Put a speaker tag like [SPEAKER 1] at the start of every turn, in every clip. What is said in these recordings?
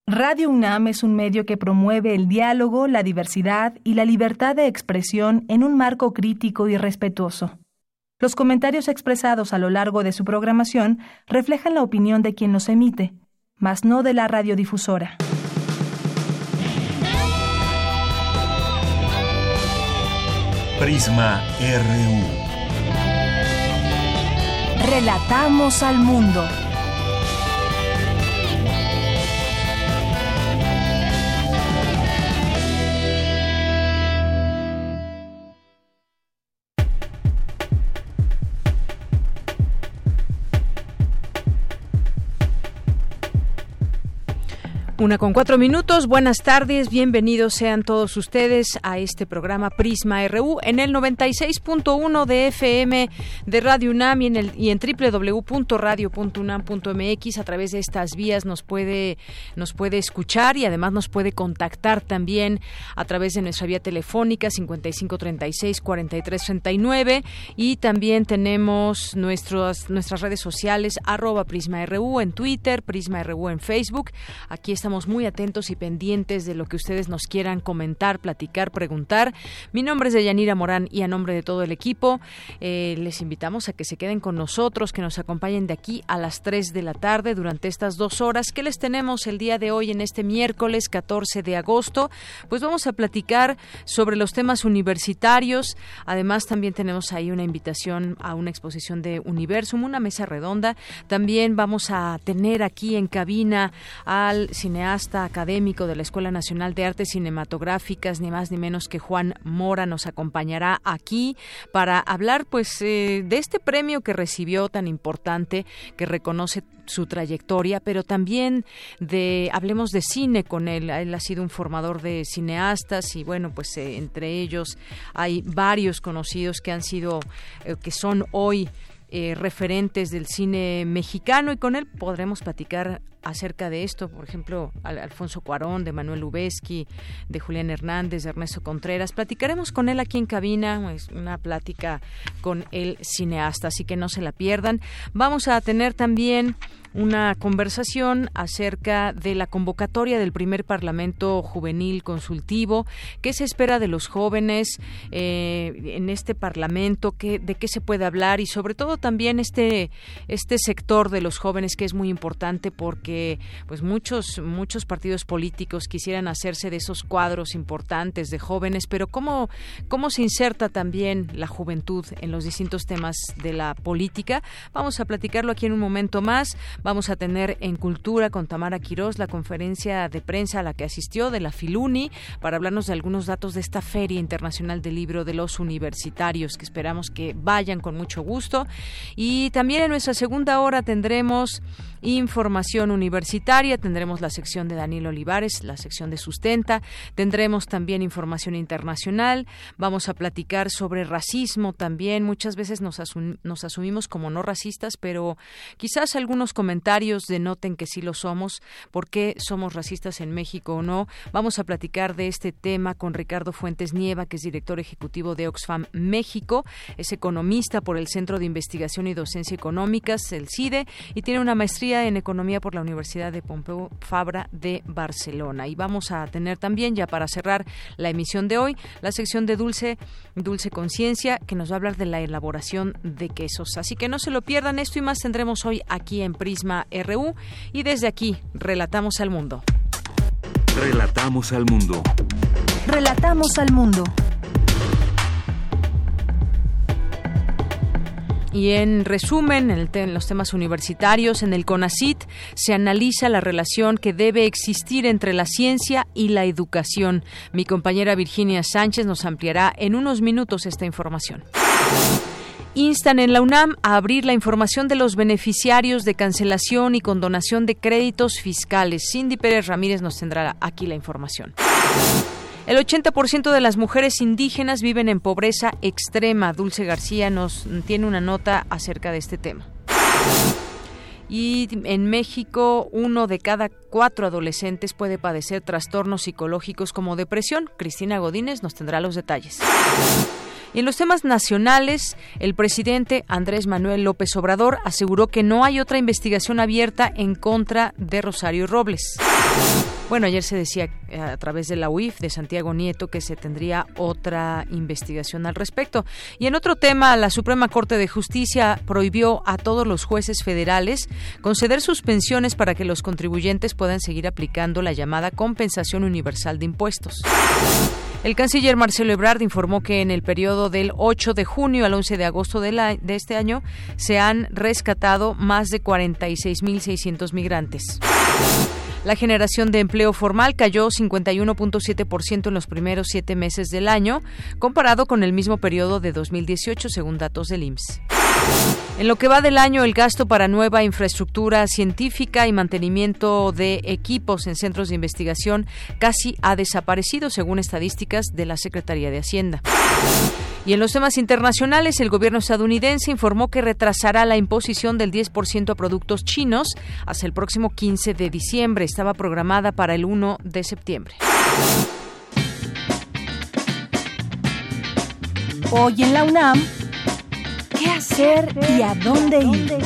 [SPEAKER 1] Radio UNAM es un medio que promueve el diálogo, la diversidad y la libertad de expresión en un marco crítico y respetuoso. Los comentarios expresados a lo largo de su programación reflejan la opinión de quien los emite, mas no de la radiodifusora.
[SPEAKER 2] Prisma RU.
[SPEAKER 1] Relatamos al mundo.
[SPEAKER 3] Una con 4 minutos, buenas tardes, bienvenidos sean todos ustedes a este programa Prisma RU en el 96.1 de FM de Radio UNAM y en www.radio.unam.mx. A través de estas vías nos puede escuchar y además nos puede contactar también a través de nuestra vía telefónica 5536-4339 y también tenemos nuestras redes sociales @PrismaRU en Twitter, Prisma RU en Facebook. Aquí estamos muy atentos y pendientes de lo que ustedes nos quieran comentar, platicar, preguntar. Mi nombre es Deyanira Morán y a nombre de todo el equipo les invitamos a que se queden con nosotros, que nos acompañen de aquí a las 3 de la tarde durante estas 2 horas. ¿Qué les tenemos el día de hoy en este miércoles 14 de agosto? Pues vamos a platicar sobre los temas universitarios. Además también tenemos ahí una invitación a una exposición de Universum, una mesa redonda. También vamos a tener aquí en cabina al cineasta académico de la Escuela Nacional de Artes Cinematográficas, ni más ni menos que Juan Mora. Nos acompañará aquí para hablar de este premio que recibió tan importante, que reconoce su trayectoria, pero también hablemos de cine con él. Él ha sido un formador de cineastas y entre ellos hay varios conocidos que son hoy referentes del cine mexicano, y con él podremos platicar acerca de esto, por ejemplo, Alfonso Cuarón, de Manuel Lubezki, de Julián Hernández, de Ernesto Contreras. Platicaremos con él aquí en cabina, es una plática con el cineasta, así que no se la pierdan. Vamos a tener también una conversación acerca de la convocatoria del primer Parlamento Juvenil Consultivo. ¿Qué se espera de los jóvenes en este Parlamento? ¿De qué se puede hablar? Y sobre todo también este sector de los jóvenes, que es muy importante porque muchos partidos políticos quisieran hacerse de esos cuadros importantes de jóvenes, pero ¿cómo se inserta también la juventud en los distintos temas de la política? Vamos a platicarlo aquí en un momento más. Vamos a tener en Cultura con Tamara Quirós la conferencia de prensa a la que asistió de la Filuni para hablarnos de algunos datos de esta Feria Internacional del Libro de los Universitarios, que esperamos que vayan con mucho gusto. Y también en nuestra segunda hora tendremos información universitaria, tendremos la sección de Daniel Olivares, la sección de Sustenta, tendremos también información internacional, vamos a platicar sobre racismo también. Muchas veces nos asumimos como no racistas, pero quizás algunos comentarios denoten que sí lo somos. ¿Por qué somos racistas en México o no? Vamos a platicar de este tema con Ricardo Fuentes Nieva, que es director ejecutivo de Oxfam México, es economista por el Centro de Investigación y Docencia Económicas, el CIDE, y tiene una maestría en Economía por la Universidad de Pompeu Fabra de Barcelona. Y vamos a tener también, ya para cerrar la emisión de hoy, la sección de Dulce Conciencia, que nos va a hablar de la elaboración de quesos. Así que no se lo pierdan, esto y más tendremos hoy aquí en Prisma RU, y desde aquí relatamos al mundo.
[SPEAKER 2] Relatamos al mundo.
[SPEAKER 1] Relatamos al mundo.
[SPEAKER 3] Y en resumen, en los temas universitarios, en el CONACYT se analiza la relación que debe existir entre la ciencia y la educación. Mi compañera Virginia Sánchez nos ampliará en unos minutos esta información. Instan en la UNAM a abrir la información de los beneficiarios de cancelación y condonación de créditos fiscales. Cindy Pérez Ramírez nos tendrá aquí la información. El 80% de las mujeres indígenas viven en pobreza extrema. Dulce García nos tiene una nota acerca de este tema. Y en México, 1 de cada 4 adolescentes puede padecer trastornos psicológicos como depresión. Cristina Godínez nos tendrá los detalles. Y en los temas nacionales, el presidente Andrés Manuel López Obrador aseguró que no hay otra investigación abierta en contra de Rosario Robles. Bueno, ayer se decía a través de la UIF de Santiago Nieto que se tendría otra investigación al respecto. Y en otro tema, la Suprema Corte de Justicia prohibió a todos los jueces federales conceder suspensiones para que los contribuyentes puedan seguir aplicando la llamada compensación universal de impuestos. El canciller Marcelo Ebrard informó que en el periodo del 8 de junio al 11 de agosto de este año se han rescatado más de 46.600 migrantes. La generación de empleo formal cayó 51.7% en los primeros 7 meses del año, comparado con el mismo periodo de 2018, según datos del IMSS. En lo que va del año, el gasto para nueva infraestructura científica y mantenimiento de equipos en centros de investigación casi ha desaparecido, según estadísticas de la Secretaría de Hacienda. Y en los temas internacionales, el gobierno estadounidense informó que retrasará la imposición del 10% a productos chinos hasta el próximo 15 de diciembre. Estaba programada para el 1 de septiembre.
[SPEAKER 1] Hoy en la UNAM, ¿qué hacer y a dónde ir?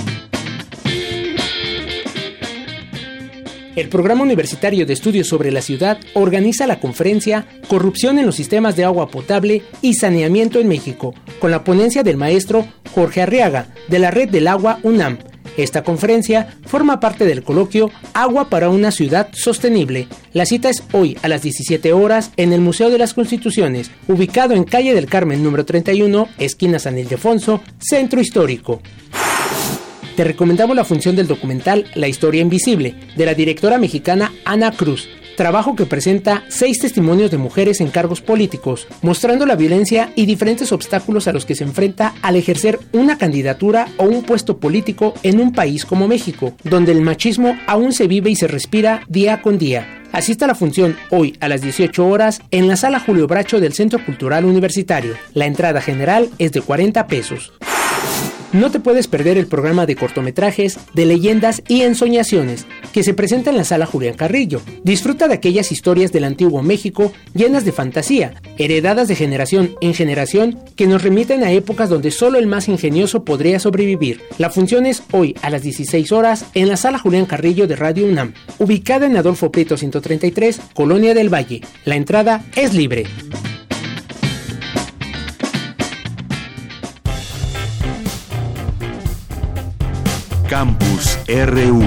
[SPEAKER 4] El Programa Universitario de Estudios sobre la Ciudad organiza la conferencia Corrupción en los sistemas de agua potable y saneamiento en México, con la ponencia del maestro Jorge Arriaga, de la Red del Agua UNAM. Esta conferencia forma parte del coloquio Agua para una ciudad sostenible. La cita es hoy a las 17 horas en el Museo de las Constituciones, ubicado en Calle del Carmen número 31, esquina San Ildefonso, Centro Histórico. Te recomendamos la función del documental La Historia Invisible, de la directora mexicana Ana Cruz, trabajo que presenta 6 testimonios de mujeres en cargos políticos, mostrando la violencia y diferentes obstáculos a los que se enfrenta al ejercer una candidatura o un puesto político en un país como México, donde el machismo aún se vive y se respira día con día. Asista a la función hoy a las 18 horas en la Sala Julio Bracho del Centro Cultural Universitario. La entrada general es de 40 pesos. No te puedes perder el programa de cortometrajes, de leyendas y ensoñaciones que se presenta en la Sala Julián Carrillo. Disfruta de aquellas historias del antiguo México llenas de fantasía, heredadas de generación en generación, que nos remiten a épocas donde solo el más ingenioso podría sobrevivir. La función es hoy a las 16 horas en la Sala Julián Carrillo de Radio UNAM, ubicada en Adolfo Prieto 133, Colonia del Valle. La entrada es libre.
[SPEAKER 2] Campus RU.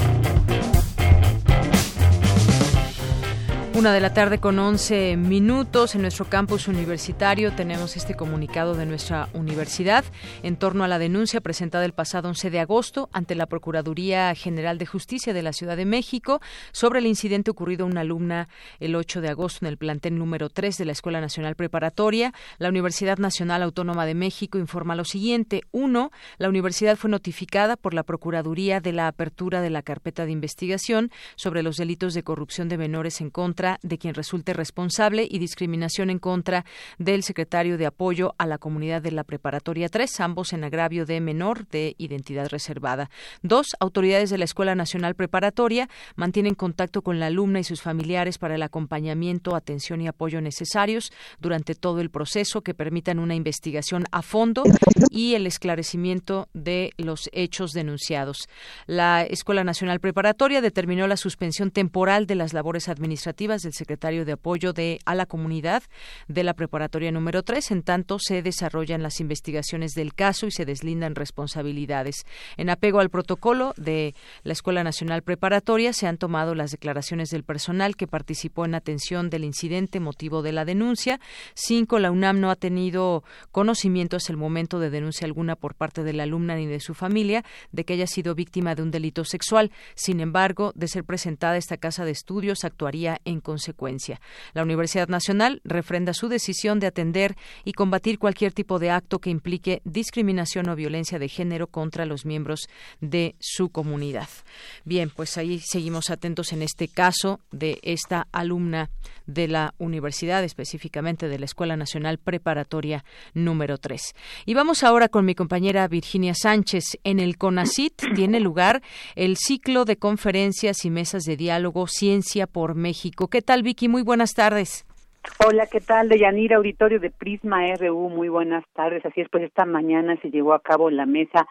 [SPEAKER 3] 1:11 p.m. en nuestro campus universitario tenemos este comunicado de nuestra universidad en torno a la denuncia presentada el pasado 11 de agosto ante la Procuraduría General de Justicia de la Ciudad de México sobre el incidente ocurrido a una alumna el 8 de agosto en el plantel número 3 de la Escuela Nacional Preparatoria. La Universidad Nacional Autónoma de México informa lo siguiente. 1. La universidad fue notificada por la Procuraduría de la apertura de la carpeta de investigación sobre los delitos de corrupción de menores en contra de quien resulte responsable y discriminación en contra del secretario de Apoyo a la Comunidad de la Preparatoria 3, ambos en agravio de menor de identidad reservada. 2. Autoridades de la Escuela Nacional Preparatoria mantienen contacto con la alumna y sus familiares para el acompañamiento, atención y apoyo necesarios durante todo el proceso que permitan una investigación a fondo y el esclarecimiento de los hechos denunciados. La Escuela Nacional Preparatoria determinó la suspensión temporal de las labores administrativas del secretario de Apoyo a la Comunidad de la Preparatoria número 3, en tanto se desarrollan las investigaciones del caso y se deslindan responsabilidades. En apego al protocolo de la Escuela Nacional Preparatoria, se han tomado las declaraciones del personal que participó en atención del incidente motivo de la denuncia. 5. La UNAM no ha tenido conocimiento hasta el momento de denuncia alguna por parte de la alumna ni de su familia de que haya sido víctima de un delito sexual. Sin embargo, de ser presentada esta casa de estudios, actuaría en consecuencia. La Universidad Nacional refrenda su decisión de atender y combatir cualquier tipo de acto que implique discriminación o violencia de género contra los miembros de su comunidad. Bien, pues ahí seguimos atentos en este caso de esta alumna de la universidad, específicamente de la Escuela Nacional Preparatoria número 3. Y vamos ahora con mi compañera Virginia Sánchez. En el CONACYT tiene lugar el ciclo de conferencias y mesas de diálogo Ciencia por México. ¿Qué tal, Vicky? Muy buenas tardes.
[SPEAKER 5] Hola, ¿qué tal? Deyanira, auditorio de Prisma RU, muy buenas tardes. Así es, pues esta mañana se llevó a cabo la mesa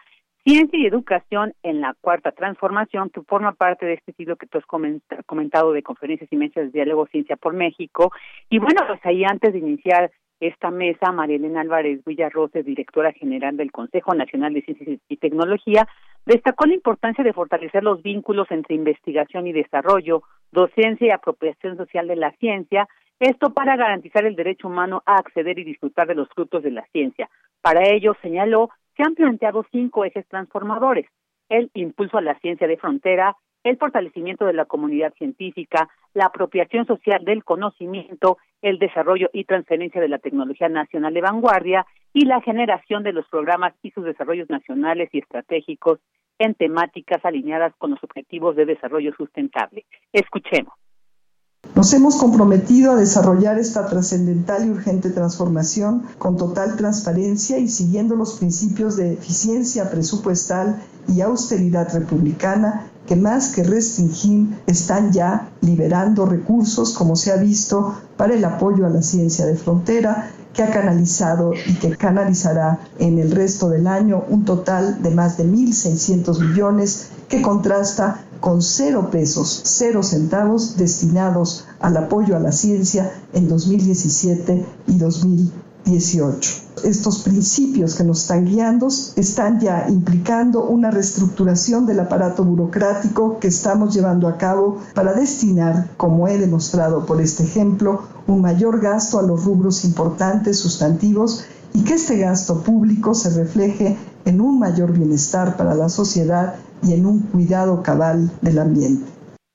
[SPEAKER 5] Ciencia y educación en la cuarta transformación, que forma parte de este ciclo que tú has comentado de conferencias y mesas de diálogo Ciencia por México. Y bueno, pues ahí antes de iniciar esta mesa, María Elena Álvarez Villarrosa, directora general del Consejo Nacional de Ciencias y Tecnología, destacó la importancia de fortalecer los vínculos entre investigación y desarrollo, docencia y apropiación social de la ciencia, esto para garantizar el derecho humano a acceder y disfrutar de los frutos de la ciencia. Para ello, señaló, se han planteado 5 ejes transformadores: el impulso a la ciencia de frontera, el fortalecimiento de la comunidad científica, la apropiación social del conocimiento, el desarrollo y transferencia de la tecnología nacional de vanguardia y la generación de los programas y sus desarrollos nacionales y estratégicos en temáticas alineadas con los objetivos de desarrollo sustentable. Escuchemos.
[SPEAKER 6] Nos hemos comprometido a desarrollar esta trascendental y urgente transformación con total transparencia y siguiendo los principios de eficiencia presupuestal y austeridad republicana, que más que restringir están ya liberando recursos, como se ha visto, para el apoyo a la ciencia de frontera, que ha canalizado y que canalizará en el resto del año un total de más de 1.600 millones, que contrasta con 0 pesos, 0 centavos destinados al apoyo a la ciencia en 2017 y 2018. Estos principios que nos están guiando están ya implicando una reestructuración del aparato burocrático que estamos llevando a cabo para destinar, como he demostrado por este ejemplo, un mayor gasto a los rubros importantes, sustantivos, y que este gasto público se refleje en un mayor bienestar para la sociedad y en un cuidado cabal del ambiente.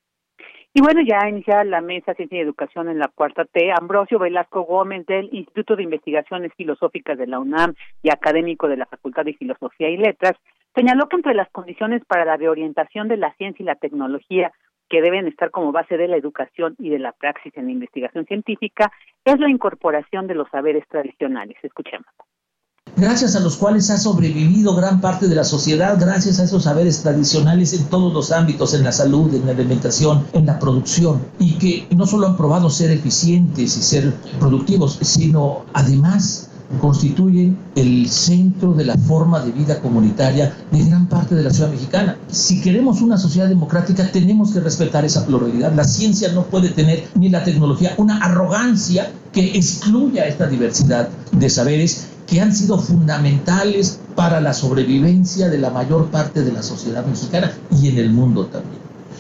[SPEAKER 5] Y bueno, ya iniciada la mesa Ciencia y Educación en la cuarta T, Ambrosio Velasco Gómez del Instituto de Investigaciones Filosóficas de la UNAM y académico de la Facultad de Filosofía y Letras, señaló que entre las condiciones para la reorientación de la ciencia y la tecnología que deben estar como base de la educación y de la praxis en la investigación científica es la incorporación de los saberes tradicionales. Escuchemos.
[SPEAKER 7] Gracias a los cuales ha sobrevivido gran parte de la sociedad, gracias a esos saberes tradicionales en todos los ámbitos, en la salud, en la alimentación, en la producción, y que no solo han probado ser eficientes y ser productivos, sino además constituyen el centro de la forma de vida comunitaria de gran parte de la ciudad mexicana. Si queremos una sociedad democrática, tenemos que respetar esa pluralidad. La ciencia no puede tener, ni la tecnología, una arrogancia que excluya esta diversidad de saberes que han sido fundamentales para la sobrevivencia de la mayor parte de la sociedad mexicana y en el mundo también.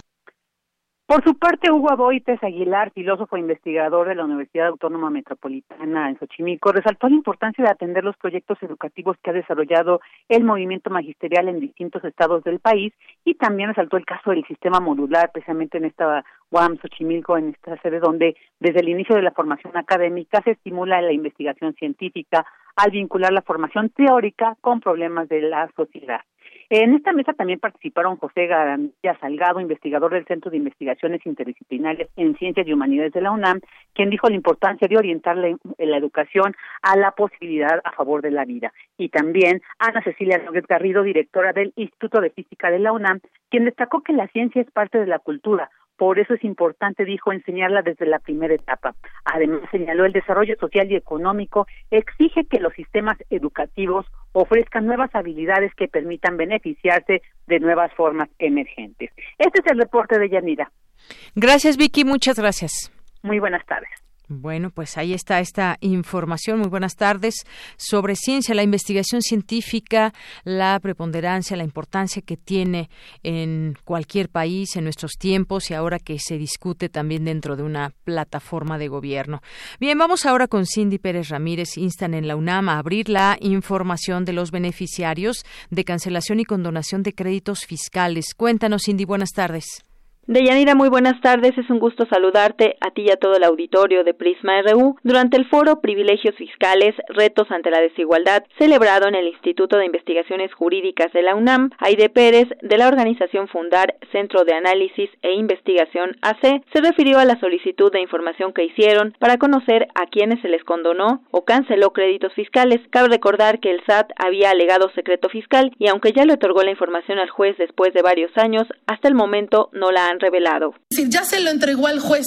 [SPEAKER 5] Por su parte, Hugo Aboites Aguilar, filósofo e investigador de la Universidad Autónoma Metropolitana en Xochimilco, resaltó la importancia de atender los proyectos educativos que ha desarrollado el movimiento magisterial en distintos estados del país y también resaltó el caso del sistema modular, precisamente en esta UAM Xochimilco, en esta sede donde desde el inicio de la formación académica se estimula la investigación científica al vincular la formación teórica con problemas de la sociedad. En esta mesa también participaron José Garantía Salgado, investigador del Centro de Investigaciones Interdisciplinarias en Ciencias y Humanidades de la UNAM, quien dijo la importancia de orientar la educación a la posibilidad a favor de la vida. Y también Ana Cecilia López Garrido, directora del Instituto de Física de la UNAM, quien destacó que la ciencia es parte de la cultura. Por eso es importante, dijo, enseñarla desde la primera etapa. Además, señaló el desarrollo social y económico exige que los sistemas educativos ofrezcan nuevas habilidades que permitan beneficiarse de nuevas formas emergentes. Este es el reporte de Yanira.
[SPEAKER 3] Gracias, Vicky, muchas gracias.
[SPEAKER 5] Muy buenas tardes.
[SPEAKER 3] Bueno, pues ahí está esta información. Muy buenas tardes sobre ciencia, la investigación científica, la preponderancia, la importancia que tiene en cualquier país en nuestros tiempos y ahora que se discute también dentro de una plataforma de gobierno. Bien, vamos ahora con Cindy Pérez Ramírez. Instan en la UNAM a abrir la información de los beneficiarios de cancelación y condonación de créditos fiscales. Cuéntanos, Cindy, buenas tardes.
[SPEAKER 8] Deyanira, muy buenas tardes. Es un gusto saludarte a ti y a todo el auditorio de Prisma RU durante el foro Privilegios Fiscales, Retos ante la Desigualdad, celebrado en el Instituto de Investigaciones Jurídicas de la UNAM. Aide Pérez, de la organización Fundar, Centro de Análisis e Investigación AC, se refirió a la solicitud de información que hicieron para conocer a quienes se les condonó o canceló créditos fiscales. Cabe recordar que el SAT había alegado secreto fiscal y aunque ya le otorgó la información al juez después de varios años, hasta el momento no la han revelado.
[SPEAKER 9] Es decir, ya se lo entregó al juez,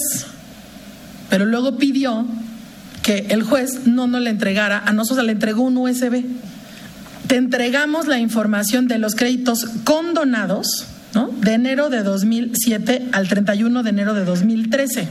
[SPEAKER 9] pero luego pidió que el juez no le entregara, a nosotros le entregó un USB. te entregamos la información de los créditos condonados, ¿no?, de enero de 2007 al 31 de enero de 2013.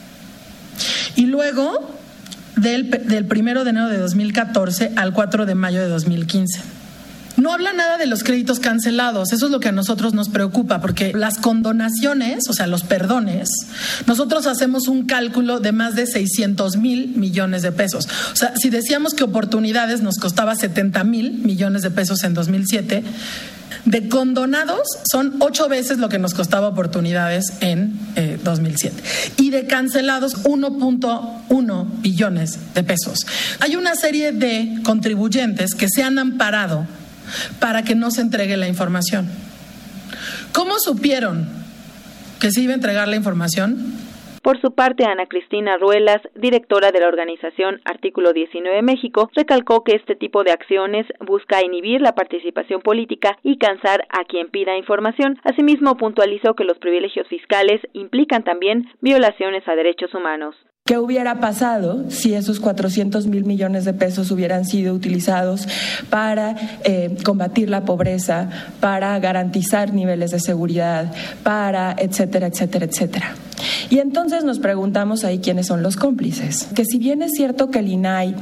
[SPEAKER 9] Y luego del 1 de enero de 2014 al 4 de mayo de 2015. No habla nada de los créditos cancelados, eso es lo que a nosotros nos preocupa, porque las condonaciones, o sea, los perdones, nosotros hacemos un cálculo de más de 600,000 millones de pesos. O sea, si decíamos que oportunidades nos costaba 70,000 millones de pesos en 2007, de condonados son 8 veces lo que nos costaba oportunidades en 2007. Y de cancelados, 1.1 billones de pesos. Hay una serie de contribuyentes que se han amparado para que no se entregue la información. ¿Cómo supieron que se iba a entregar la información?
[SPEAKER 8] Por su parte, Ana Cristina Ruelas, directora de la organización Artículo 19 México, recalcó que este tipo de acciones busca inhibir la participación política y cansar a quien pida información. Asimismo, puntualizó que los privilegios fiscales implican también violaciones a derechos humanos.
[SPEAKER 10] ¿Qué hubiera pasado si esos 400,000 millones de pesos hubieran sido utilizados para combatir la pobreza, para garantizar niveles de seguridad, para etcétera, etcétera, etcétera? Y entonces nos preguntamos ahí quiénes son los cómplices. Que si bien es cierto que el INAI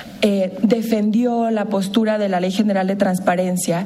[SPEAKER 10] defendió la postura de la Ley General de Transparencia,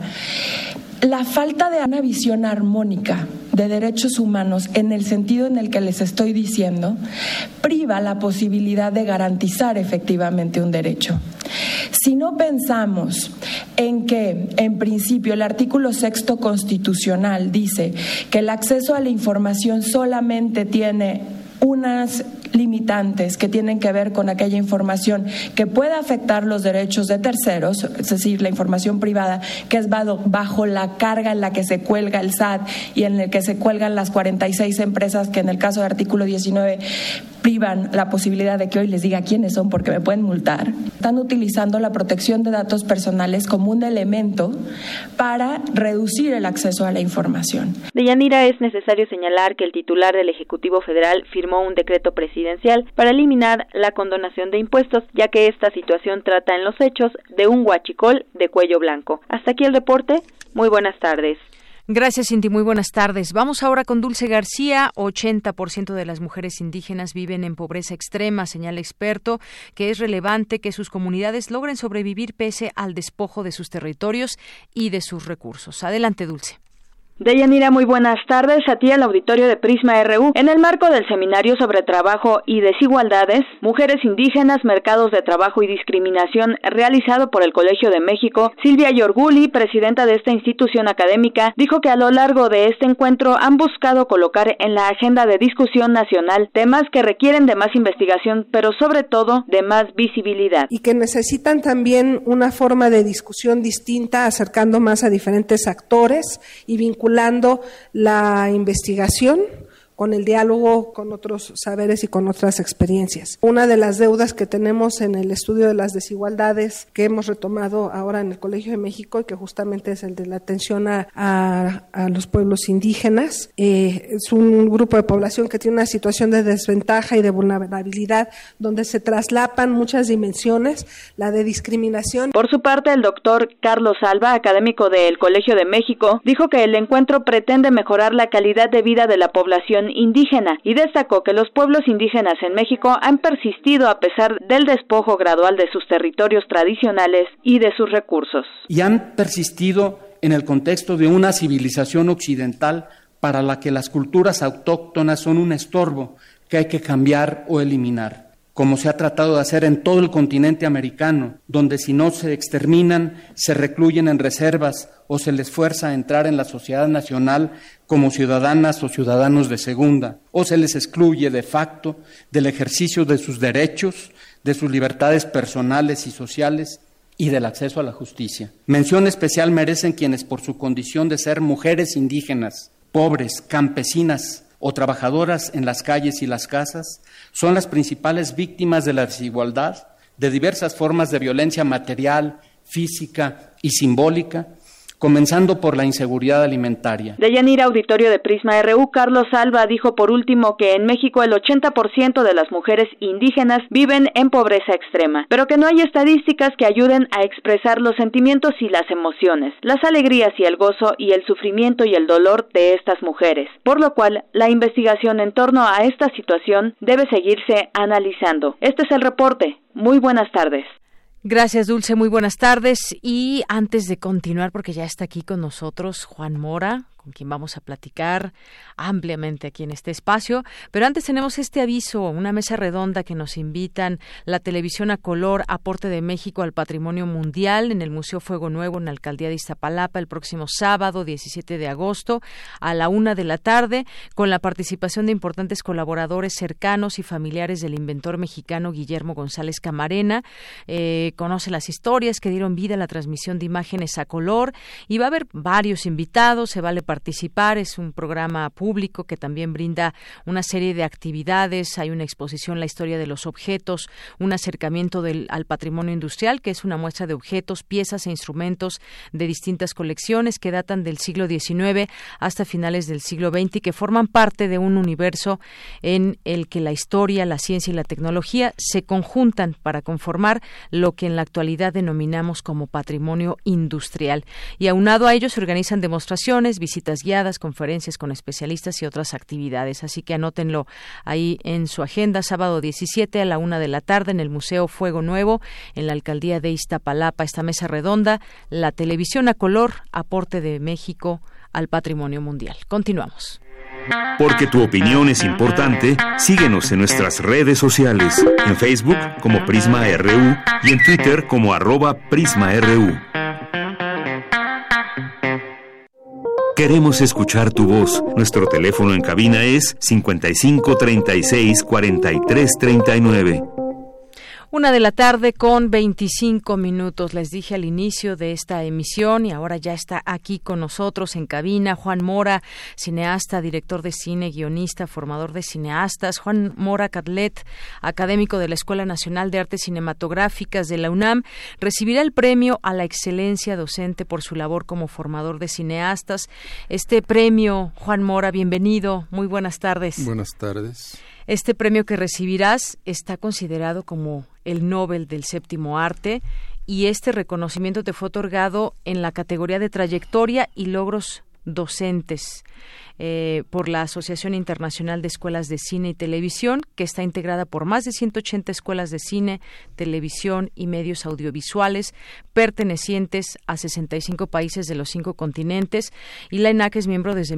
[SPEAKER 10] la falta de una visión armónica de derechos humanos en el sentido en el que les estoy diciendo, priva la posibilidad de garantizar efectivamente un derecho. Si no pensamos en que, en principio, el artículo 6º constitucional dice que el acceso a la información solamente tiene unas limitantes que tienen que ver con aquella información que puede afectar los derechos de terceros, es decir, la información privada, que es bajo la carga en la que se cuelga el SAT y en el que se cuelgan las 46 empresas que en el caso del artículo 19 privan la posibilidad de que hoy les diga quiénes son porque me pueden multar. Están utilizando la protección de datos personales como un elemento para reducir el acceso a la información.
[SPEAKER 8] Deyanira, es necesario señalar que el titular del Ejecutivo Federal firmó un decreto presidencial para eliminar la condonación de impuestos, ya que esta situación trata en los hechos de un huachicol de cuello blanco. Hasta aquí el reporte. Muy buenas tardes.
[SPEAKER 3] Gracias, Cinti. Muy buenas tardes. Vamos ahora con Dulce García. 80% de las mujeres indígenas viven en pobreza extrema, señala experto, que es relevante que sus comunidades logren sobrevivir pese al despojo de sus territorios y de sus recursos. Adelante, Dulce.
[SPEAKER 8] Deyanira, muy buenas tardes a ti al auditorio de Prisma RU. En el marco del seminario sobre trabajo y desigualdades, mujeres indígenas, mercados de trabajo y discriminación, realizado por el Colegio de México, Silvia Yorguli, presidenta de esta institución académica, dijo que a lo largo de este encuentro han buscado colocar en la agenda de discusión nacional temas que requieren de más investigación, pero sobre todo de más visibilidad.
[SPEAKER 11] Y que necesitan también una forma de discusión distinta, acercando más a diferentes actores y vinculando la investigación con el diálogo con otros saberes y con otras experiencias. Una de las deudas que tenemos en el estudio de las desigualdades que hemos retomado ahora en el Colegio de México y que justamente es el de la atención a los pueblos indígenas, es un grupo de población que tiene una situación de desventaja y de vulnerabilidad donde se traslapan muchas dimensiones, la de discriminación.
[SPEAKER 8] Por su parte, el doctor Carlos Alba, académico del Colegio de México, dijo que el encuentro pretende mejorar la calidad de vida de la población indígena y destacó que los pueblos indígenas en México han persistido a pesar del despojo gradual de sus territorios tradicionales y de sus recursos.
[SPEAKER 12] Y han persistido en el contexto de una civilización occidental para la que las culturas autóctonas son un estorbo que hay que cambiar o eliminar, como se ha tratado de hacer en todo el continente americano, donde si no se exterminan, se recluyen en reservas o se les fuerza a entrar en la sociedad nacional como ciudadanas o ciudadanos de segunda, o se les excluye de facto del ejercicio de sus derechos, de sus libertades personales y sociales y del acceso a la justicia. Mención especial merecen quienes por su condición de ser mujeres indígenas, pobres, campesinas o trabajadoras en las calles y las casas, son las principales víctimas de la desigualdad, de diversas formas de violencia material, física y simbólica, comenzando por la inseguridad alimentaria.
[SPEAKER 8] Deyanira, auditorio de Prisma RU, Carlos Alba dijo por último que en México el 80% de las mujeres indígenas viven en pobreza extrema, pero que no hay estadísticas que ayuden a expresar los sentimientos y las emociones, las alegrías y el gozo y el sufrimiento y el dolor de estas mujeres, por lo cual la investigación en torno a esta situación debe seguirse analizando. Este es el reporte. Muy buenas tardes.
[SPEAKER 3] Gracias, Dulce, muy buenas tardes. Y antes de continuar, porque ya está aquí con nosotros Juan Mora, con quien vamos a platicar ampliamente aquí en este espacio, pero antes tenemos este aviso, una mesa redonda que nos invitan la televisión a color, aporte de México al patrimonio mundial en el Museo Fuego Nuevo en la Alcaldía de Iztapalapa el próximo sábado 17 de agosto a la 1:00 p.m, con la participación de importantes colaboradores cercanos y familiares del inventor mexicano Guillermo González Camarena. Conoce las historias que dieron vida a la transmisión de imágenes a color y va a haber varios invitados, se vale participar, es un programa público que también brinda una serie de actividades, hay una exposición La historia de los objetos, un acercamiento al patrimonio industrial, que es una muestra de objetos, piezas e instrumentos de distintas colecciones que datan del siglo XIX hasta finales del siglo XX y que forman parte de un universo en el que la historia, la ciencia y la tecnología se conjuntan para conformar lo que en la actualidad denominamos como patrimonio industrial. Y aunado a ello se organizan demostraciones, visitas guiadas, conferencias con especialistas y otras actividades. Así que anótenlo ahí en su agenda, sábado 17 a la 1:00 p.m. en el Museo Fuego Nuevo, en la Alcaldía de Iztapalapa, esta mesa redonda, la televisión a color, aporte de México al patrimonio mundial. Continuamos.
[SPEAKER 2] Porque tu opinión es importante, síguenos en nuestras redes sociales, en Facebook como Prisma RU y en Twitter como @PrismaRU. Queremos escuchar tu voz. Nuestro teléfono en cabina es 55 36 43 39.
[SPEAKER 3] 1:00 p.m. con 25 minutos. Les dije al inicio de esta emisión y ahora ya está aquí con nosotros en cabina Juan Mora, cineasta, director de cine, guionista, formador de cineastas. Juan Mora Catlet, académico de la Escuela Nacional de Artes Cinematográficas de la UNAM, recibirá el premio a la excelencia docente por su labor como formador de cineastas. Este premio, Juan Mora, bienvenido. Muy buenas tardes.
[SPEAKER 13] Buenas tardes.
[SPEAKER 3] Este premio que recibirás está considerado como el Nobel del Séptimo Arte y este reconocimiento te fue otorgado en la categoría de trayectoria y logros docentes por la Asociación Internacional de Escuelas de Cine y Televisión, que está integrada por más de 180 escuelas de cine, televisión y medios audiovisuales pertenecientes a 65 países de los 5 continentes, y la ENAC es miembro desde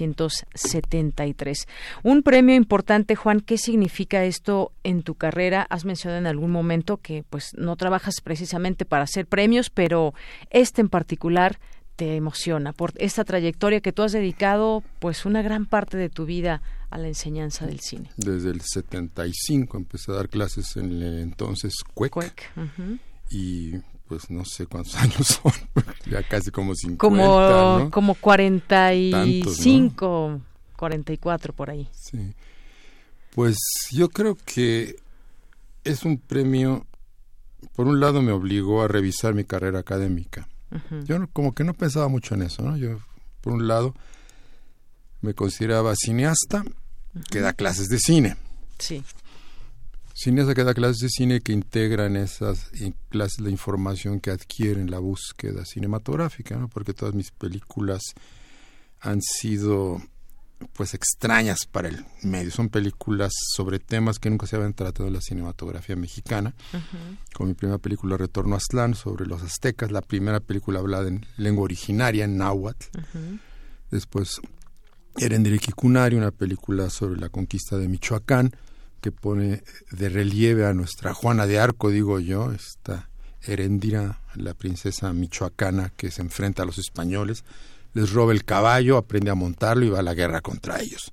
[SPEAKER 3] 1973. Un premio importante, Juan. ¿Qué significa esto en tu carrera? Has mencionado en algún momento que pues no trabajas precisamente para hacer premios, pero este en particular te emociona por esta trayectoria que tú has dedicado pues una gran parte de tu vida a la enseñanza del cine.
[SPEAKER 13] Desde el 75 empecé a dar clases en el entonces CUEC. Uh-huh. Y pues no sé cuántos años son, ya casi como 50, ¿no?
[SPEAKER 3] Como 45,
[SPEAKER 13] tantos, ¿no?
[SPEAKER 3] 44 por ahí.
[SPEAKER 13] Sí. Pues yo creo que es un premio, por un lado me obligó a revisar mi carrera académica. Uh-huh. Yo como que no pensaba mucho en eso, ¿no? Yo, por un lado, me consideraba cineasta que da clases de cine.
[SPEAKER 3] Sí.
[SPEAKER 13] Cineasta que da clases de cine que integran esas clases de información que adquieren la búsqueda cinematográfica, ¿no? Porque todas mis películas han sido pues extrañas para el medio. Son películas sobre temas que nunca se habían tratado en la cinematografía mexicana. Uh-huh. Con mi primera película Retorno a Aztlán, sobre los aztecas, la primera película hablada en lengua originaria, en náhuatl. Uh-huh. Después Erendira Kunari, una película sobre la conquista de Michoacán, que pone de relieve a nuestra Juana de Arco, digo yo, esta Erendira, la princesa michoacana que se enfrenta a los españoles, les roba el caballo, aprende a montarlo y va a la guerra contra ellos.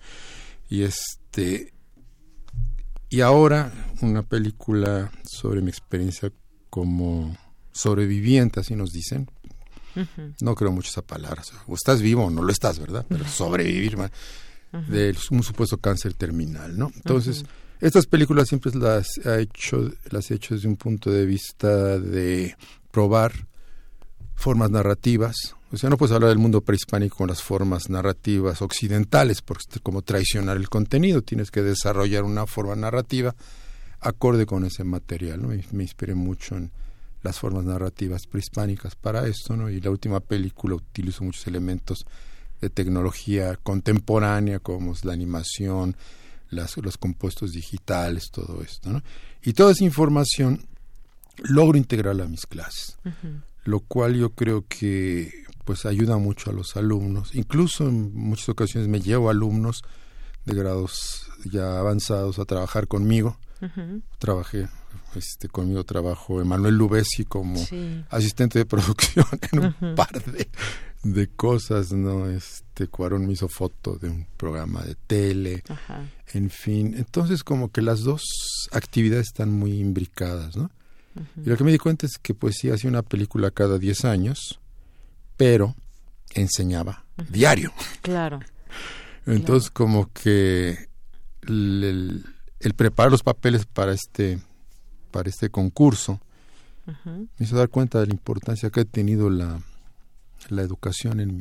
[SPEAKER 13] Y ahora una película sobre mi experiencia como sobreviviente, así nos dicen. Uh-huh. No creo mucho esa palabra. O estás vivo o no lo estás, ¿verdad? Pero sobrevivir, uh-huh, de un supuesto cáncer terminal, ¿no? Entonces, uh-huh, estas películas siempre las he hecho desde un punto de vista de probar formas narrativas. O sea, no puedes hablar del mundo prehispánico con las formas narrativas occidentales, porque es como traicionar el contenido. Tienes que desarrollar una forma narrativa acorde con ese material, ¿no? Y me inspiré mucho en las formas narrativas prehispánicas para esto, ¿no? Y la última película utilizo muchos elementos de tecnología contemporánea, como es la animación, los compuestos digitales, todo esto, ¿no? Y toda esa información logro integrarla a mis clases, lo cual yo creo que pues ayuda mucho a los alumnos. Incluso en muchas ocasiones me llevo alumnos de grados ya avanzados a trabajar conmigo. Conmigo trabajó Emanuel Lubezzi como asistente de producción en un par de cosas, ¿no? Cuarón me hizo foto de un programa de tele, en fin. Entonces como que las dos actividades están muy imbricadas, ¿no? Y lo que me di cuenta es que pues sí hacía una película cada 10 años, pero enseñaba diario.
[SPEAKER 3] Claro.
[SPEAKER 13] Entonces como que el preparar los papeles para este concurso me hizo dar cuenta de la importancia que ha tenido la educación en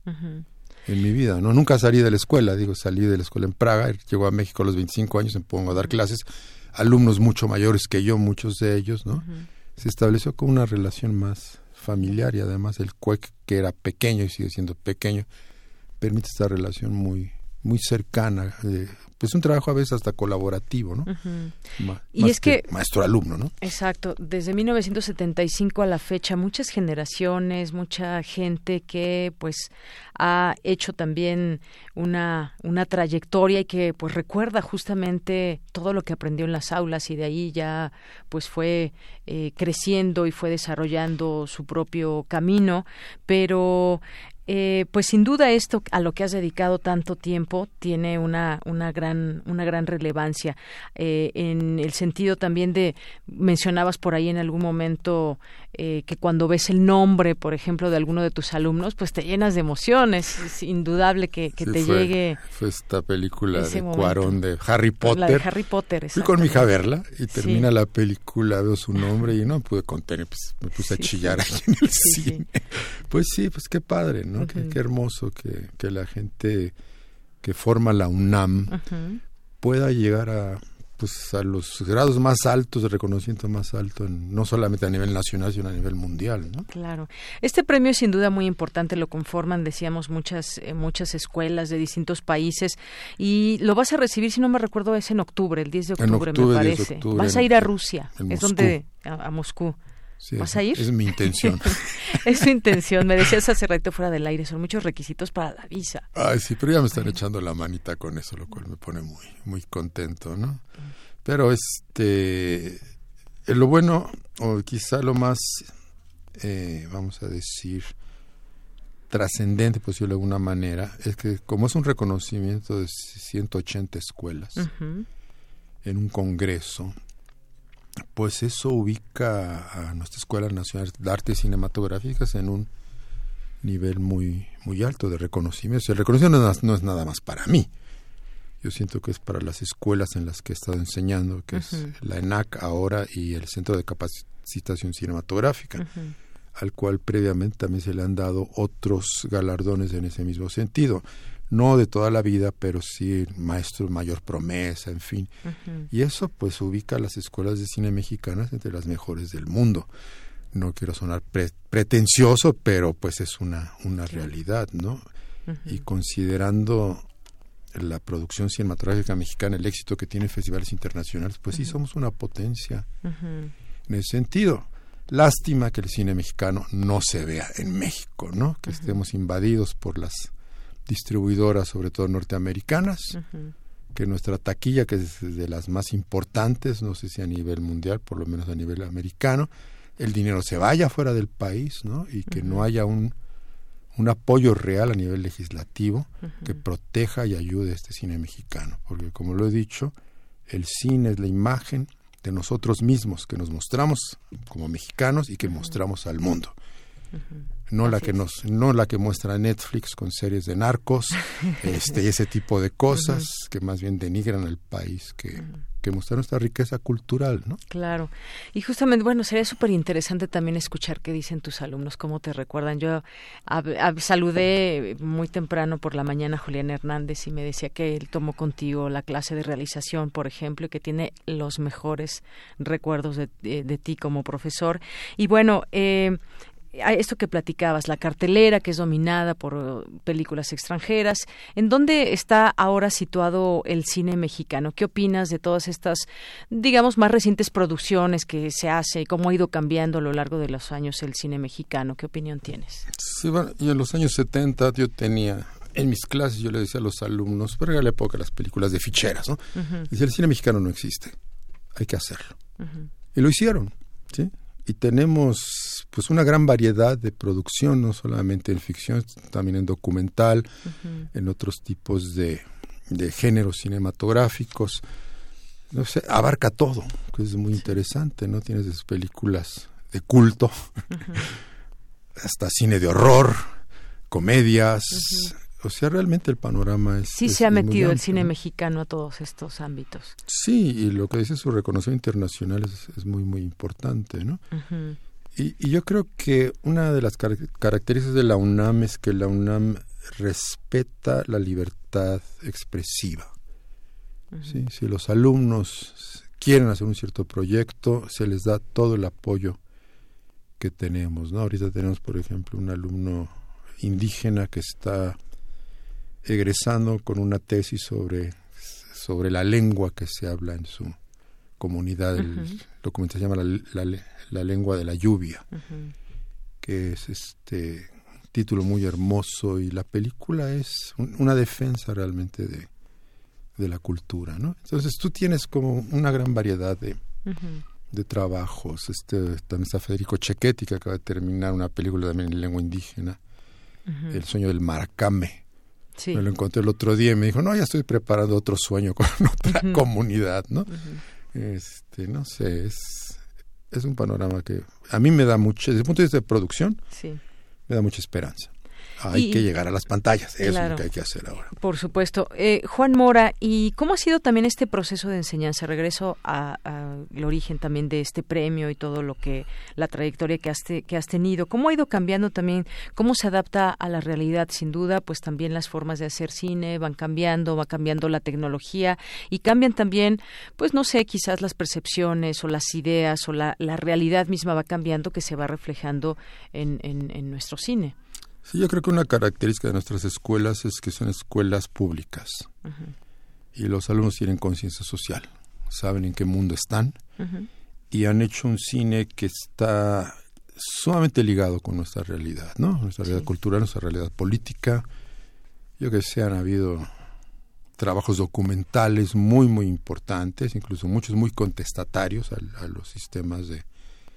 [SPEAKER 13] mi vida, ¿no? Nunca salí de la escuela, salí de la escuela en Praga, llego a México a los 25 años, me pongo a dar clases, alumnos mucho mayores que yo, muchos de ellos, ¿no? Se estableció como una relación más familiar y además el CUEC, que era pequeño y sigue siendo pequeño, permite esta relación muy cercana, pues un trabajo a veces hasta colaborativo, ¿no?
[SPEAKER 3] Y es que
[SPEAKER 13] maestro-alumno, ¿no?
[SPEAKER 3] Exacto, desde 1975 a la fecha, muchas generaciones, mucha gente que pues ha hecho también una trayectoria y que pues recuerda justamente todo lo que aprendió en las aulas y de ahí ya pues fue creciendo y fue desarrollando su propio camino, pero pues sin duda esto a lo que has dedicado tanto tiempo tiene una gran relevancia en el sentido también de, mencionabas por ahí en algún momento que cuando ves el nombre, por ejemplo, de alguno de tus alumnos, pues te llenas de emociones, es indudable que te llegue.
[SPEAKER 13] Fue esta película de Cuarón de Harry Potter.
[SPEAKER 3] La de Harry Potter,
[SPEAKER 13] fui con mi hija a verla y termina la película, veo su nombre y no pude contener, pues me puse a chillar ahí en el cine. Pues sí, pues qué padre, ¿no? Qué hermoso que la gente que forma la UNAM pueda llegar a los grados más altos, de reconocimiento más alto, no solamente a nivel nacional, sino a nivel mundial, ¿no?
[SPEAKER 3] Claro. Este premio es sin duda muy importante, lo conforman, decíamos, muchas escuelas de distintos países, y lo vas a recibir, si no me recuerdo, es en octubre, el 10 de octubre, me parece. Vas a ir a Rusia, es donde, a Moscú.
[SPEAKER 13] Sí,
[SPEAKER 3] ¿vas a ir?
[SPEAKER 13] Es mi intención.
[SPEAKER 3] Es tu intención. Me decías hace rato fuera del aire, son muchos requisitos para la visa.
[SPEAKER 13] Ay, sí, pero ya me están echando la manita con eso, lo cual me pone muy, muy contento, ¿no? Pero lo bueno, o quizá lo más, vamos a decir, trascendente, por decirlo de alguna manera, es que como es un reconocimiento de 180 escuelas en un congreso, pues eso ubica a nuestra Escuela Nacional de Artes Cinematográficas en un nivel muy muy alto de reconocimiento. El reconocimiento no es nada más para mí. Yo siento que es para las escuelas en las que he estado enseñando, que es la ENAC ahora y el Centro de Capacitación Cinematográfica, al cual previamente también se le han dado otros galardones en ese mismo sentido. No de toda la vida, pero sí maestro mayor promesa, en fin. Y eso pues ubica a las escuelas de cine mexicanas entre las mejores del mundo. No quiero sonar pretencioso, pero pues es una realidad, ¿no? Y considerando la producción cinematográfica mexicana, el éxito que tiene festivales internacionales, pues sí somos una potencia en ese sentido. Lástima que el cine mexicano no se vea en México, ¿no? Que estemos invadidos por las distribuidoras, sobre todo norteamericanas, que nuestra taquilla, que es de las más importantes, no sé si a nivel mundial, por lo menos a nivel americano, el dinero se vaya fuera del país, ¿no? Y que no haya un apoyo real a nivel legislativo que proteja y ayude a este cine mexicano, porque como lo he dicho, el cine es la imagen de nosotros mismos que nos mostramos como mexicanos y que mostramos al mundo. No la que muestra Netflix con series de narcos y ese tipo de cosas que más bien denigran al país que que mostrar nuestra riqueza cultural, ¿no?
[SPEAKER 3] Claro. Y justamente, bueno, sería súper interesante también escuchar qué dicen tus alumnos, cómo te recuerdan. Yo saludé muy temprano por la mañana a Julián Hernández y me decía que él tomó contigo la clase de realización, por ejemplo, y que tiene los mejores recuerdos de ti como profesor. Y bueno, esto que platicabas, la cartelera que es dominada por películas extranjeras, ¿en dónde está ahora situado el cine mexicano? ¿Qué opinas de todas estas, digamos, más recientes producciones que se hace y cómo ha ido cambiando a lo largo de los años el cine mexicano? ¿Qué opinión tienes?
[SPEAKER 13] Sí, bueno, y en los años 70 yo tenía, en mis clases yo le decía a los alumnos, pero era la época de las películas de ficheras, ¿no? Uh-huh. Decía, el cine mexicano no existe, hay que hacerlo. Uh-huh. Y lo hicieron, ¿sí? Y tenemos pues una gran variedad de producción, no solamente en ficción, también en documental, uh-huh, en otros tipos de géneros cinematográficos. No sé, abarca todo, que es muy interesante, ¿no? Tienes esas películas de culto, uh-huh, hasta cine de horror, comedias. Uh-huh. O sea, realmente el panorama es...
[SPEAKER 3] Sí, se ha metido el cine mexicano a todos estos ámbitos.
[SPEAKER 13] Sí, y lo que dice su reconocimiento internacional es muy, muy importante, ¿no? Uh-huh. Y yo creo que una de las características de la UNAM es que la UNAM respeta la libertad expresiva. Uh-huh. ¿Sí? Si los alumnos quieren hacer un cierto proyecto, se les da todo el apoyo que tenemos, ¿no? Ahorita tenemos, por ejemplo, un alumno indígena que está egresando con una tesis sobre la lengua que se habla en su comunidad. Uh-huh. El documento se llama la lengua de la lluvia, uh-huh, que es título muy hermoso, y la película es una defensa realmente de la cultura, ¿no? Entonces tú tienes como una gran variedad uh-huh, de trabajos. También está Federico Cecchetti, que acaba de terminar una película también en lengua indígena, uh-huh, El sueño del Maracame. Sí. Me lo encontré el otro día y me dijo, no, ya estoy preparando otro sueño con otra uh-huh, comunidad, ¿no? Uh-huh. No sé, es un panorama que a mí me da mucho, desde el punto de vista de producción, sí, me da mucha esperanza. Hay que llegar a las pantallas, eso claro, es lo que hay que hacer ahora.
[SPEAKER 3] Por supuesto. Juan Mora, ¿y cómo ha sido también este proceso de enseñanza? Regreso al origen también de este premio y todo lo que, la trayectoria que has tenido. ¿Cómo ha ido cambiando también? ¿Cómo se adapta a la realidad? Sin duda, pues también las formas de hacer cine va cambiando la tecnología y cambian también, pues no sé, quizás las percepciones o las ideas o la realidad misma va cambiando, que se va reflejando en nuestro cine.
[SPEAKER 13] Sí, yo creo que una característica de nuestras escuelas es que son escuelas públicas, uh-huh, y los alumnos tienen conciencia social, saben en qué mundo están, uh-huh, y han hecho un cine que está sumamente ligado con nuestra realidad, ¿no? Nuestra realidad cultural, nuestra realidad política. Yo que sé, han habido trabajos documentales muy, muy importantes, incluso muchos muy contestatarios a los sistemas de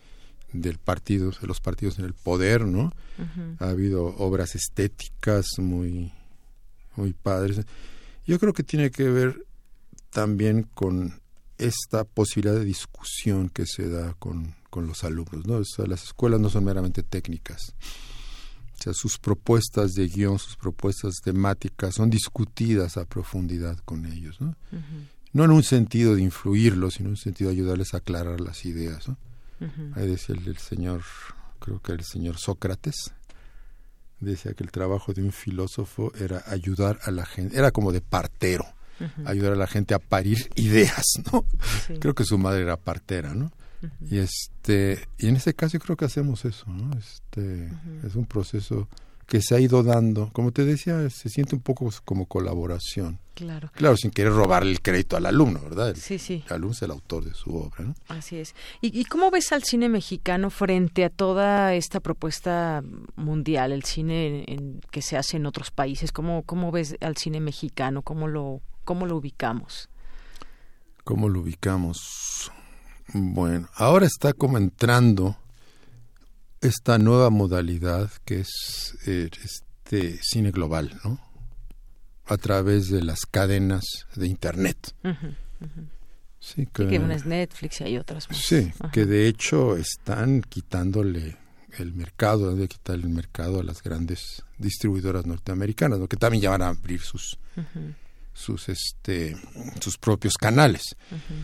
[SPEAKER 13] los partidos en el poder, ¿no? Uh-huh. Ha habido obras estéticas muy, muy padres. Yo creo que tiene que ver también con esta posibilidad de discusión que se da con los alumnos, ¿no? O sea, las escuelas no son meramente técnicas. O sea, sus propuestas de guión, sus propuestas temáticas son discutidas a profundidad con ellos, ¿no? Uh-huh. No en un sentido de influirlos, sino en un sentido de ayudarles a aclarar las ideas, ¿no? Uh-huh. Ahí decía el señor, creo que el señor Sócrates, decía que el trabajo de un filósofo era ayudar a la gente, era como de partero, uh-huh, ayudar a la gente a parir ideas, ¿no? Sí. Creo que su madre era partera, ¿no? Uh-huh. Y y en este caso yo creo que hacemos eso, ¿no? Uh-huh. Es un proceso que se ha ido dando, como te decía, se siente un poco como colaboración. Claro, sin querer robarle el crédito al alumno, ¿verdad? Sí. El alumno es el autor de su obra, ¿no?
[SPEAKER 3] Así es. ¿Y cómo ves al cine mexicano frente a toda esta propuesta mundial, el cine que se hace en otros países? ¿Cómo ves al cine mexicano? ¿Cómo lo ubicamos?
[SPEAKER 13] ¿Cómo lo ubicamos? Bueno, ahora está como entrando esta nueva modalidad que es cine global, ¿no? A través de las cadenas de Internet. Uh-huh, uh-huh.
[SPEAKER 3] Sí, que una es Netflix y hay otras más.
[SPEAKER 13] Sí, uh-huh, que de hecho están quitándole el mercado, de quitar el mercado a las grandes distribuidoras norteamericanas, ¿no? Que también ya van a abrir sus propios canales. Uh-huh.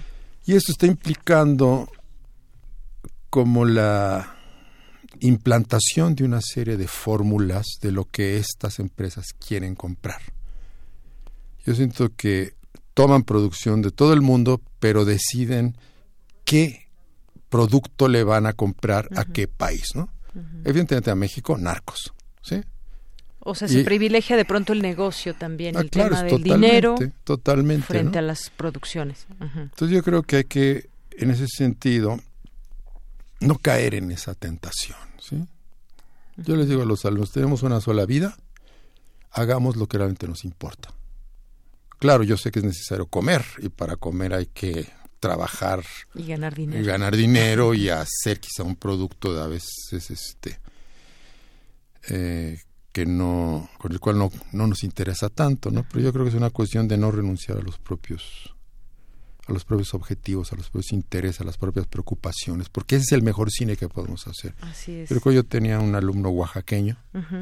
[SPEAKER 13] Y esto está implicando como la implantación de una serie de fórmulas de lo que estas empresas quieren comprar. Yo siento que toman producción de todo el mundo, pero deciden qué producto le van a comprar a qué país, ¿no? Evidentemente a México, narcos, ¿sí?
[SPEAKER 3] O sea, se privilegia de pronto el negocio también, el
[SPEAKER 13] claro,
[SPEAKER 3] tema del dinero
[SPEAKER 13] totalmente,
[SPEAKER 3] frente,
[SPEAKER 13] ¿no?,
[SPEAKER 3] a las producciones.
[SPEAKER 13] Entonces yo creo que hay que, en ese sentido, no caer en esa tentación, ¿sí? Yo les digo a los alumnos, tenemos una sola vida, hagamos lo que realmente nos importa. Claro, yo sé que es necesario comer, y para comer hay que trabajar
[SPEAKER 3] y ganar dinero
[SPEAKER 13] y hacer quizá un producto de a veces que no, con el cual no nos interesa tanto, ¿no? Pero yo creo que es una cuestión de no renunciar a los propios objetivos, a los propios intereses, a las propias preocupaciones, porque ese es el mejor cine que podemos hacer.
[SPEAKER 3] Así es.
[SPEAKER 13] Creo que yo tenía un alumno oaxaqueño,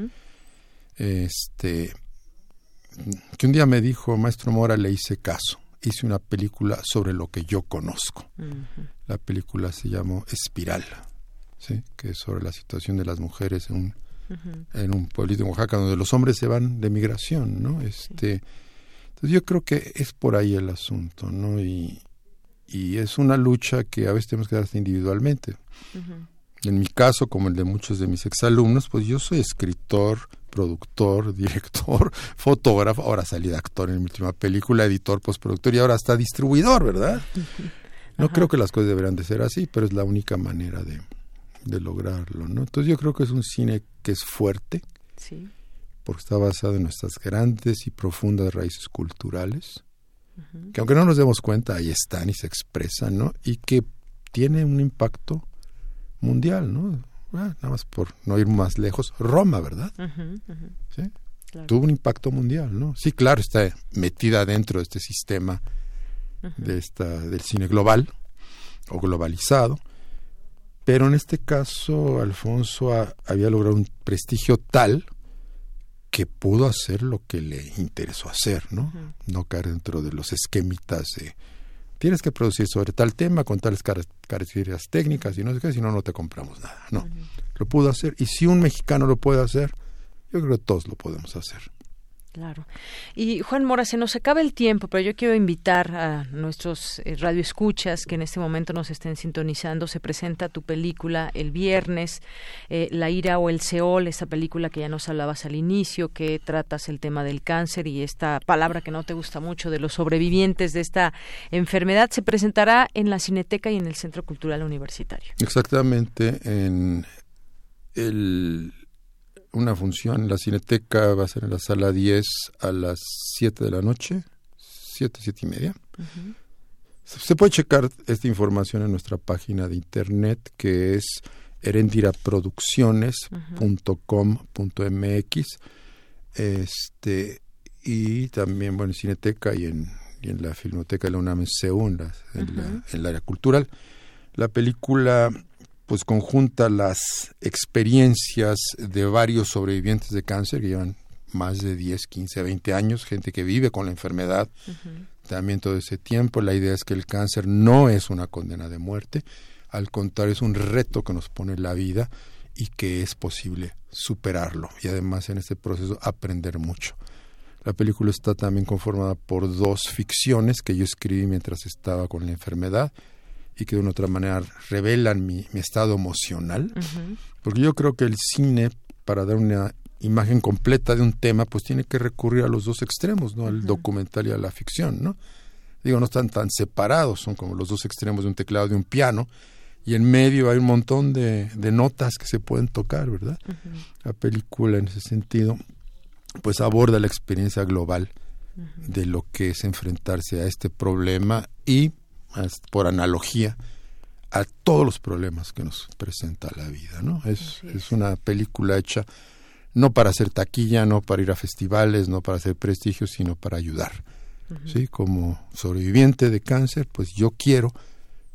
[SPEAKER 13] que un día me dijo: maestro Mora, le hice caso, hice una película sobre lo que yo conozco. La película se llamó Espiral, ¿sí?, que es sobre la situación de las mujeres en un pueblito en Oaxaca donde los hombres se van de migración, ¿no? Entonces yo creo que es por ahí el asunto, ¿no? Y es una lucha que a veces tenemos que dar individualmente. En mi caso, como el de muchos de mis exalumnos, pues yo soy escritor, productor, director, fotógrafo, ahora salí de actor en mi última película, editor, postproductor y ahora hasta distribuidor, ¿verdad? No creo que las cosas deberían de ser así, pero es la única manera de lograrlo, ¿no? Entonces yo creo que es un cine que es fuerte,
[SPEAKER 3] sí,
[SPEAKER 13] porque está basado en nuestras grandes y profundas raíces culturales, que aunque no nos demos cuenta, ahí están y se expresan, ¿no? Y que tiene un impacto mundial, ¿no? Nada más por no ir más lejos, Roma, ¿verdad? ¿Sí? Claro. Tuvo un impacto mundial, ¿no? Sí, claro, está metida dentro de este sistema del cine global o globalizado, pero en este caso Alfonso había logrado un prestigio tal que pudo hacer lo que le interesó hacer, ¿no? No caer dentro de los esquemitas de tienes que producir sobre tal tema con tales características técnicas y no sé qué, si no te compramos nada. No, lo pudo hacer, y si un mexicano lo puede hacer, yo creo que todos lo podemos hacer.
[SPEAKER 3] Claro. Y Juan Mora, se nos acaba el tiempo, pero yo quiero invitar a nuestros radioescuchas que en este momento nos estén sintonizando. Se presenta tu película el viernes, La ira o el Seol, esta película que ya nos hablabas al inicio, que tratas el tema del cáncer y esta palabra que no te gusta mucho de los sobrevivientes de esta enfermedad. Se presentará en la Cineteca y en el Centro Cultural Universitario.
[SPEAKER 13] Exactamente, en una función en la Cineteca va a ser en la sala 10 a las 7 de la noche, 7:30. Se puede checar esta información en nuestra página de internet, que es herendiraproducciones.com.mx, y también, bueno, en Cineteca y en la Filmoteca de la UNAM en el área cultural. La película pues conjunta las experiencias de varios sobrevivientes de cáncer que llevan más de 10, 15, 20 años, gente que vive con la enfermedad también todo ese tiempo. La idea es que el cáncer no es una condena de muerte, al contrario, es un reto que nos pone la vida y que es posible superarlo, y además en este proceso aprender mucho. La película está también conformada por 2 ficciones que yo escribí mientras estaba con la enfermedad, y que de una otra manera revelan mi estado emocional, porque yo creo que el cine, para dar una imagen completa de un tema, pues tiene que recurrir a los 2 extremos, ¿no? Al documental y a la ficción, ¿no? Digo, no están tan separados, son como los 2 extremos de un teclado, de un piano, y en medio hay un montón de notas que se pueden tocar, ¿verdad? La película, en ese sentido, pues aborda la experiencia global de lo que es enfrentarse a este problema y, por analogía, a todos los problemas que nos presenta la vida, ¿no? Es una película hecha no para hacer taquilla, no para ir a festivales, no para hacer prestigio, sino para ayudar. ¿Sí? Como sobreviviente de cáncer, pues yo quiero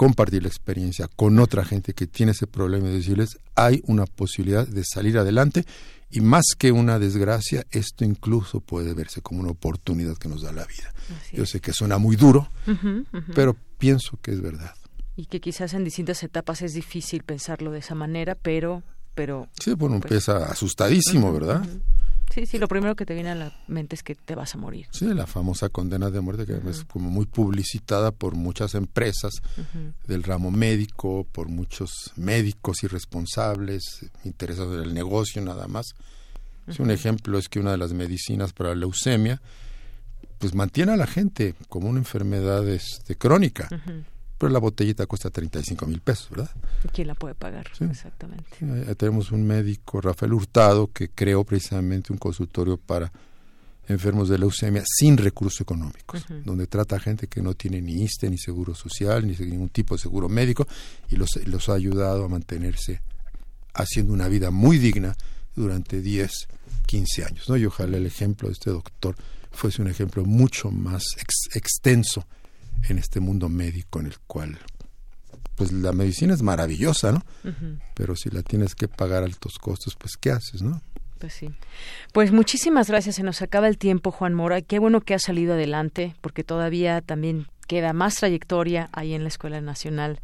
[SPEAKER 13] compartir la experiencia con otra gente que tiene ese problema y decirles, hay una posibilidad de salir adelante, y más que una desgracia, esto incluso puede verse como una oportunidad que nos da la vida. Yo sé que suena muy duro, pero pienso que es verdad.
[SPEAKER 3] Y que quizás en distintas etapas es difícil pensarlo de esa manera, pero
[SPEAKER 13] sí, bueno, empieza asustadísimo, ¿verdad?
[SPEAKER 3] Sí, lo primero que te viene a la mente es que te vas a morir.
[SPEAKER 13] Sí, la famosa condena de muerte, que es como muy publicitada por muchas empresas del ramo médico, por muchos médicos irresponsables, interesados en el negocio nada más. Un ejemplo es que una de las medicinas para la leucemia, pues mantiene a la gente como una enfermedad crónica. Pero la botellita cuesta 35,000 pesos, ¿verdad?
[SPEAKER 3] ¿Quién la puede pagar? Sí. Exactamente.
[SPEAKER 13] Sí, tenemos un médico, Rafael Hurtado, que creó precisamente un consultorio para enfermos de leucemia sin recursos económicos, donde trata a gente que no tiene ni ISSSTE, ni seguro social, ni ningún tipo de seguro médico, y los ha ayudado a mantenerse haciendo una vida muy digna durante 10, 15 años, ¿no? Y ojalá el ejemplo de este doctor fuese un ejemplo mucho más extenso en este mundo médico en el cual, pues la medicina es maravillosa, ¿no? Pero si la tienes que pagar altos costos, pues ¿qué haces, no?
[SPEAKER 3] Pues sí. Pues muchísimas gracias, se nos acaba el tiempo, Juan Mora. Qué bueno que has salido adelante, porque todavía también queda más trayectoria ahí en la Escuela Nacional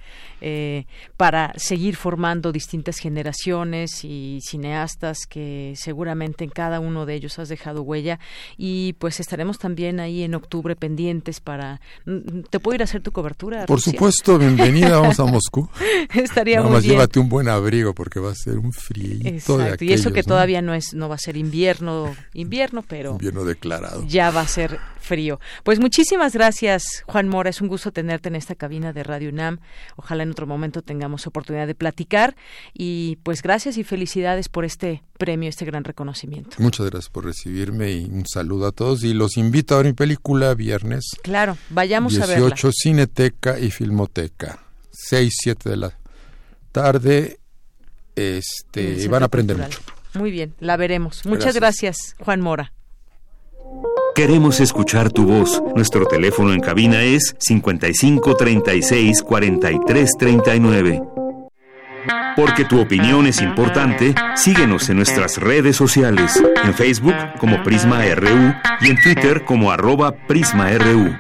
[SPEAKER 3] para seguir formando distintas generaciones y cineastas que seguramente en cada uno de ellos has dejado huella, y pues estaremos también ahí en octubre pendientes para... ¿Te puedo ir a hacer tu cobertura,
[SPEAKER 13] Por
[SPEAKER 3] Rusia?
[SPEAKER 13] Supuesto, bienvenida, vamos a Moscú.
[SPEAKER 3] Estaría
[SPEAKER 13] Nada
[SPEAKER 3] muy
[SPEAKER 13] más
[SPEAKER 3] bien.
[SPEAKER 13] Llévate un buen abrigo porque va a ser un frío.
[SPEAKER 3] Exacto, y eso que todavía no va a ser invierno, pero...
[SPEAKER 13] Invierno declarado.
[SPEAKER 3] Ya va a ser frío. Pues muchísimas gracias, Juan Mora, es un gusto tenerte en esta cabina de Radio UNAM. Ojalá en otro momento tengamos oportunidad de platicar, y pues gracias y felicidades por este premio, este gran reconocimiento.
[SPEAKER 13] Muchas gracias por recibirme y un saludo a todos, y los invito a ver mi película viernes.
[SPEAKER 3] Claro, vayamos
[SPEAKER 13] 18,
[SPEAKER 3] a verla.
[SPEAKER 13] Cineteca y Filmoteca, 6, 7 de la tarde, van a aprender mucho.
[SPEAKER 3] Muy bien, la veremos. Muchas gracias, Juan Mora.
[SPEAKER 2] Queremos escuchar tu voz. Nuestro teléfono en cabina es 55 36 43 39. Porque tu opinión es importante, síguenos en nuestras redes sociales. En Facebook como Prisma RU y en Twitter como @PrismaRU.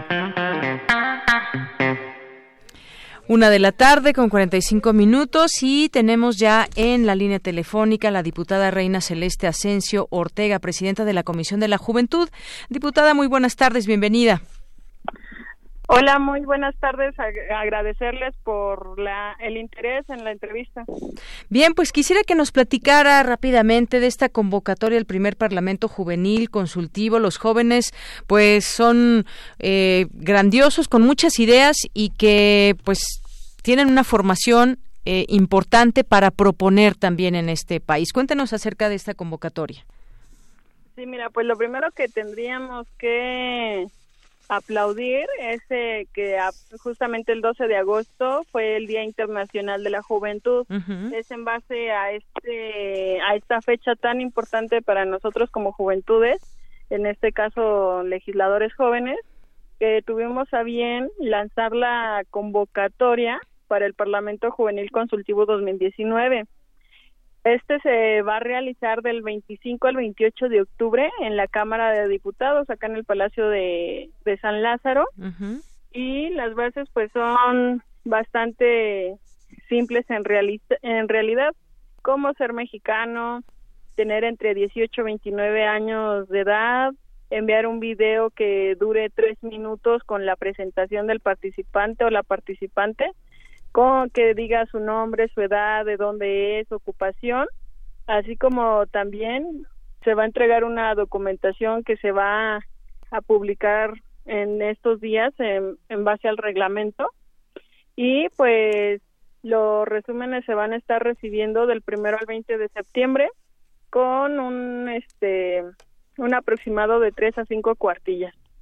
[SPEAKER 3] 1:45 y tenemos ya en la línea telefónica la diputada Reina Celeste Asensio Ortega, presidenta de la Comisión de la Juventud. Diputada, muy buenas tardes, bienvenida.
[SPEAKER 14] Hola, muy buenas tardes. Agradecerles por el interés en la entrevista.
[SPEAKER 3] Bien, pues quisiera que nos platicara rápidamente de esta convocatoria del primer Parlamento Juvenil Consultivo. Los jóvenes pues son grandiosos, con muchas ideas, y que pues tienen una formación importante para proponer también en este país. Cuéntenos acerca de esta convocatoria.
[SPEAKER 14] Sí, mira, pues lo primero que tendríamos que aplaudir es que justamente el 12 de agosto fue el Día Internacional de la Juventud. Es en base a esta fecha tan importante para nosotros como juventudes, en este caso legisladores jóvenes, que tuvimos a bien lanzar la convocatoria para el Parlamento Juvenil Consultivo 2019. Este se va a realizar del 25 al 28 de octubre en la Cámara de Diputados, acá en el Palacio de San Lázaro. Y las bases pues son bastante simples en realidad, como ser mexicano, tener entre 18 y 29 años de edad, enviar un video que dure 3 minutos con la presentación del participante o la participante, con que diga su nombre, su edad, de dónde es, ocupación, así como también se va a entregar una documentación que se va a publicar en estos días en base al reglamento, y pues los resúmenes se van a estar recibiendo del 1 al 20 de septiembre con un aproximado de 3 a 5 cuartillas.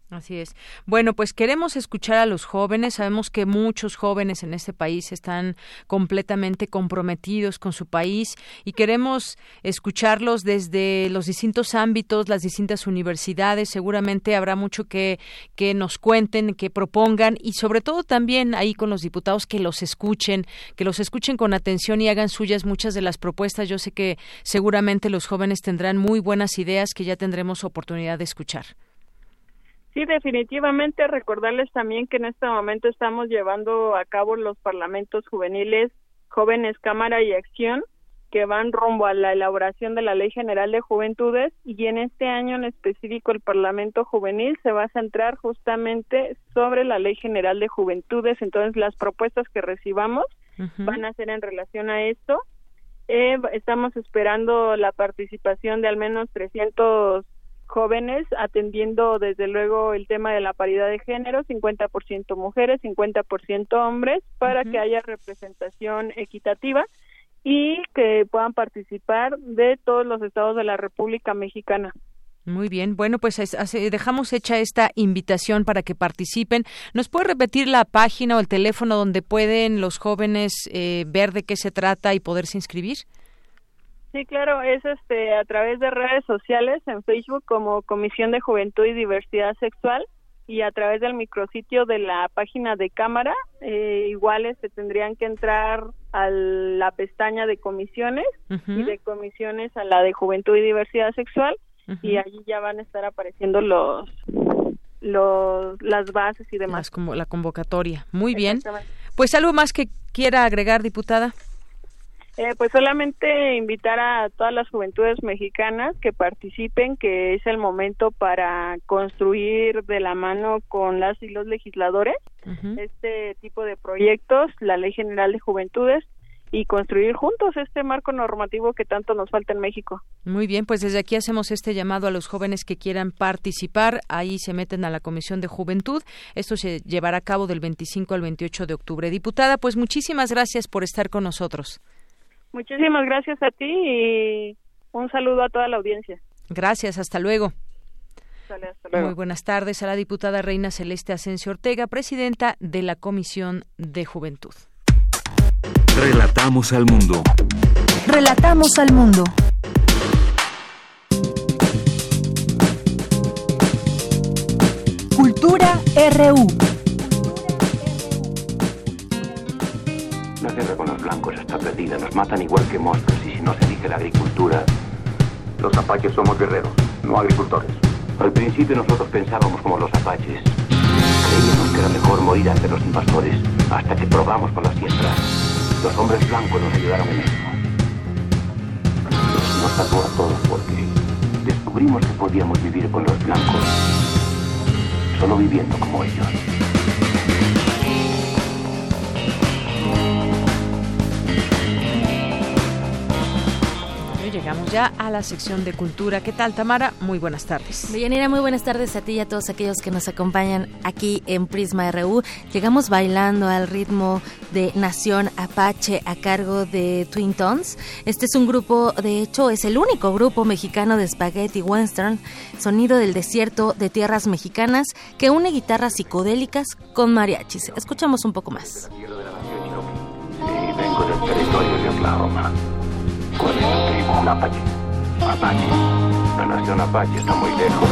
[SPEAKER 3] Así es. Bueno, pues queremos escuchar a los jóvenes. Sabemos que muchos jóvenes en este país están completamente comprometidos con su país y queremos escucharlos desde los distintos ámbitos, las distintas universidades. Seguramente habrá mucho que nos cuenten, que propongan y sobre todo también ahí con los diputados que los escuchen con atención y hagan suyas muchas de las propuestas. Yo sé que seguramente los jóvenes tendrán muy buenas ideas que ya tendremos oportunidad de escuchar.
[SPEAKER 14] Sí, definitivamente recordarles también que en este momento estamos llevando a cabo los parlamentos juveniles Jóvenes Cámara y Acción, que van rumbo a la elaboración de la Ley General de Juventudes, y en este año en específico el Parlamento Juvenil se va a centrar justamente sobre la Ley General de Juventudes. Entonces las propuestas que recibamos van a ser en relación a esto. Estamos esperando la participación de al menos 300 jóvenes, atendiendo desde luego el tema de la paridad de género, 50% mujeres, 50% hombres, para que haya representación equitativa y que puedan participar de todos los estados de la República Mexicana.
[SPEAKER 3] Muy bien, bueno, pues dejamos hecha esta invitación para que participen. ¿Nos puede repetir la página o el teléfono donde pueden los jóvenes ver de qué se trata y poderse inscribir?
[SPEAKER 14] Sí, claro, es a través de redes sociales, en Facebook como Comisión de Juventud y Diversidad Sexual, y a través del micrositio de la página de Cámara. Igual tendrían que entrar a la pestaña de comisiones y de comisiones a la de Juventud y Diversidad Sexual, y allí ya van a estar apareciendo las bases y demás.
[SPEAKER 3] Como la convocatoria. Muy bien. Pues algo más que quiera agregar, diputada.
[SPEAKER 14] Pues solamente invitar a todas las juventudes mexicanas que participen, que es el momento para construir de la mano con las y los legisladores este tipo de proyectos, la Ley General de Juventudes, y construir juntos este marco normativo que tanto nos falta en México.
[SPEAKER 3] Muy bien, pues desde aquí hacemos este llamado a los jóvenes que quieran participar. Ahí se meten a la Comisión de Juventud. Esto se llevará a cabo del 25 al 28 de octubre. Diputada, pues muchísimas gracias por estar con nosotros.
[SPEAKER 14] Muchísimas gracias a ti y un saludo a toda la audiencia.
[SPEAKER 3] Gracias, hasta luego.
[SPEAKER 14] Hasta luego.
[SPEAKER 3] Muy buenas tardes a la diputada Reina Celeste Asensio Ortega, presidenta de la Comisión de Juventud.
[SPEAKER 2] Relatamos al mundo.
[SPEAKER 1] Relatamos al mundo. Cultura RU.
[SPEAKER 15] La guerra con los blancos está perdida, nos matan igual que monstruos, y si no se elige la agricultura... Los apaches somos guerreros, no agricultores. Al principio nosotros pensábamos como los apaches. Creíamos que era mejor morir ante los invasores, hasta que probamos con las siembras. Los hombres blancos nos ayudaron en esto. Nos salvó a todos porque descubrimos que podíamos vivir con los blancos, solo viviendo como ellos.
[SPEAKER 3] Llegamos ya a la sección de cultura. ¿Qué tal, Tamara? Muy buenas tardes.
[SPEAKER 16] Deyanira, muy buenas tardes a ti y a todos aquellos que nos acompañan aquí en Prisma RU. Llegamos bailando al ritmo de Nación Apache a cargo de Twin Tones. Este es un grupo, de hecho, es el único grupo mexicano de spaghetti western, sonido del desierto de tierras mexicanas, que une guitarras psicodélicas con mariachis. Escuchamos un poco más.
[SPEAKER 15] Sí, vengo del territorio de Oklahoma. ¿Cuál es la tribu? Un Apache. Apache. La nación Apache está muy lejos.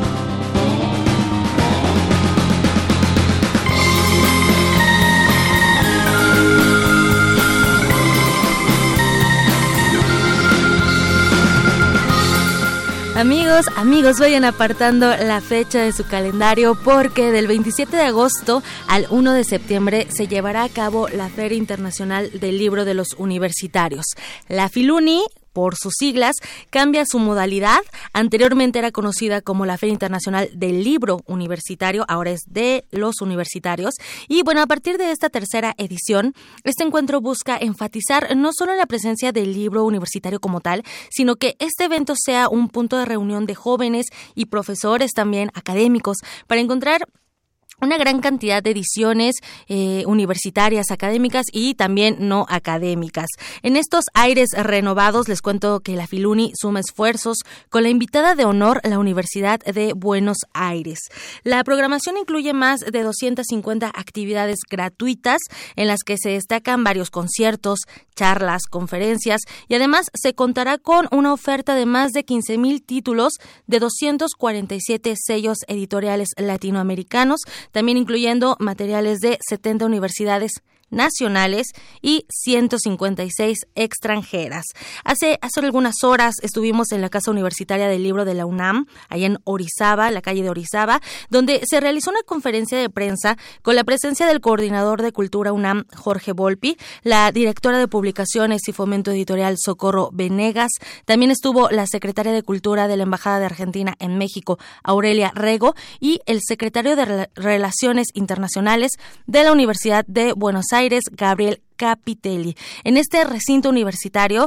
[SPEAKER 16] Amigos, vayan apartando la fecha de su calendario porque del 27 de agosto al 1 de septiembre se llevará a cabo la Feria Internacional del Libro de los Universitarios. La Filuni, por sus siglas, cambia su modalidad. Anteriormente era conocida como la Feria Internacional del Libro Universitario, ahora es de los universitarios. Y bueno, a partir de esta tercera edición, este encuentro busca enfatizar no solo la presencia del libro universitario como tal, sino que este evento sea un punto de reunión de jóvenes y profesores también académicos para encontrar una gran cantidad de ediciones universitarias, académicas y también no académicas. En estos aires renovados les cuento que la Filuni suma esfuerzos con la invitada de honor, la Universidad de Buenos Aires. La programación incluye más de 250 actividades gratuitas en las que se destacan varios conciertos, charlas, conferencias y además se contará con una oferta de más de 15,000 títulos de 247 sellos editoriales latinoamericanos, también incluyendo materiales de 70 universidades nacionales y 156 extranjeras. Hace algunas horas estuvimos en la Casa Universitaria del Libro de la UNAM, allá en Orizaba, la calle de Orizaba, donde se realizó una conferencia de prensa con la presencia del coordinador de Cultura UNAM, Jorge Volpi, la directora de Publicaciones y Fomento Editorial, Socorro Venegas, también estuvo la secretaria de Cultura de la Embajada de Argentina en México, Aurelia Rego, y el secretario de Relaciones Internacionales de la Universidad de Buenos Aires, Gabriel Capitelli. En este recinto universitario,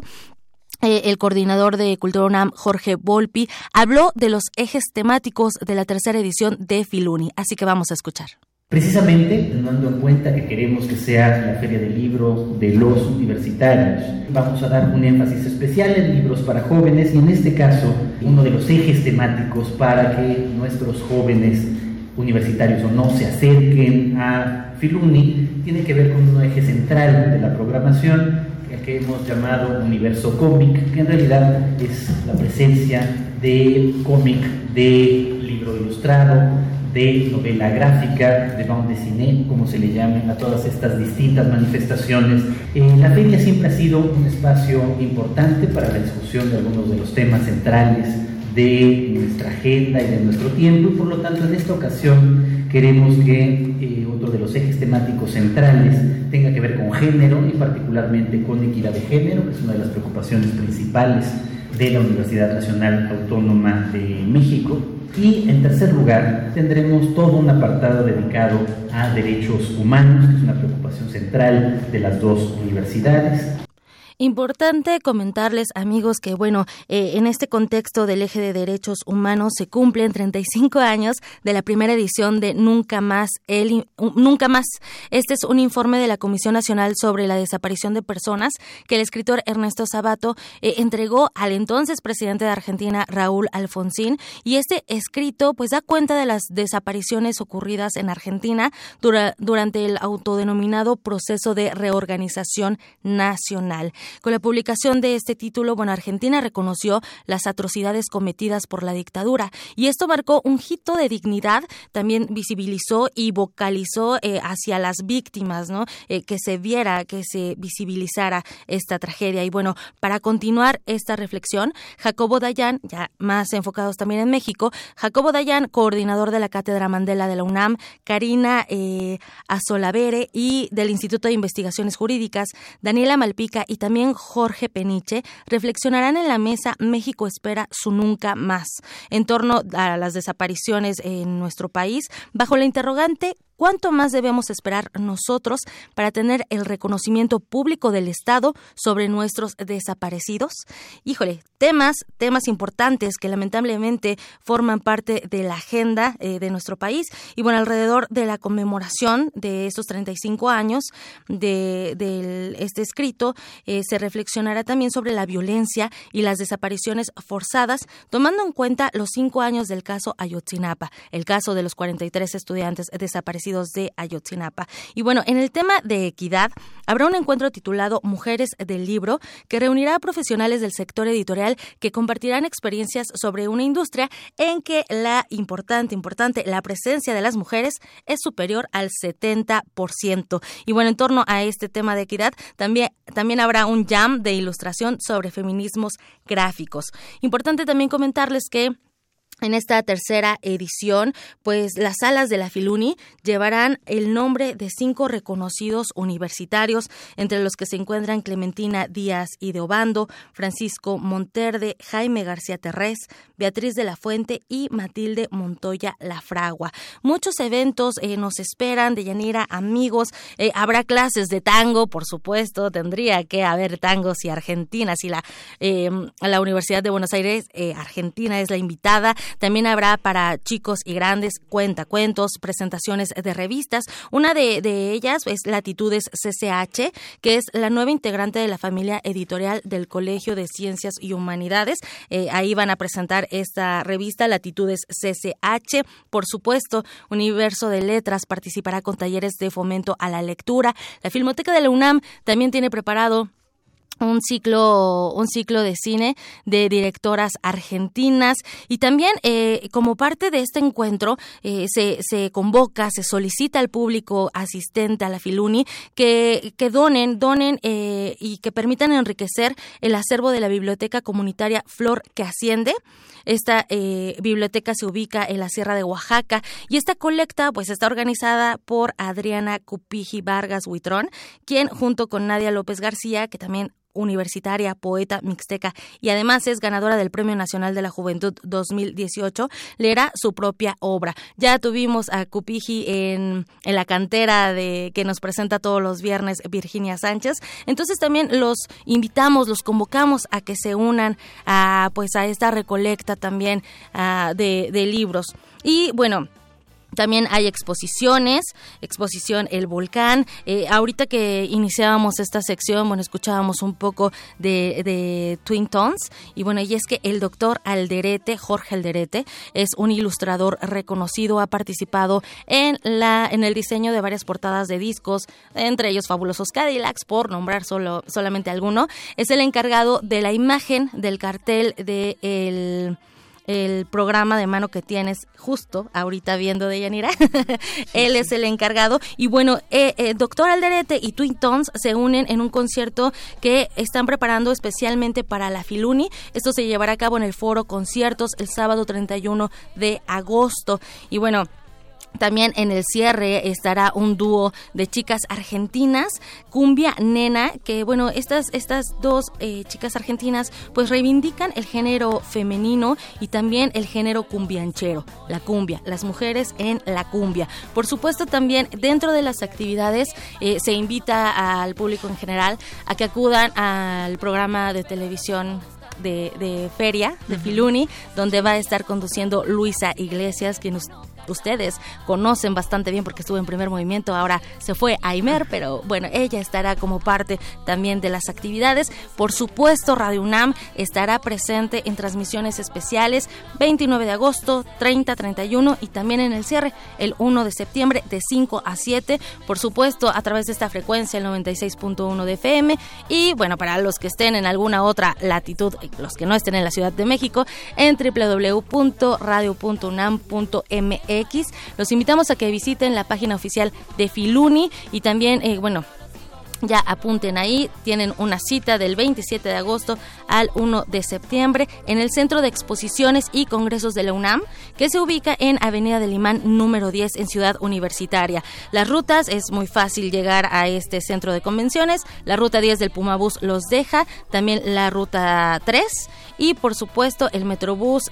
[SPEAKER 16] el coordinador de Cultura UNAM, Jorge Volpi, habló de los ejes temáticos de la tercera edición de Filuni, así que vamos a escuchar.
[SPEAKER 17] Precisamente, tomando en cuenta que queremos que sea la Feria del Libro de los universitarios, vamos a dar un énfasis especial en libros para jóvenes y en este caso, uno de los ejes temáticos para que nuestros jóvenes universitarios o no se acerquen a Filuni tiene que ver con un eje central de la programación, el que hemos llamado Universo Cómic, que en realidad es la presencia de cómic, de libro ilustrado, de novela gráfica, de bande dessinée, como se le llame a todas estas distintas manifestaciones. La feria siempre ha sido un espacio importante para la discusión de algunos de los temas centrales de nuestra agenda y de nuestro tiempo, y por lo tanto en esta ocasión queremos que otro de los ejes temáticos centrales tenga que ver con género y particularmente con equidad de género, que es una de las preocupaciones principales de la Universidad Nacional Autónoma de México. Y en tercer lugar tendremos todo un apartado dedicado a derechos humanos, que es una preocupación central de las dos universidades.
[SPEAKER 16] Importante comentarles, amigos, que en este contexto del eje de derechos humanos se cumplen 35 años de la primera edición de Nunca Más. Nunca Más. Este es un informe de la Comisión Nacional sobre la Desaparición de Personas que el escritor Ernesto Sabato entregó al entonces presidente de Argentina, Raúl Alfonsín, y este escrito da cuenta de las desapariciones ocurridas en Argentina durante el autodenominado proceso de reorganización nacional. Con la publicación de este título, Argentina reconoció las atrocidades cometidas por la dictadura y esto marcó un hito de dignidad, también visibilizó y vocalizó hacia las víctimas, ¿no? Que se viera, que se visibilizara esta tragedia. Y para continuar esta reflexión, Jacobo Dayan, ya más enfocados también en México, Jacobo Dayan, coordinador de la Cátedra Mandela de la UNAM, Karina Azolavere y del Instituto de Investigaciones Jurídicas, Daniela Malpica y también Jorge Peniche, reflexionarán en la mesa México espera su nunca más, en torno a las desapariciones en nuestro país, bajo la interrogante ¿cuánto más debemos esperar nosotros para tener el reconocimiento público del Estado sobre nuestros desaparecidos? Híjole, temas importantes que lamentablemente forman parte de la agenda de nuestro país. Y alrededor de la conmemoración de estos 35 años de este escrito, se reflexionará también sobre la violencia y las desapariciones forzadas, tomando en cuenta los 5 años del caso Ayotzinapa, el caso de los 43 estudiantes desaparecidos de Ayotzinapa. Y en el tema de equidad, habrá un encuentro titulado Mujeres del Libro, que reunirá a profesionales del sector editorial que compartirán experiencias sobre una industria en que la la presencia de las mujeres es superior al 70%. Y en torno a este tema de equidad, también habrá un jam de ilustración sobre feminismos gráficos. Importante también comentarles que en esta tercera edición, las salas de la Filuni llevarán el nombre de 5 reconocidos universitarios, entre los que se encuentran Clementina Díaz y de Obando, Francisco Monterde, Jaime García Terrés, Beatriz de la Fuente y Matilde Montoya Lafragua. Muchos eventos nos esperan, Deyanira, amigos. Habrá clases de tango, por supuesto, tendría que haber tangos y argentinas, y la Universidad de Buenos Aires, Argentina, es la invitada. También habrá para chicos y grandes cuentacuentos, presentaciones de revistas. Una de ellas es Latitudes CCH, que es la nueva integrante de la familia editorial del Colegio de Ciencias y Humanidades. Ahí van a presentar esta revista, Latitudes CCH. Por supuesto, Universo de Letras participará con talleres de fomento a la lectura. La Filmoteca de la UNAM también tiene preparado un ciclo de cine de directoras argentinas, y también como parte de este encuentro se convoca, se solicita al público asistente a la Filuni que donen y que permitan enriquecer el acervo de la Biblioteca Comunitaria Flor que Asciende. Esta biblioteca se ubica en la Sierra de Oaxaca, y esta colecta pues está organizada por Adriana Cupiji Vargas Huitrón, quien junto con Nadia López García, que también universitaria, poeta mixteca y además es ganadora del Premio Nacional de la Juventud 2018, leerá su propia obra. Ya tuvimos a Cupiji en la cantera que nos presenta todos los viernes Virginia Sánchez. Entonces también los invitamos, los convocamos a que se unan a esta recolecta también de libros. Y bueno, también hay exposición El Volcán. Ahorita que iniciábamos esta sección, escuchábamos un poco de Twin Tones, y y es que el doctor Alderete, Jorge Alderete, es un ilustrador reconocido, ha participado en el diseño de varias portadas de discos, entre ellos Fabulosos Cadillacs, por nombrar solamente alguno. Es el encargado de la imagen del cartel de el programa de mano que tienes justo ahorita viendo, Deyanira. Él es el encargado. Y Doctor Alderete y Twin Tones se unen en un concierto que están preparando especialmente para la Filuni. Esto se llevará a cabo en el Foro Conciertos el sábado 31 de agosto. Y también en el cierre estará un dúo de chicas argentinas, Cumbia Nena, que estas dos chicas argentinas pues reivindican el género femenino y también el género cumbianchero, la cumbia, las mujeres en la cumbia. Por supuesto, también dentro de las actividades se invita al público en general a que acudan al programa de televisión de feria de Filuni, donde va a estar conduciendo Luisa Iglesias, quien ustedes conocen bastante bien porque estuvo en Primer Movimiento, ahora se fue a Imer, pero ella estará como parte también de las actividades. Por supuesto, Radio UNAM estará presente en transmisiones especiales 29 de agosto, 30, 31 y también en el cierre el 1 de septiembre de 5 a 7, por supuesto a través de esta frecuencia, el 96.1 de FM, y para los que estén en alguna otra latitud, los que no estén en la Ciudad de México, en www.radio.unam.mx. Los invitamos a que visiten la página oficial de Filuni y también, ya apunten ahí, tienen una cita del 27 de agosto al 1 de septiembre en el Centro de Exposiciones y Congresos de la UNAM, que se ubica en Avenida del Imán número 10 en Ciudad Universitaria. Las rutas, es muy fácil llegar a este centro de convenciones. La ruta 10 del Pumabús los deja, también la ruta 3 y por supuesto el Metrobús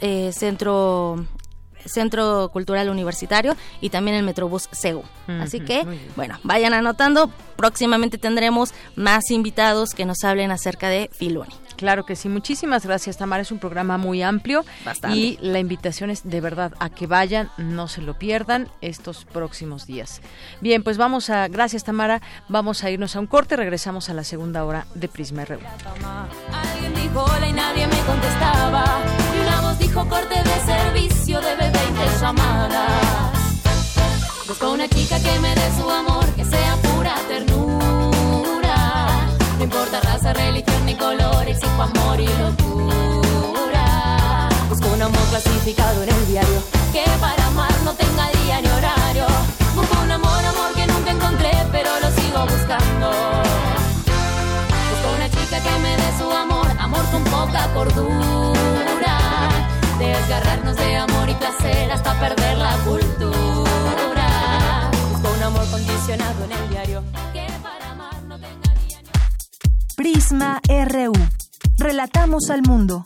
[SPEAKER 16] Centro Cultural Universitario y también el Metrobús CEU. Así que, vayan anotando. Próximamente tendremos más invitados que nos hablen acerca de Filuni.
[SPEAKER 3] Claro que sí. Muchísimas gracias, Tamara. Es un programa muy amplio.
[SPEAKER 16] Bastante.
[SPEAKER 3] Y la invitación es de verdad a que vayan, no se lo pierdan estos próximos días. Bien, pues gracias, Tamara. Vamos a irnos a un corte. Regresamos a la segunda hora de Prisma RU.
[SPEAKER 18] Alguien dijo hola y nadie me contestaba. Y una voz dijo corte de servicio, debe 20 llamadas. Busco una chica que me dé su amor, que sea pura ternura. No importa raza, religión ni color, exijo amor y locura. Busco un amor clasificado en el diario, que para amar no tenga día ni horario. Busco un amor que nunca encontré, pero lo sigo buscando. Busco una chica que me dé su amor con poca cordura. Desgarrarnos de amor y placer hasta perder la cultura. Busco un amor condicionado en el diario, que para amar no tenga día ni...
[SPEAKER 1] Prisma RU. Relatamos al mundo.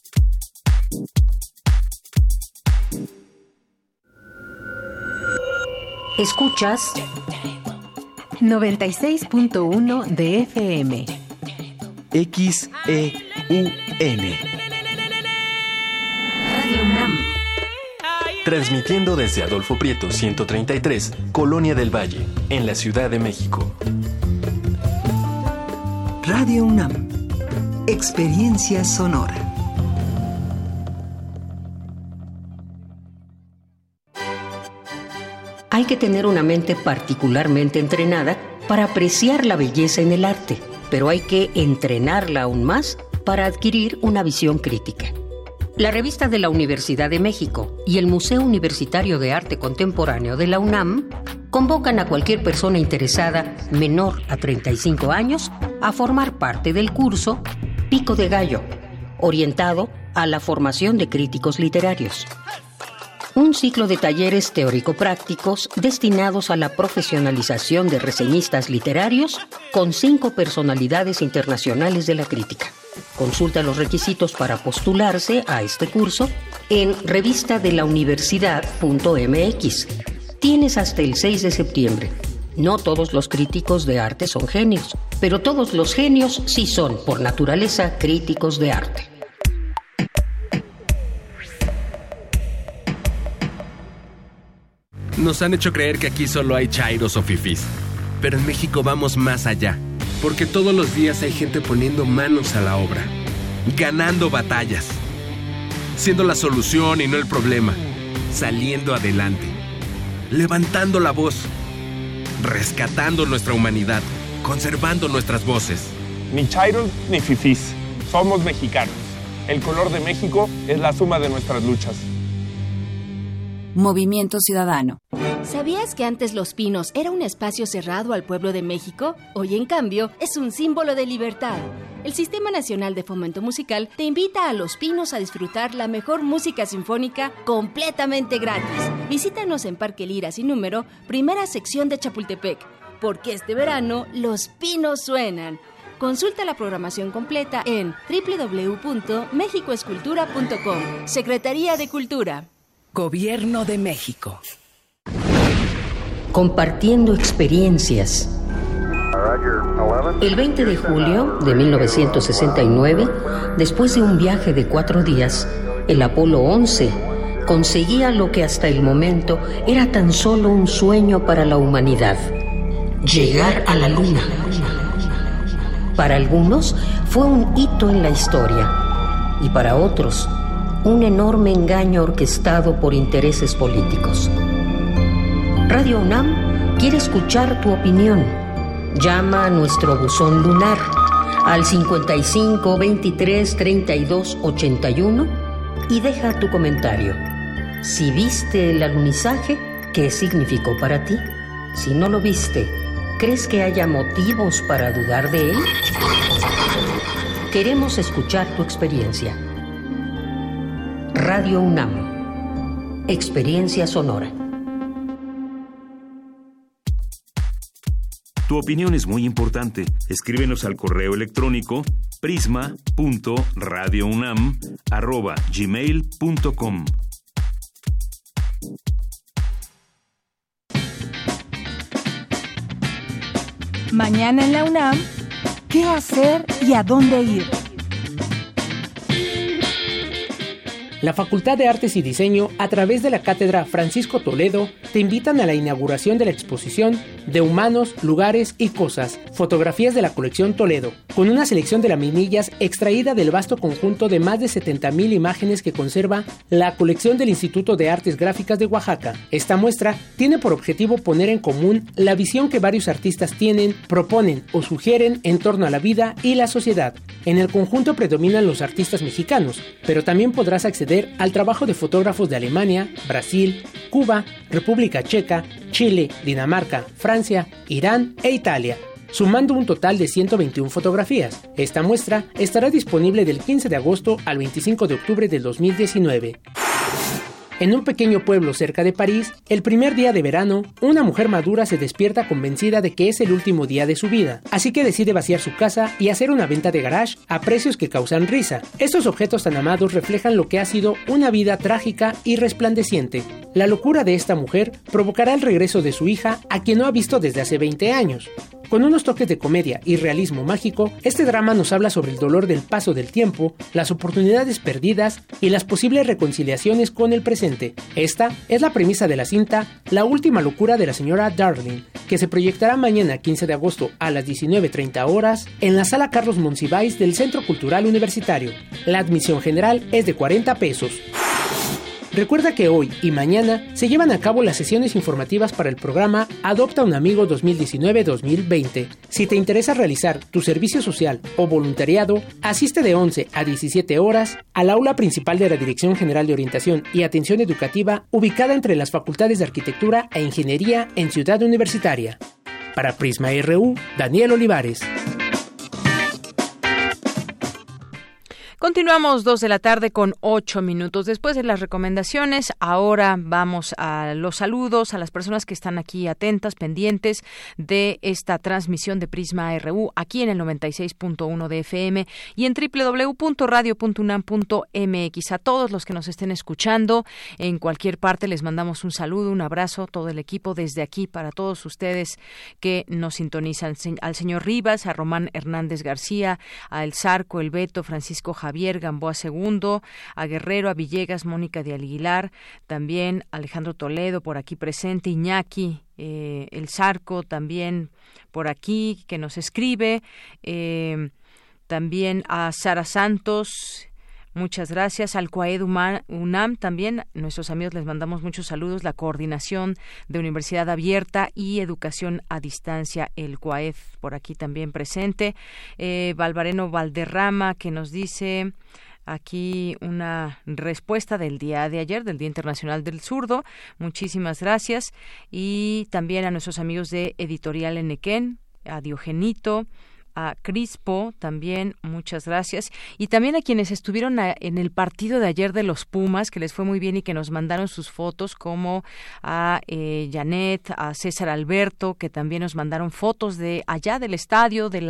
[SPEAKER 19] Escuchas 96.1 de FM.
[SPEAKER 2] XEUN.
[SPEAKER 19] Radio UNAM.
[SPEAKER 20] transmitiendo desde Adolfo Prieto 133, Colonia del Valle, en la Ciudad de México.
[SPEAKER 21] Radio UNAM, experiencia sonora.
[SPEAKER 19] Hay que tener una mente particularmente entrenada para apreciar la belleza en el arte, pero hay que entrenarla aún más para adquirir una visión crítica. La revista de la Universidad de México y el Museo Universitario de Arte Contemporáneo de la UNAM convocan a cualquier persona interesada menor a 35 años a formar parte del curso Pico de Gallo, orientado a la formación de críticos literarios. Un ciclo de talleres teórico-prácticos destinados a la profesionalización de reseñistas literarios con 5 personalidades internacionales de la crítica. Consulta los requisitos para postularse a este curso en revistadelauniversidad.mx. Tienes hasta el 6 de septiembre. No todos los críticos de arte son genios, pero todos los genios sí son, por naturaleza, críticos de arte.
[SPEAKER 22] Nos han hecho creer que aquí solo hay chairos o fifís, pero en México vamos más allá, porque todos los días hay gente poniendo manos a la obra, ganando batallas, siendo la solución y no el problema, saliendo adelante, levantando la voz, rescatando nuestra humanidad, conservando nuestras voces.
[SPEAKER 23] Ni chairos ni fifís, somos mexicanos. El color de México es la suma de nuestras luchas.
[SPEAKER 24] Movimiento Ciudadano.
[SPEAKER 25] ¿Sabías que antes Los Pinos era un espacio cerrado al pueblo de México? Hoy, en cambio, es un símbolo de libertad. El Sistema Nacional de Fomento Musical te invita a Los Pinos a disfrutar la mejor música sinfónica completamente gratis. Visítanos en Parque Lira Sin Número, primera sección de Chapultepec, porque este verano Los Pinos suenan. Consulta la programación completa en www.mexicoescultura.com. Secretaría de Cultura.
[SPEAKER 24] Gobierno de México.
[SPEAKER 19] Compartiendo experiencias. El 20 de julio de 1969, después de un viaje de 4 días, el Apolo 11 conseguía lo que hasta el momento era tan solo un sueño para la humanidad: llegar a la Luna. Para algunos fue un hito en la historia y para otros un enorme engaño orquestado por intereses políticos. Radio UNAM quiere escuchar tu opinión. Llama a nuestro buzón lunar al 55 23 32 81 y deja tu comentario. Si viste el alunizaje, ¿qué significó para ti? Si no lo viste, ¿crees que haya motivos para dudar de él? Queremos escuchar tu experiencia. Radio UNAM, experiencia sonora.
[SPEAKER 2] Tu opinión es muy importante. Escríbenos al correo electrónico prisma.radiounam@gmail.com.
[SPEAKER 1] Mañana en la UNAM, ¿qué hacer y a dónde ir?
[SPEAKER 4] La Facultad de Artes y Diseño, a través de la Cátedra Francisco Toledo, te invitan a la inauguración de la exposición de Humanos, Lugares y Cosas, fotografías de la colección Toledo, con una selección de laminillas extraída del vasto conjunto de más de 70,000 imágenes que conserva la colección del Instituto de Artes Gráficas de Oaxaca. Esta muestra tiene por objetivo poner en común la visión que varios artistas tienen, proponen o sugieren en torno a la vida y la sociedad. En el conjunto predominan los artistas mexicanos, pero también podrás acceder al trabajo de fotógrafos de Alemania, Brasil, Cuba, República Checa, Chile, Dinamarca, Francia, Irán e Italia, sumando un total de 121 fotografías. Esta muestra estará disponible del 15 de agosto al 25 de octubre del 2019. En un pequeño pueblo cerca de París, el primer día de verano, una mujer madura se despierta convencida de que es el último día de su vida, así que decide vaciar su casa y hacer una venta de garage a precios que causan risa. Estos objetos tan amados reflejan lo que ha sido una vida trágica y resplandeciente. La locura de esta mujer provocará el regreso de su hija, a quien no ha visto desde hace 20 años. Con unos toques de comedia y realismo mágico, este drama nos habla sobre el dolor del paso del tiempo, las oportunidades perdidas y las posibles reconciliaciones con el presente. Esta es la premisa de la cinta La última locura de la señora Darling, que se proyectará mañana 15 de agosto a las 19:30 horas en la Sala Carlos Monsiváis del Centro Cultural Universitario. La admisión general es de 40 pesos. Recuerda que hoy y mañana se llevan a cabo las sesiones informativas para el programa Adopta un Amigo 2019-2020. Si te interesa realizar tu servicio social o voluntariado, asiste de 11 a 17 horas al aula principal de la Dirección General de Orientación y Atención Educativa, ubicada entre las Facultades de Arquitectura e Ingeniería en Ciudad Universitaria. Para Prisma RU, Daniel Olivares.
[SPEAKER 3] Continuamos 2:08 p.m. Después de las recomendaciones, ahora vamos a los saludos a las personas que están aquí atentas, pendientes de esta transmisión de Prisma RU, aquí en el 96.1 de FM y en www.radio.unam.mx. A todos los que nos estén escuchando en cualquier parte les mandamos un saludo, un abrazo, todo el equipo desde aquí para todos ustedes que nos sintonizan. Al señor Rivas, a Román Hernández García, a El Zarco, El Beto, Francisco Javier Gamboa II, a Guerrero, a Villegas, Mónica de Aguilar, también Alejandro Toledo por aquí presente, Iñaki, El Zarco también por aquí que nos escribe, también a Sara Santos. Muchas gracias. Al CUAED UNAM también, nuestros amigos les mandamos muchos saludos, la Coordinación de Universidad Abierta y Educación a Distancia, el CUAED, por aquí también presente. Valvareno Valderrama, que nos dice aquí una respuesta del día de ayer, del Día Internacional del Zurdo. Muchísimas gracias. Y también a nuestros amigos de Editorial Enequén, a Diogenito, a Crispo también, muchas gracias, y también a quienes estuvieron en el partido de ayer de los Pumas, que les fue muy bien y que nos mandaron sus fotos, como a Janet, a César Alberto, que también nos mandaron fotos de allá del estadio de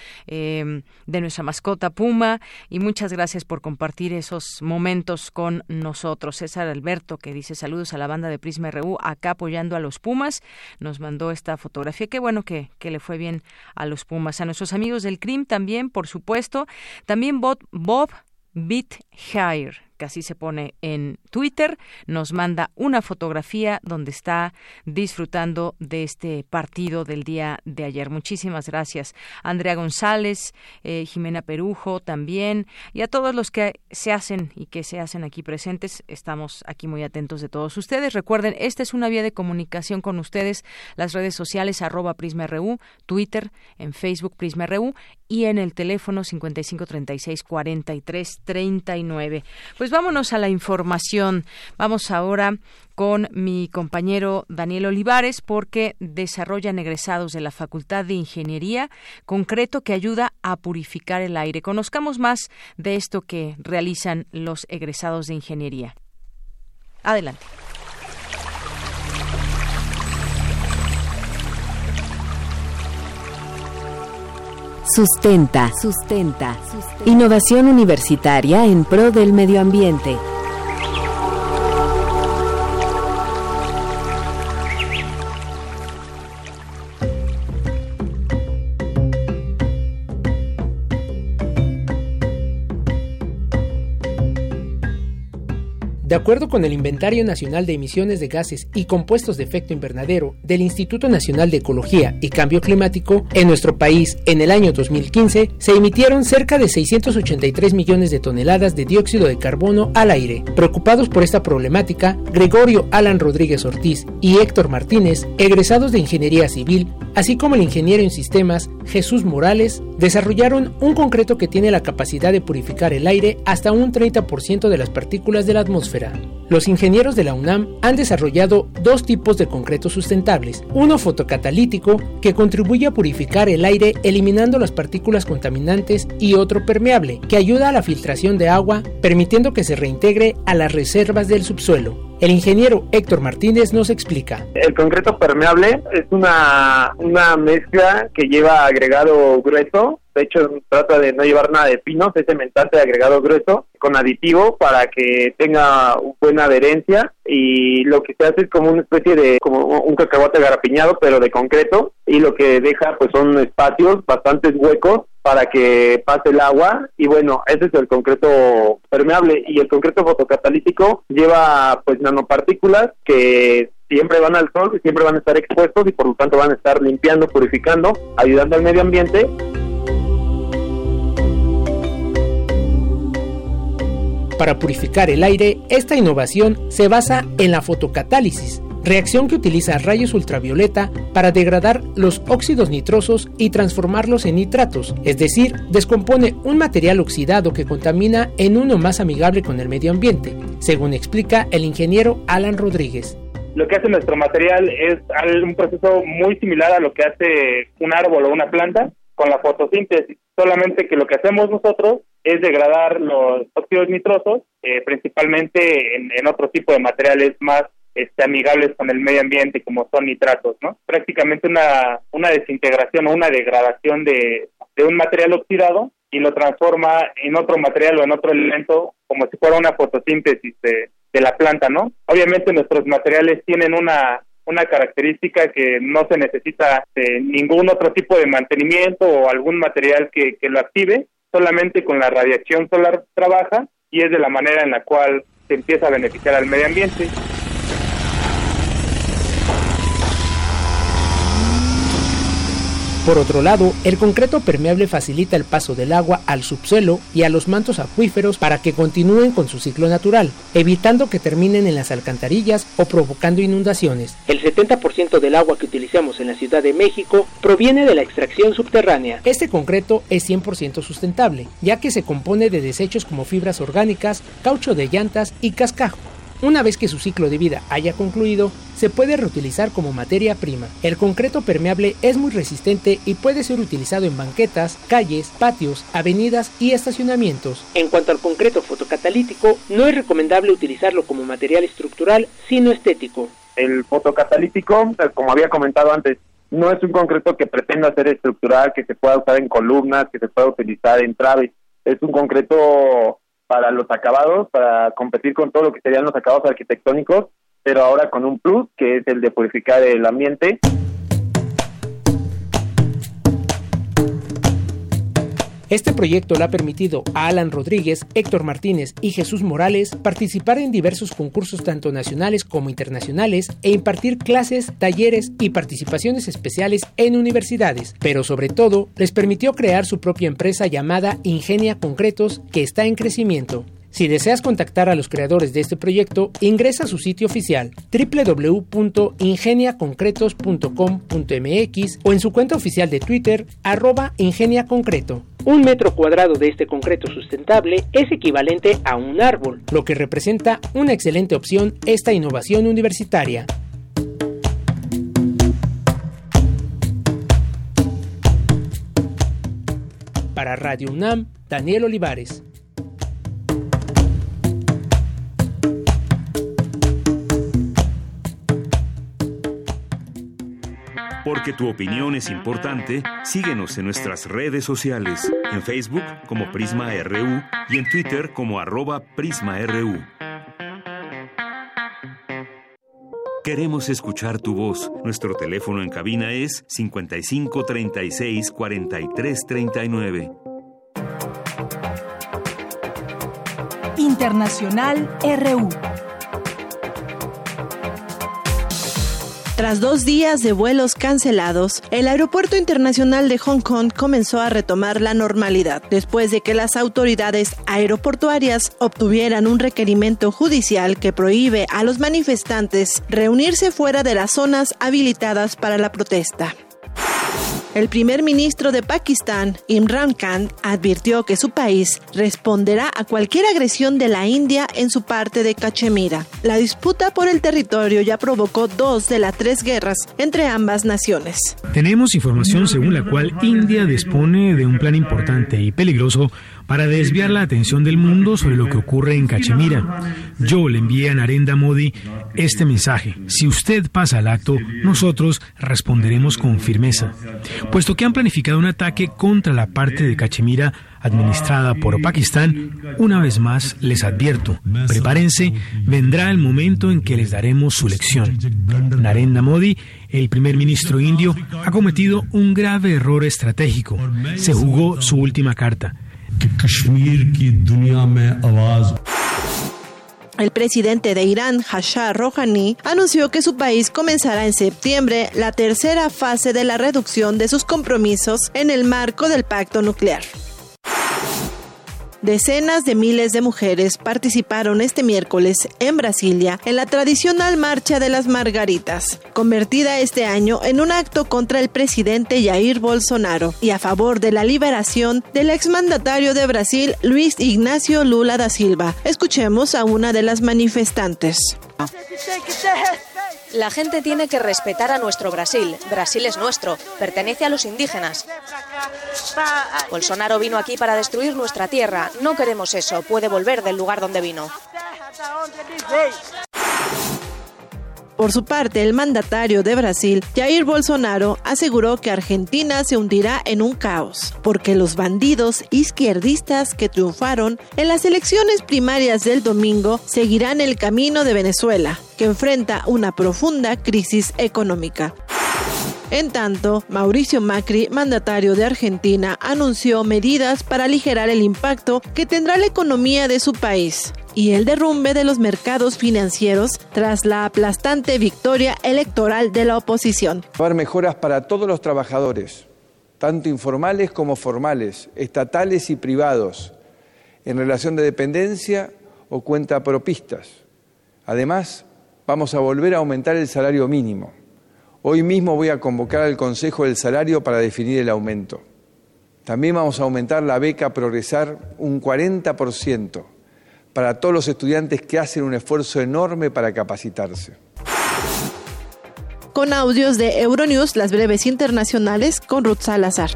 [SPEAKER 3] nuestra mascota Puma, y muchas gracias por compartir esos momentos con nosotros. César Alberto, que dice saludos a la banda de Prisma RU, acá apoyando a los Pumas, nos mandó esta fotografía. Qué bueno que le fue bien a los Pumas. A nuestros amigos del CRIM también, por supuesto, también Bob Bithair, que así se pone en Twitter, nos manda una fotografía donde está disfrutando de este partido del día de ayer. Muchísimas gracias. Andrea González, Jimena Perujo también, y a todos los que se hacen aquí presentes, estamos aquí muy atentos de todos ustedes. Recuerden, esta es una vía de comunicación con ustedes, las redes sociales @PrismaRU, Twitter, en Facebook Prisma RU y en el teléfono 5536-4339. Pues vámonos a la información. Vamos ahora con mi compañero Daniel Olivares, porque desarrollan egresados de la Facultad de Ingeniería concreto que ayuda a purificar el aire. Conozcamos más de esto que realizan los egresados de Ingeniería. Adelante.
[SPEAKER 5] Sustenta. Innovación universitaria en pro del medio ambiente.
[SPEAKER 4] De acuerdo con el Inventario Nacional de Emisiones de Gases y Compuestos de Efecto Invernadero del Instituto Nacional de Ecología y Cambio Climático, en nuestro país, en el año 2015, se emitieron cerca de 683 millones de toneladas de dióxido de carbono al aire. Preocupados por esta problemática, Gregorio Alan Rodríguez Ortiz y Héctor Martínez, egresados de Ingeniería Civil, así como el ingeniero en sistemas Jesús Morales, desarrollaron un concreto que tiene la capacidad de purificar el aire hasta un 30% de las partículas de la atmósfera. Los ingenieros de la UNAM han desarrollado dos tipos de concretos sustentables, uno fotocatalítico, que contribuye a purificar el aire eliminando las partículas contaminantes, y otro permeable, que ayuda a la filtración de agua, permitiendo que se reintegre a las reservas del subsuelo. El ingeniero Héctor Martínez nos explica.
[SPEAKER 6] El concreto permeable es una mezcla que lleva agregado grueso De hecho, trata de no llevar nada de pinos, es cementante de agregado grueso con aditivo para que tenga buena adherencia, y lo que se hace es como una especie de, como un cacahuate garapiñado, pero de concreto, y lo que deja pues son espacios, bastantes huecos para que pase el agua, y bueno, ese es el concreto permeable. Y el concreto fotocatalítico lleva pues nanopartículas que siempre van al sol y siempre van a estar expuestos, y por lo tanto van a estar limpiando, purificando, ayudando al medio ambiente.
[SPEAKER 4] Para purificar el aire, esta innovación se basa en la fotocatálisis, reacción que utiliza rayos ultravioleta para degradar los óxidos nitrosos y transformarlos en nitratos, es decir, descompone un material oxidado que contamina en uno más amigable con el medio ambiente, según explica el ingeniero Alan Rodríguez.
[SPEAKER 7] Lo que hace nuestro material es un proceso muy similar a lo que hace un árbol o una planta con la fotosíntesis, solamente que lo que hacemos nosotros es degradar los óxidos nitrosos, principalmente en otro tipo de materiales más amigables con el medio ambiente, como son nitratos, ¿no? Prácticamente una desintegración o una degradación de un material oxidado, y lo transforma en otro material o en otro elemento, como si fuera una fotosíntesis de la planta, ¿no? Obviamente nuestros materiales tienen una característica que no se necesita ningún otro tipo de mantenimiento o algún material que lo active, solamente con la radiación solar trabaja, y es de la manera en la cual se empieza a beneficiar al medio ambiente.
[SPEAKER 4] Por otro lado, el concreto permeable facilita el paso del agua al subsuelo y a los mantos acuíferos para que continúen con su ciclo natural, evitando que terminen en las alcantarillas o provocando inundaciones. El 70% del agua que utilizamos en la Ciudad de México proviene de la extracción subterránea. Este concreto es 100% sustentable, ya que se compone de desechos como fibras orgánicas, caucho de llantas y cascajo. Una vez que su ciclo de vida haya concluido, se puede reutilizar como materia prima. El concreto permeable es muy resistente y puede ser utilizado en banquetas, calles, patios, avenidas y estacionamientos. En cuanto al concreto fotocatalítico, no es recomendable utilizarlo como material estructural, sino estético.
[SPEAKER 6] El fotocatalítico, como había comentado antes, no es un concreto que pretenda ser estructural, que se pueda usar en columnas, que se pueda utilizar en traves. Es un concreto para los acabados, para competir con todo lo que serían los acabados arquitectónicos, pero ahora con un plus, que es el de purificar el ambiente. Este proyecto le ha permitido a Alan Rodríguez, Héctor Martínez y Jesús Morales participar en diversos concursos tanto nacionales como internacionales e impartir clases, talleres y participaciones especiales en universidades, pero sobre todo les permitió crear su propia empresa llamada Ingenia Concretos, que está en crecimiento. Si deseas contactar a los creadores de este proyecto, ingresa a su sitio oficial www.ingeniaconcretos.com.mx o en su cuenta oficial de Twitter, @ingeniaconcreto. 1 metro cuadrado de este concreto sustentable es equivalente a un árbol, lo que representa una excelente opción esta innovación universitaria. Para Radio UNAM, Daniel Olivares.
[SPEAKER 2] Porque tu opinión es importante, síguenos en nuestras redes sociales, en Facebook como Prisma RU y en Twitter como @PrismaRU. Queremos escuchar tu voz. Nuestro teléfono en cabina es 55 36 43 39.
[SPEAKER 1] Internacional RU.
[SPEAKER 9] Tras 2 días de vuelos cancelados, el Aeropuerto Internacional de Hong Kong comenzó a retomar la normalidad, después de que las autoridades aeroportuarias obtuvieran un requerimiento judicial que prohíbe a los manifestantes reunirse fuera de las zonas habilitadas para la protesta. El primer ministro de Pakistán, Imran Khan, advirtió que su país responderá a cualquier agresión de la India en su parte de Cachemira. La disputa por el territorio ya provocó 2 de las 3 guerras entre ambas naciones.
[SPEAKER 10] Tenemos información según la cual India dispone de un plan importante y peligroso para desviar la atención del mundo sobre lo que ocurre en Cachemira. Yo le envié a Narendra Modi este mensaje: si usted pasa al acto, nosotros responderemos con firmeza. puesto que han planificado un ataque contra la parte de Cachemira administrada por Pakistán. Una vez más les advierto, prepárense, vendrá el momento en que les daremos su lección. Narendra Modi, el primer ministro indio, ha cometido un grave error estratégico. Se jugó su última carta.
[SPEAKER 9] El presidente de Irán, Hassan Rouhani, anunció que su país comenzará en septiembre la tercera fase de la reducción de sus compromisos en el marco del pacto nuclear. Decenas de miles de mujeres participaron este miércoles en Brasilia en la tradicional Marcha de las Margaritas, convertida este año en un acto contra el presidente Jair Bolsonaro y a favor de la liberación del exmandatario de Brasil, Luiz Ignacio Lula da Silva. Escuchemos a una de las manifestantes.
[SPEAKER 8] La gente tiene que respetar a nuestro Brasil. Brasil es nuestro, pertenece a los indígenas. Bolsonaro vino aquí para destruir nuestra tierra. No queremos eso, puede volver del lugar donde vino.
[SPEAKER 9] Por su parte, el mandatario de Brasil, Jair Bolsonaro, aseguró que Argentina se hundirá en un caos, porque los bandidos izquierdistas que triunfaron en las elecciones primarias del domingo seguirán el camino de Venezuela, que enfrenta una profunda crisis económica. En tanto, Mauricio Macri, mandatario de Argentina, anunció medidas para aligerar el impacto que tendrá la economía de su país y el derrumbe de los mercados financieros tras la aplastante victoria electoral de la oposición.
[SPEAKER 11] Va a haber mejoras para todos los trabajadores, tanto informales como formales, estatales y privados, en relación de dependencia o cuentapropistas. Además, vamos a volver a aumentar el salario mínimo. Hoy mismo voy a convocar al Consejo del Salario para definir el aumento. También vamos a aumentar la beca Progresar un 40% para todos los estudiantes que hacen un esfuerzo enorme para capacitarse.
[SPEAKER 9] Con audios de Euronews, las breves internacionales con Ruth Salazar.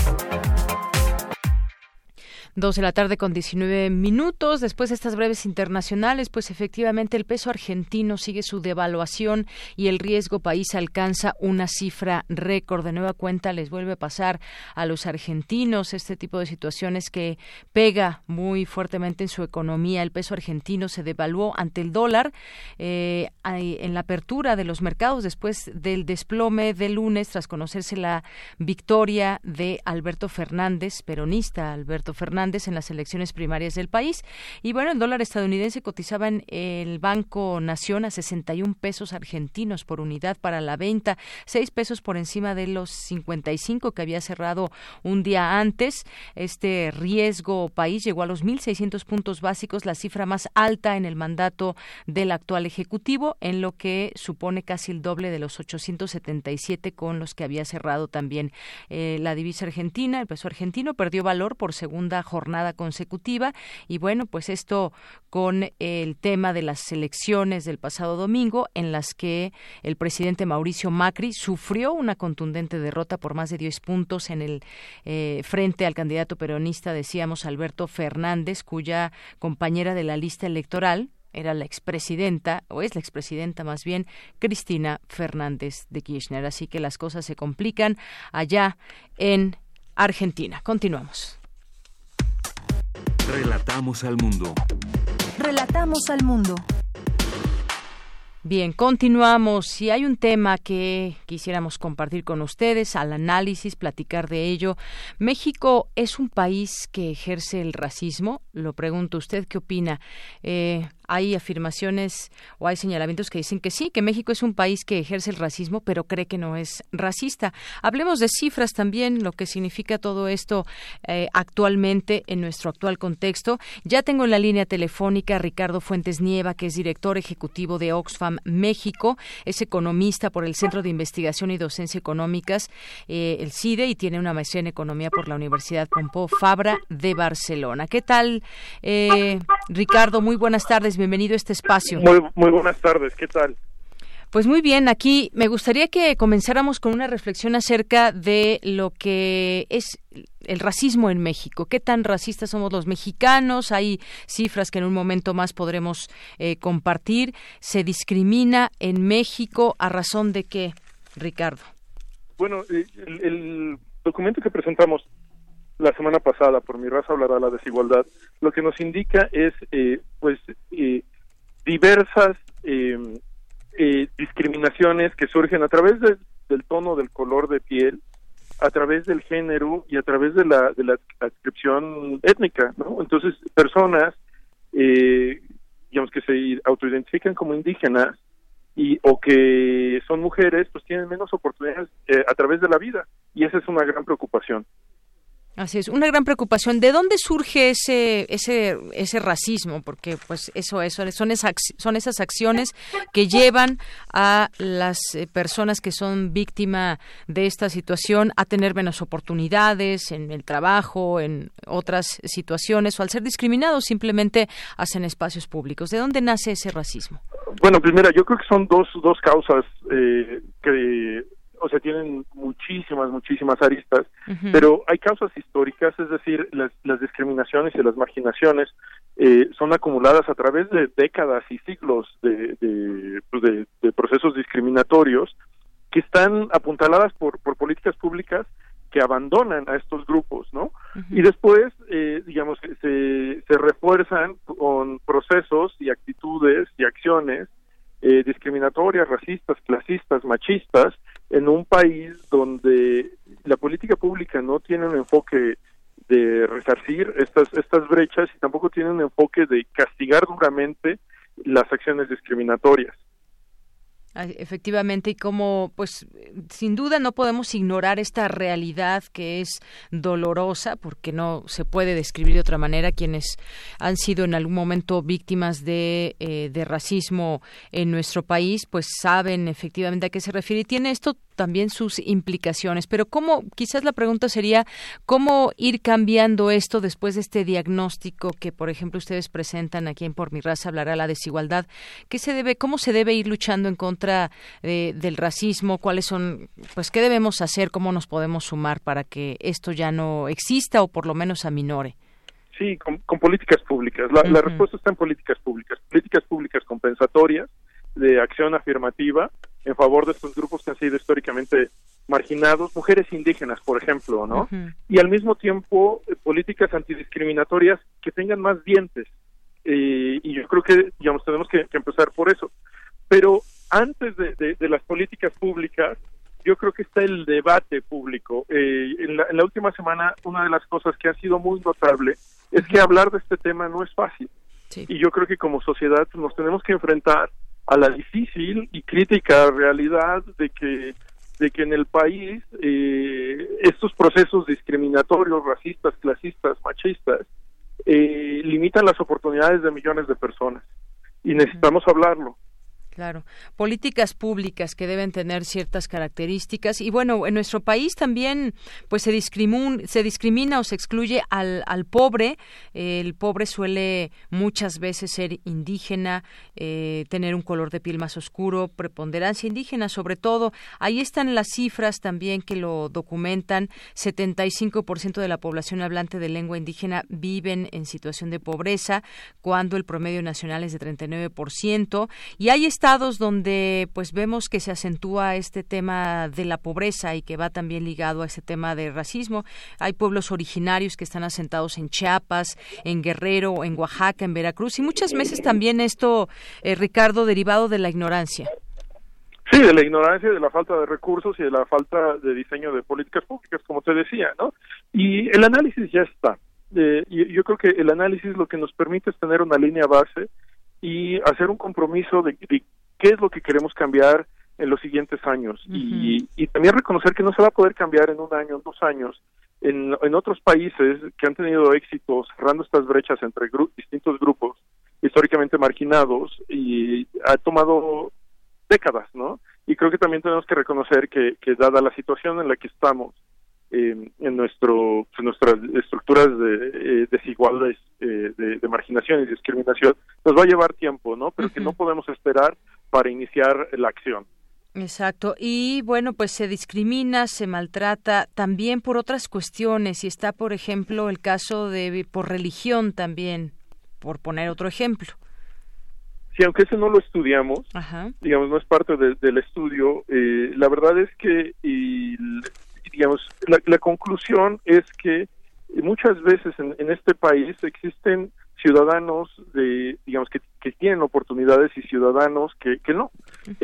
[SPEAKER 3] 2:19 p.m. Después de estas breves internacionales, pues efectivamente el peso argentino sigue su devaluación y el riesgo país alcanza una cifra récord. De nueva cuenta les vuelve a pasar a los argentinos este tipo de situaciones que pega muy fuertemente en su economía. El peso argentino se devaluó ante el dólar en la apertura de los mercados después del desplome del lunes tras conocerse la victoria de Alberto Fernández, peronista Alberto Fernández, en las elecciones primarias del país. Y bueno, el dólar estadounidense cotizaba en el Banco Nación a 61 pesos argentinos por unidad para la venta, 6 pesos por encima de los 55 que había cerrado un día antes. Este riesgo país llegó a los 1.600 puntos básicos, la cifra más alta en el mandato del actual ejecutivo, en lo que supone casi el doble de los 877 con los que había cerrado también la divisa argentina. El peso argentino perdió valor por segunda jornada consecutiva y bueno, pues esto con el tema de las elecciones del pasado domingo en las que el presidente Mauricio Macri sufrió una contundente derrota por más de 10 puntos en el frente al candidato peronista, decíamos, Alberto Fernández, cuya compañera de la lista electoral era la expresidenta, o es la expresidenta más bien, Cristina Fernández de Kirchner. Así que las cosas se complican allá en Argentina. Continuamos.
[SPEAKER 2] Relatamos al mundo.
[SPEAKER 1] Relatamos al mundo.
[SPEAKER 3] Bien, continuamos. Si hay un tema que quisiéramos compartir con ustedes, al análisis, platicar de ello. ¿México es un país que ejerce el racismo? Lo pregunto, ¿usted qué opina? Hay afirmaciones o hay señalamientos que dicen que sí, que México es un país que ejerce el racismo, pero cree que no es racista. Hablemos de cifras también, lo que significa todo esto actualmente en nuestro actual contexto. Ya tengo en la línea telefónica a Ricardo Fuentes Nieva, que es director ejecutivo de Oxfam México, es economista por el Centro de Investigación y Docencia Económicas, el CIDE, y tiene una maestría en Economía por la Universidad Pompeu Fabra de Barcelona. ¿Qué tal, Ricardo? Muy buenas tardes. Bienvenido a este espacio.
[SPEAKER 12] Muy buenas tardes, ¿qué tal?
[SPEAKER 3] Pues muy bien, aquí me gustaría que comenzáramos con una reflexión acerca de lo que es el racismo en México. ¿Qué tan racistas somos los mexicanos? Hay cifras que en un momento más podremos compartir. ¿Se discrimina en México a razón de qué, Ricardo?
[SPEAKER 12] Bueno, el documento que presentamos la semana pasada, Por mi raza hablará la desigualdad, lo que nos indica es, diversas discriminaciones que surgen a través del tono del color de piel, a través del género y a través de la adscripción étnica, ¿no? Entonces, personas, digamos que se autoidentifican como indígenas o que son mujeres, pues tienen menos oportunidades a través de la vida, y esa es una gran preocupación.
[SPEAKER 3] Así es, una gran preocupación. ¿De dónde surge ese racismo? Porque pues son esas acciones que llevan a las personas que son víctimas de esta situación a tener menos oportunidades en el trabajo, en otras situaciones, o al ser discriminados simplemente hacen espacios públicos. ¿De dónde nace ese racismo?
[SPEAKER 12] Bueno, primero, yo creo que son dos causas que tienen muchísimas aristas, pero hay causas históricas, es decir, las discriminaciones y las marginaciones son acumuladas a través de décadas y siglos de procesos discriminatorios que están apuntaladas por políticas públicas que abandonan a estos grupos, ¿no? Y después, se refuerzan con procesos y actitudes y acciones discriminatorias, racistas, clasistas, machistas, en un país donde la política pública no tiene un enfoque de resarcir estas brechas y tampoco tiene un enfoque de castigar duramente las acciones discriminatorias.
[SPEAKER 3] Efectivamente, y como pues sin duda no podemos ignorar esta realidad que es dolorosa, porque no se puede describir de otra manera. Quienes han sido en algún momento víctimas de racismo en nuestro país, pues saben efectivamente a qué se refiere, y tiene esto también sus implicaciones. Pero quizás la pregunta sería, ¿cómo ir cambiando esto después de este diagnóstico que, por ejemplo, ustedes presentan aquí en Por mi raza hablará la desigualdad? ¿Cómo se debe ir luchando en contra del racismo? ¿Cuáles son, qué debemos hacer? ¿Cómo nos podemos sumar para que esto ya no exista o por lo menos aminore?
[SPEAKER 12] Sí, con políticas públicas. La respuesta está en políticas públicas compensatorias, de acción afirmativa en favor de estos grupos que han sido históricamente marginados, mujeres indígenas, por ejemplo, ¿no? Y al mismo tiempo políticas antidiscriminatorias que tengan más dientes. Y yo creo que, tenemos que empezar por eso. Pero antes de las políticas públicas, yo creo que está el debate público. En la última semana, una de las cosas que ha sido muy notable es que hablar de este tema no es fácil. Sí. Y yo creo que como sociedad nos tenemos que enfrentar a la difícil y crítica realidad de que en el país estos procesos discriminatorios, racistas, clasistas, machistas, limitan las oportunidades de millones de personas, y necesitamos hablarlo.
[SPEAKER 3] Claro, políticas públicas que deben tener ciertas características, y bueno, en nuestro país también pues se discrimina o se excluye al pobre. El pobre suele muchas veces ser indígena, tener un color de piel más oscuro, preponderancia indígena sobre todo. Ahí están las cifras también que lo documentan. 75% de la población hablante de lengua indígena viven en situación de pobreza, cuando el promedio nacional es de 39%, y hay estados donde pues vemos que se acentúa este tema de la pobreza y que va también ligado a este tema de racismo. Hay pueblos originarios que están asentados en Chiapas, en Guerrero, en Oaxaca, en Veracruz, y muchas veces también esto, Ricardo, derivado de la ignorancia.
[SPEAKER 12] Sí, de la ignorancia, de la falta de recursos y de la falta de diseño de políticas públicas, como te decía, ¿no? Y el análisis ya está. Yo creo que el análisis lo que nos permite es tener una línea base y hacer un compromiso de qué es lo que queremos cambiar en los siguientes años. Y también reconocer que no se va a poder cambiar en un año, en 2 años. En otros países que han tenido éxito cerrando estas brechas entre distintos grupos históricamente marginados, y ha tomado décadas, ¿no? Y creo que también tenemos que reconocer que dada la situación en la que estamos, en nuestras estructuras desiguales de marginación y discriminación, nos va a llevar tiempo, ¿no? Pero que no podemos esperar para iniciar la acción.
[SPEAKER 3] Exacto. Y bueno, pues se discrimina, se maltrata también por otras cuestiones, y está, por ejemplo, el caso por religión también, por poner otro ejemplo.
[SPEAKER 12] si aunque ese no lo estudiamos, digamos, no es parte del estudio, la verdad es que, digamos, la conclusión es que muchas veces en este país existen ciudadanos digamos que tienen oportunidades y ciudadanos que no.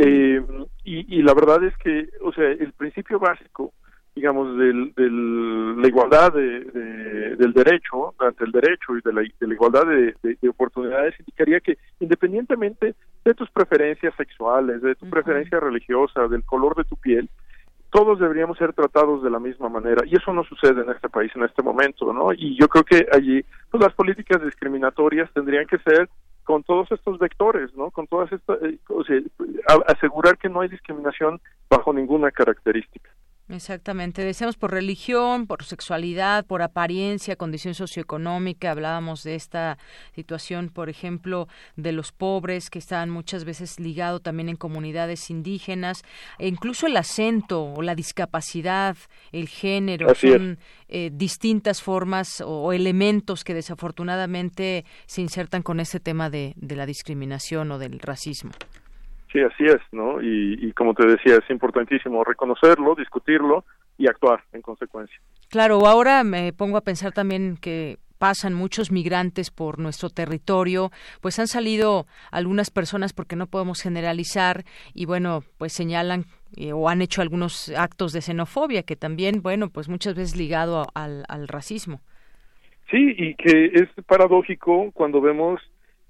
[SPEAKER 12] Y la verdad es que, o sea, el principio básico, digamos, de la igualdad del derecho ante el derecho y de la igualdad de oportunidades indicaría que independientemente de tus preferencias sexuales, de tu preferencia religiosa, del color de tu piel, todos deberíamos ser tratados de la misma manera, y eso no sucede en este país en este momento, ¿no? Y yo creo que allí, pues, las políticas discriminatorias tendrían que ser con todos estos vectores, ¿no? Con todas estas, o sea, asegurar que no hay discriminación bajo ninguna característica.
[SPEAKER 3] Exactamente, decíamos por religión, por sexualidad, por apariencia, condición socioeconómica. Hablábamos de esta situación, por ejemplo, de los pobres, que están muchas veces ligados también en comunidades indígenas, e incluso el acento o la discapacidad, el género, son distintas formas o elementos que desafortunadamente se insertan con este tema de la discriminación o del racismo.
[SPEAKER 12] Sí, así es, ¿no? Y como te decía, es importantísimo reconocerlo, discutirlo y actuar en consecuencia.
[SPEAKER 3] Claro, ahora me pongo a pensar también que pasan muchos migrantes por nuestro territorio, pues han salido algunas personas, porque no podemos generalizar, y bueno, pues señalan o han hecho algunos actos de xenofobia, que también, bueno, pues muchas veces ligado al racismo.
[SPEAKER 12] Sí, y que es paradójico cuando vemos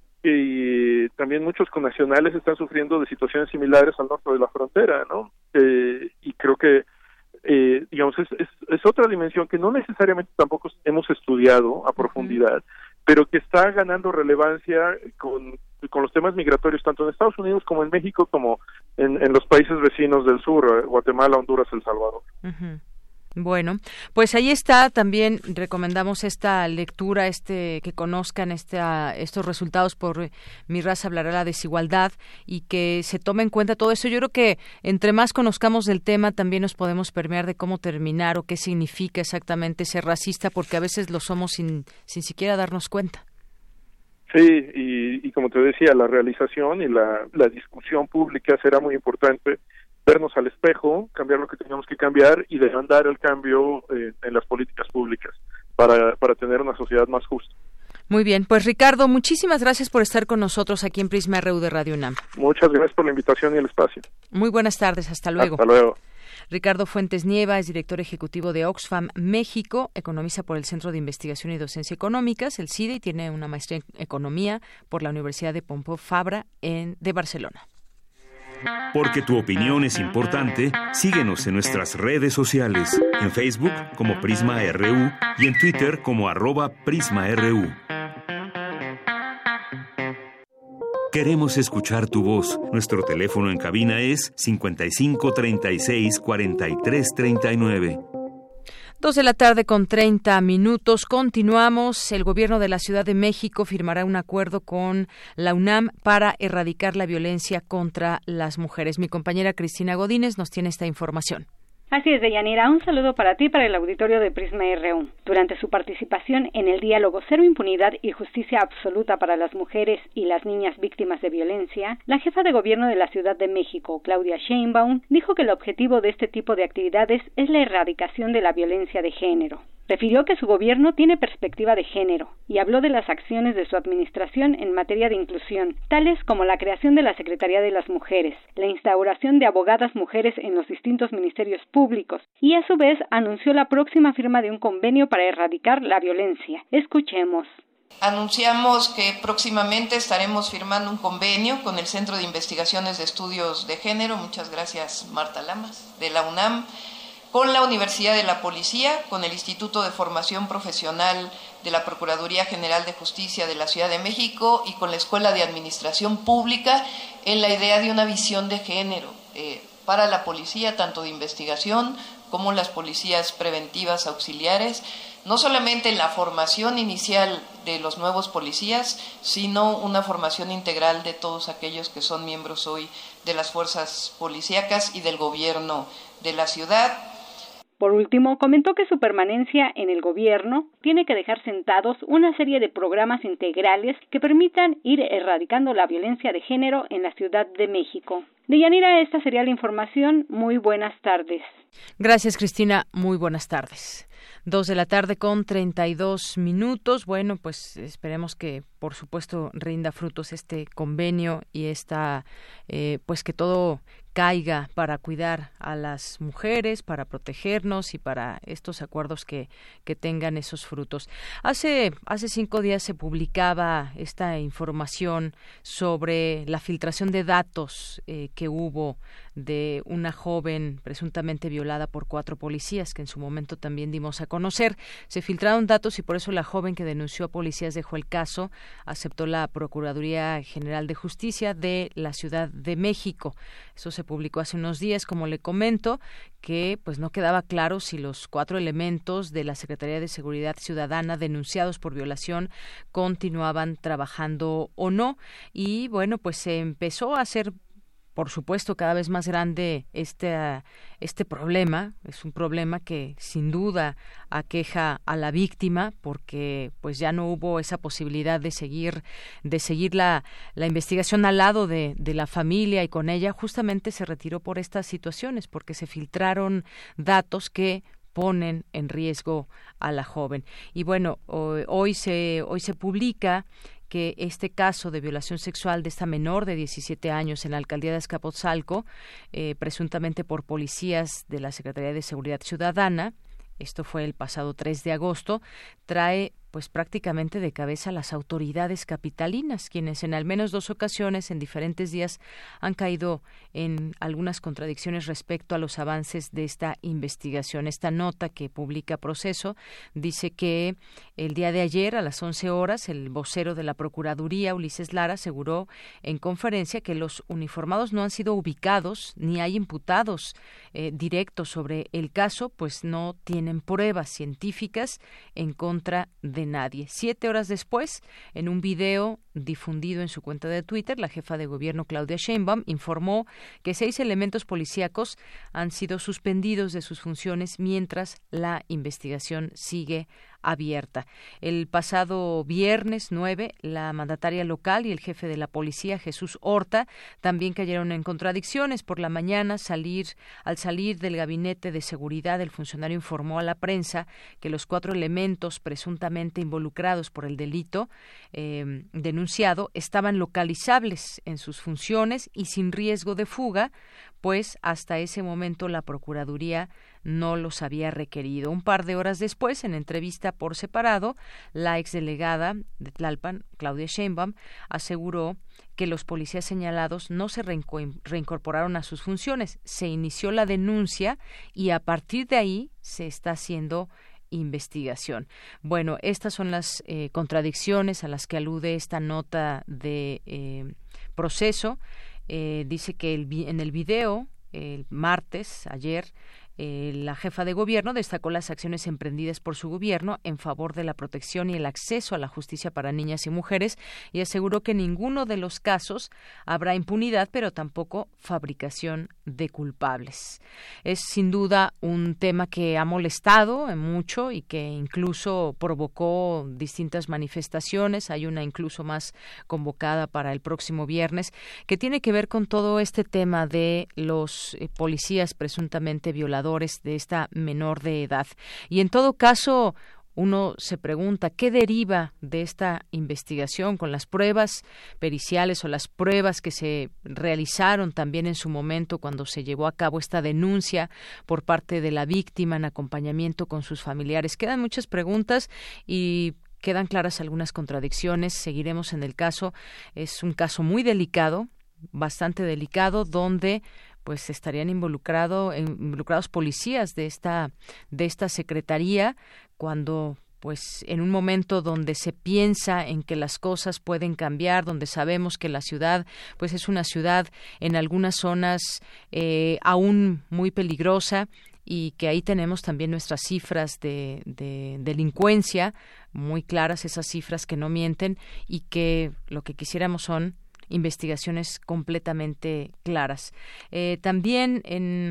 [SPEAKER 12] que también muchos connacionales están sufriendo de situaciones similares al norte de la frontera, ¿no? Y creo que, digamos, es otra dimensión que no necesariamente tampoco hemos estudiado a profundidad, pero que está ganando relevancia con los temas migratorios, tanto en Estados Unidos como en México, como en los países vecinos del sur, Guatemala, Honduras, El Salvador.
[SPEAKER 3] Bueno, pues ahí está, también recomendamos esta lectura, que conozcan estos resultados por Mi Raza Hablará la Desigualdad, y que se tome en cuenta todo eso. Yo creo que entre más conozcamos del tema, también nos podemos permear de cómo terminar o qué significa exactamente ser racista, porque a veces lo somos sin siquiera darnos cuenta.
[SPEAKER 12] Sí, y como te decía, la realización y la discusión pública será muy importante. Vernos al espejo, cambiar lo que tengamos que cambiar y demandar el cambio en las políticas públicas para tener una sociedad más justa.
[SPEAKER 3] Muy bien, pues Ricardo, muchísimas gracias por estar con nosotros aquí en Prisma RU de Radio UNAM.
[SPEAKER 12] Muchas gracias por la invitación y el espacio.
[SPEAKER 3] Muy buenas tardes, hasta luego.
[SPEAKER 12] Hasta luego.
[SPEAKER 3] Ricardo Fuentes Nieva es director ejecutivo de Oxfam México, economista por el Centro de Investigación y Docencia Económicas, el CIDE, y tiene una maestría en Economía por la Universidad de Pompeu Fabra de Barcelona.
[SPEAKER 2] Porque tu opinión es importante, síguenos en nuestras redes sociales, en Facebook como Prisma RU y en Twitter como @PrismaRU. Queremos escuchar tu voz. Nuestro teléfono en cabina es 55 36 43 39.
[SPEAKER 3] 2:30 p.m. Continuamos. El gobierno de la Ciudad de México firmará un acuerdo con la UNAM para erradicar la violencia contra las mujeres. Mi compañera Cristina Godínez nos tiene esta información.
[SPEAKER 13] Así es, Deyanira. Un saludo para ti y para el auditorio de Prisma RU. Durante su participación en el diálogo Cero Impunidad y Justicia Absoluta para las Mujeres y las Niñas Víctimas de Violencia, la jefa de gobierno de la Ciudad de México, Claudia Sheinbaum, dijo que el objetivo de este tipo de actividades es la erradicación de la violencia de género. Refirió que su gobierno tiene perspectiva de género y habló de las acciones de su administración en materia de inclusión, tales como la creación de la Secretaría de las Mujeres, la instauración de abogadas mujeres en los distintos ministerios públicos y a su vez anunció la próxima firma de un convenio para erradicar la violencia. Escuchemos.
[SPEAKER 14] Anunciamos que próximamente estaremos firmando un convenio con el Centro de Investigaciones de Estudios de Género, muchas gracias Marta Lamas, de la UNAM, con la Universidad de la Policía, con el Instituto de Formación Profesional de la Procuraduría General de Justicia de la Ciudad de México y con la Escuela de Administración Pública en la idea de una visión de género para la policía, tanto de investigación como las policías preventivas auxiliares, no solamente en la formación inicial de los nuevos policías, sino una formación integral de todos aquellos que son miembros hoy de las fuerzas policíacas y del gobierno de la ciudad.
[SPEAKER 13] Por último, comentó que su permanencia en el gobierno tiene que dejar sentados una serie de programas integrales que permitan ir erradicando la violencia de género en la Ciudad de México. Deyanira, esta sería la información. Muy buenas tardes.
[SPEAKER 3] Gracias, Cristina. Muy buenas tardes. 2:32 p.m. Bueno, pues esperemos que, por supuesto, rinda frutos este convenio y pues que todo caiga para cuidar a las mujeres, para protegernos y para estos acuerdos que tengan esos frutos. Hace 5 días se publicaba esta información sobre la filtración de datos que hubo de una joven presuntamente violada por 4 policías, que en su momento también dimos a conocer. Se filtraron datos y por eso la joven que denunció a policías dejó el caso, aceptó la Procuraduría General de Justicia de la Ciudad de México. Eso se publicó hace unos días, como le comento, que pues no quedaba claro si los 4 elementos de la Secretaría de Seguridad Ciudadana denunciados por violación continuaban trabajando o no. Y bueno, pues se empezó a hacer, por supuesto, cada vez más grande este problema. Es un problema que sin duda aqueja a la víctima, porque pues ya no hubo esa posibilidad de seguir la investigación al lado de la familia, y con ella justamente se retiró por estas situaciones, porque se filtraron datos que ponen en riesgo a la joven. Y bueno, hoy se publica que este caso de violación sexual de esta menor de 17 años en la alcaldía de Azcapotzalco, presuntamente por policías de la Secretaría de Seguridad Ciudadana, esto fue el pasado 3 de agosto, trae pues prácticamente de cabeza a las autoridades capitalinas, quienes en al menos 2 ocasiones en diferentes días han caído en algunas contradicciones respecto a los avances de esta investigación. Esta nota que publica Proceso dice que el día de ayer a las 11 horas el vocero de la Procuraduría, Ulises Lara, aseguró en conferencia que los uniformados no han sido ubicados ni hay imputados directos sobre el caso, pues no tienen pruebas científicas en contra de nadie. 7 horas después, en un video difundido en su cuenta de Twitter, la jefa de gobierno Claudia Sheinbaum informó que 6 elementos policíacos han sido suspendidos de sus funciones mientras la investigación sigue abierta. El pasado viernes 9, la mandataria local y el jefe de la policía, Jesús Horta, también cayeron en contradicciones. Por la mañana, al salir del gabinete de seguridad, el funcionario informó a la prensa que los 4 elementos presuntamente involucrados por el delito denunciado estaban localizables en sus funciones y sin riesgo de fuga, pues hasta ese momento la Procuraduría no los había requerido. Un par de horas después, en entrevista por separado, la exdelegada de Tlalpan, Claudia Sheinbaum, aseguró que los policías señalados no se reincorporaron a sus funciones. Se inició la denuncia y a partir de ahí se está haciendo investigación. Bueno, estas son las contradicciones a las que alude esta nota de Proceso. Dice que en el video, el martes, ayer, la jefa de gobierno destacó las acciones emprendidas por su gobierno en favor de la protección y el acceso a la justicia para niñas y mujeres y aseguró que en ninguno de los casos habrá impunidad, pero tampoco fabricación de culpables. Es sin duda un tema que ha molestado mucho y que incluso provocó distintas manifestaciones. Hay una incluso más convocada para el próximo viernes que tiene que ver con todo este tema de los policías presuntamente violadores de esta menor de edad. Y en todo caso, uno se pregunta qué deriva de esta investigación con las pruebas periciales o las pruebas que se realizaron también en su momento cuando se llevó a cabo esta denuncia por parte de la víctima en acompañamiento con sus familiares. Quedan muchas preguntas y quedan claras algunas contradicciones. Seguiremos en el caso. Es un caso muy delicado, bastante delicado, donde pues estarían involucrados policías de esta secretaría, cuando pues en un momento donde se piensa en que las cosas pueden cambiar, donde sabemos que la ciudad pues es una ciudad en algunas zonas aún muy peligrosa, y que ahí tenemos también nuestras cifras de delincuencia muy claras, esas cifras que no mienten, y que lo que quisiéramos son investigaciones completamente claras. También en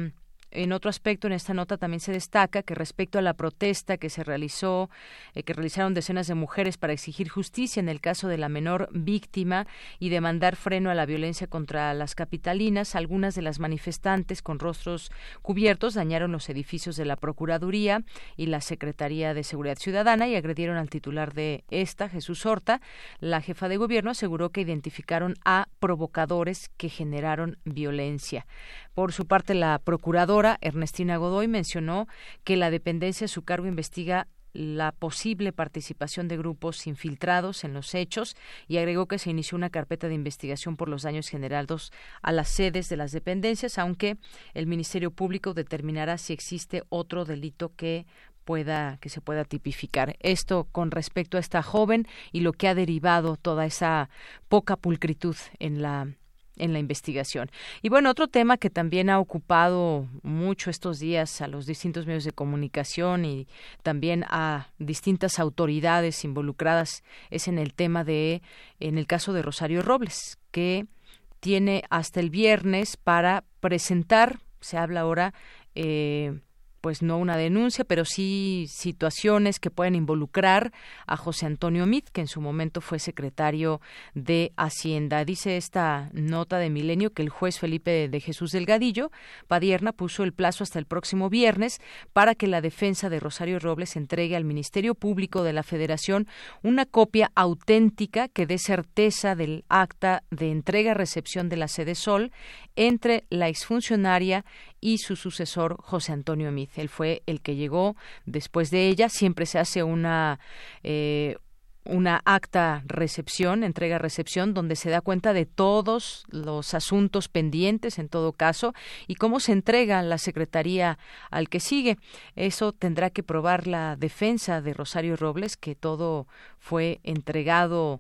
[SPEAKER 3] En otro aspecto, en esta nota también se destaca que respecto a la protesta que se realizó, que realizaron decenas de mujeres para exigir justicia en el caso de la menor víctima y demandar freno a la violencia contra las capitalinas, algunas de las manifestantes con rostros cubiertos dañaron los edificios de la Procuraduría y la Secretaría de Seguridad Ciudadana y agredieron al titular de esta, Jesús Horta. La jefa de gobierno aseguró que identificaron a provocadores que generaron violencia. Por su parte, la procuradora Ernestina Godoy mencionó que la dependencia a su cargo investiga la posible participación de grupos infiltrados en los hechos y agregó que se inició una carpeta de investigación por los daños generados a las sedes de las dependencias, aunque el Ministerio Público determinará si existe otro delito que se pueda tipificar. Esto con respecto a esta joven y lo que ha derivado toda esa poca pulcritud en la investigación. Y bueno, otro tema que también ha ocupado mucho estos días a los distintos medios de comunicación y también a distintas autoridades involucradas es en el caso de Rosario Robles, que tiene hasta el viernes para presentar, se habla ahora, pues no una denuncia, pero sí situaciones que pueden involucrar a José Antonio Meade, que en su momento fue secretario de Hacienda. Dice esta nota de Milenio que el juez Felipe de Jesús Delgadillo Padierna puso el plazo hasta el próximo viernes para que la defensa de Rosario Robles entregue al Ministerio Público de la Federación una copia auténtica que dé certeza del acta de entrega-recepción de la sede Sol entre la exfuncionaria y su sucesor José Antonio Meade. Él fue el que llegó después de ella. Siempre se hace una acta recepción, entrega-recepción, donde se da cuenta de todos los asuntos pendientes, en todo caso, y cómo se entrega la secretaría al que sigue. Eso tendrá que probar la defensa de Rosario Robles, que todo fue entregado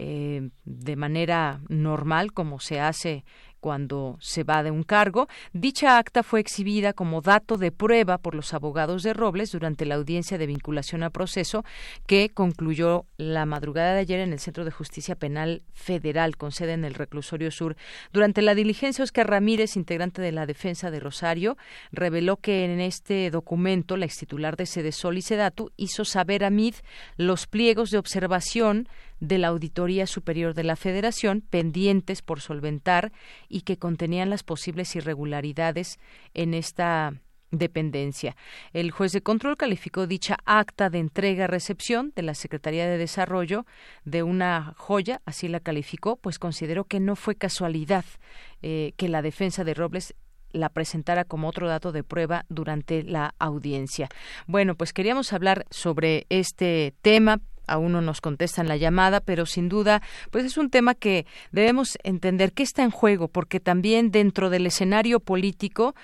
[SPEAKER 3] de manera normal, como se hace cuando se va de un cargo. Dicha acta fue exhibida como dato de prueba por los abogados de Robles durante la audiencia de vinculación a proceso que concluyó la madrugada de ayer en el Centro de Justicia Penal Federal con sede en el Reclusorio Sur. Durante la diligencia, Óscar Ramírez, integrante de la defensa de Rosario, reveló que en este documento la extitular de Sedesol y Sedatu hizo saber a Meade los pliegos de observación de la Auditoría Superior de la Federación pendientes por solventar y que contenían las posibles irregularidades en esta dependencia. El juez de control calificó dicha acta de entrega-recepción de la Secretaría de Desarrollo de una joya, así la calificó, pues consideró que no fue casualidad que la defensa de Robles la presentara como otro dato de prueba durante la audiencia. Bueno, pues queríamos hablar sobre este tema. Aún no nos contestan la llamada, pero sin duda, pues es un tema que debemos entender que está en juego, porque también dentro del escenario político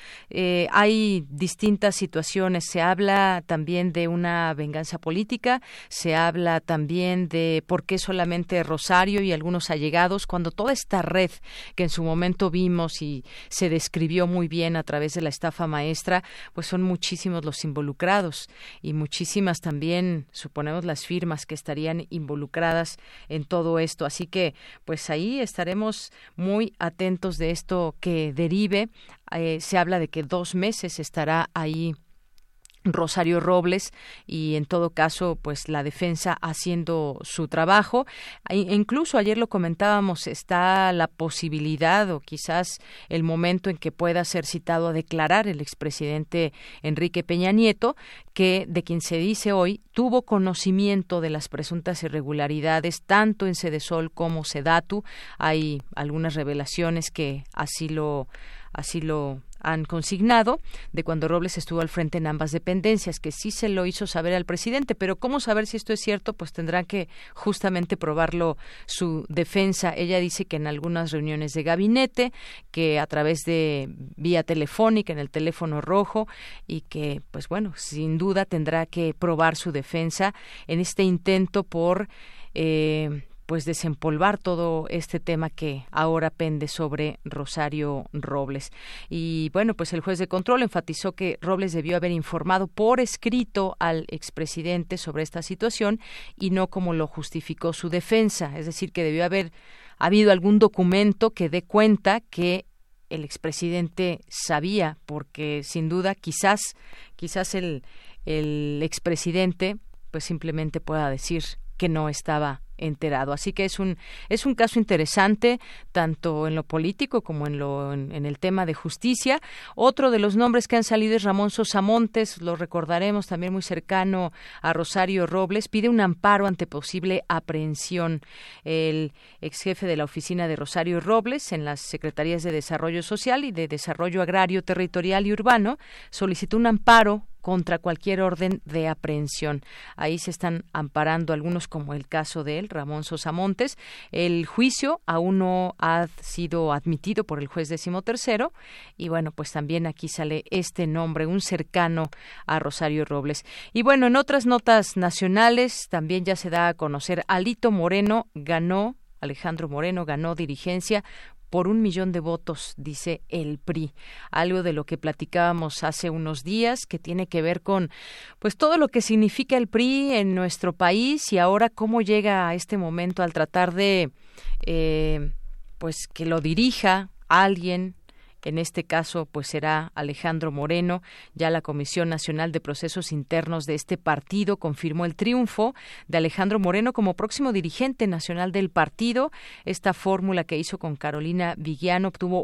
[SPEAKER 3] hay distintas situaciones. Se habla también de una venganza política, se habla también de por qué solamente Rosario y algunos allegados, cuando toda esta red que en su momento vimos y se describió muy bien a través de la estafa maestra, pues son muchísimos los involucrados y muchísimas también, suponemos, las firmas que estarían involucradas en todo esto. Así que, pues ahí estaremos muy atentos de esto que derive. Se habla de que 2 meses estará ahí Rosario Robles y en todo caso pues la defensa haciendo su trabajo. Incluso ayer lo comentábamos, está la posibilidad o quizás el momento en que pueda ser citado a declarar el expresidente Enrique Peña Nieto, que de quien se dice hoy tuvo conocimiento de las presuntas irregularidades tanto en Sedesol como Sedatu. Hay algunas revelaciones que así lo han consignado de cuando Robles estuvo al frente en ambas dependencias, que sí se lo hizo saber al presidente, pero ¿cómo saber si esto es cierto? Pues tendrán que justamente probarlo su defensa. Ella dice que en algunas reuniones de gabinete, que a través de vía telefónica, en el teléfono rojo, y que, pues bueno, sin duda tendrá que probar su defensa en este intento por pues desempolvar todo este tema que ahora pende sobre Rosario Robles. Y bueno, pues el juez de control enfatizó que Robles debió haber informado por escrito al expresidente sobre esta situación y no como lo justificó su defensa, es decir, que debió haber habido algún documento que dé cuenta que el expresidente sabía, porque sin duda quizás el expresidente pues simplemente pueda decir que no estaba enterado. Así que es un caso interesante, tanto en lo político como en el tema de justicia. Otro de los nombres que han salido es Ramón Sosa Montes, lo recordaremos, también muy cercano a Rosario Robles, pide un amparo ante posible aprehensión. El ex jefe de la oficina de Rosario Robles en las Secretarías de Desarrollo Social y de Desarrollo Agrario, Territorial y Urbano solicitó un amparo contra cualquier orden de aprehensión. Ahí se están amparando algunos, como el caso de él, Ramón Sosa Montes. El juicio aún no ha sido admitido por el juez 13º y bueno, pues también aquí sale este nombre, un cercano a Rosario Robles. Y bueno, en otras notas nacionales también ya se da a conocer, Alejandro Moreno ganó dirigencia por 1 millón de votos, dice el PRI. Algo de lo que platicábamos hace unos días, que tiene que ver con pues todo lo que significa el PRI en nuestro país y ahora cómo llega a este momento al tratar de pues que lo dirija alguien. En este caso, pues será Alejandro Moreno. Ya la Comisión Nacional de Procesos Internos de este partido confirmó el triunfo de Alejandro Moreno como próximo dirigente nacional del partido. Esta fórmula que hizo con Carolina Viguiano obtuvo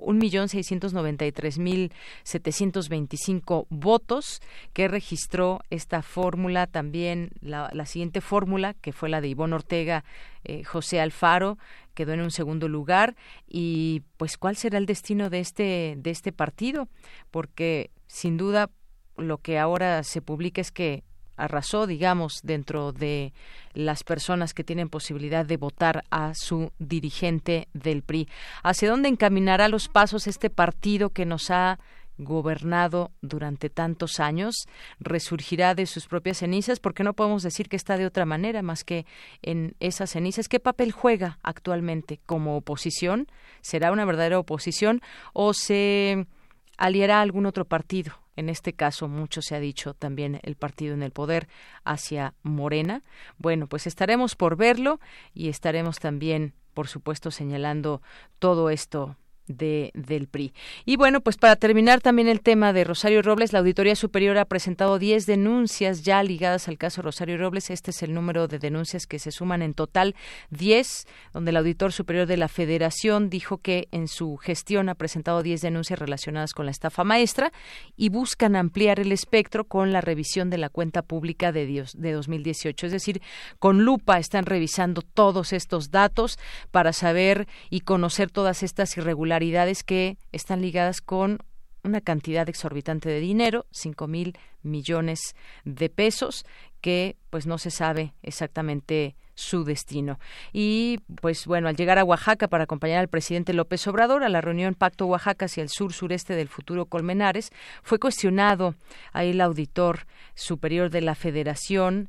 [SPEAKER 3] 1.693.725 votos, que registró esta fórmula. También la siguiente fórmula, que fue la de Ivonne Ortega, José Alfaro, quedó en un segundo lugar. Y pues ¿cuál será el destino de este partido? Porque sin duda lo que ahora se publica es que arrasó, digamos, dentro de las personas que tienen posibilidad de votar a su dirigente del PRI. ¿Hacia dónde encaminará los pasos este partido que nos ha gobernado durante tantos años? ¿Resurgirá de sus propias cenizas? Porque no podemos decir que está de otra manera más que en esas cenizas. ¿Qué papel juega actualmente como oposición? ¿Será una verdadera oposición o se aliará a algún otro partido? En este caso, mucho se ha dicho también el partido en el poder hacia Morena. Bueno, pues estaremos por verlo y estaremos también, por supuesto, señalando todo esto del PRI. Y bueno, pues para terminar también el tema de Rosario Robles, la Auditoría Superior ha presentado 10 denuncias ya ligadas al caso Rosario Robles. Este es el número de denuncias que se suman en total 10, donde el Auditor Superior de la Federación dijo que en su gestión ha presentado 10 denuncias relacionadas con la estafa maestra y buscan ampliar el espectro con la revisión de la cuenta pública de 2018. Es decir, con lupa están revisando todos estos datos para saber y conocer todas estas irregularidades que están ligadas con una cantidad exorbitante de dinero, 5,000 millones de pesos, que pues no se sabe exactamente su destino. Y pues bueno, al llegar a Oaxaca para acompañar al presidente López Obrador a la reunión Pacto Oaxaca hacia el sur-sureste del futuro Colmenares, fue cuestionado ahí el Auditor Superior de la Federación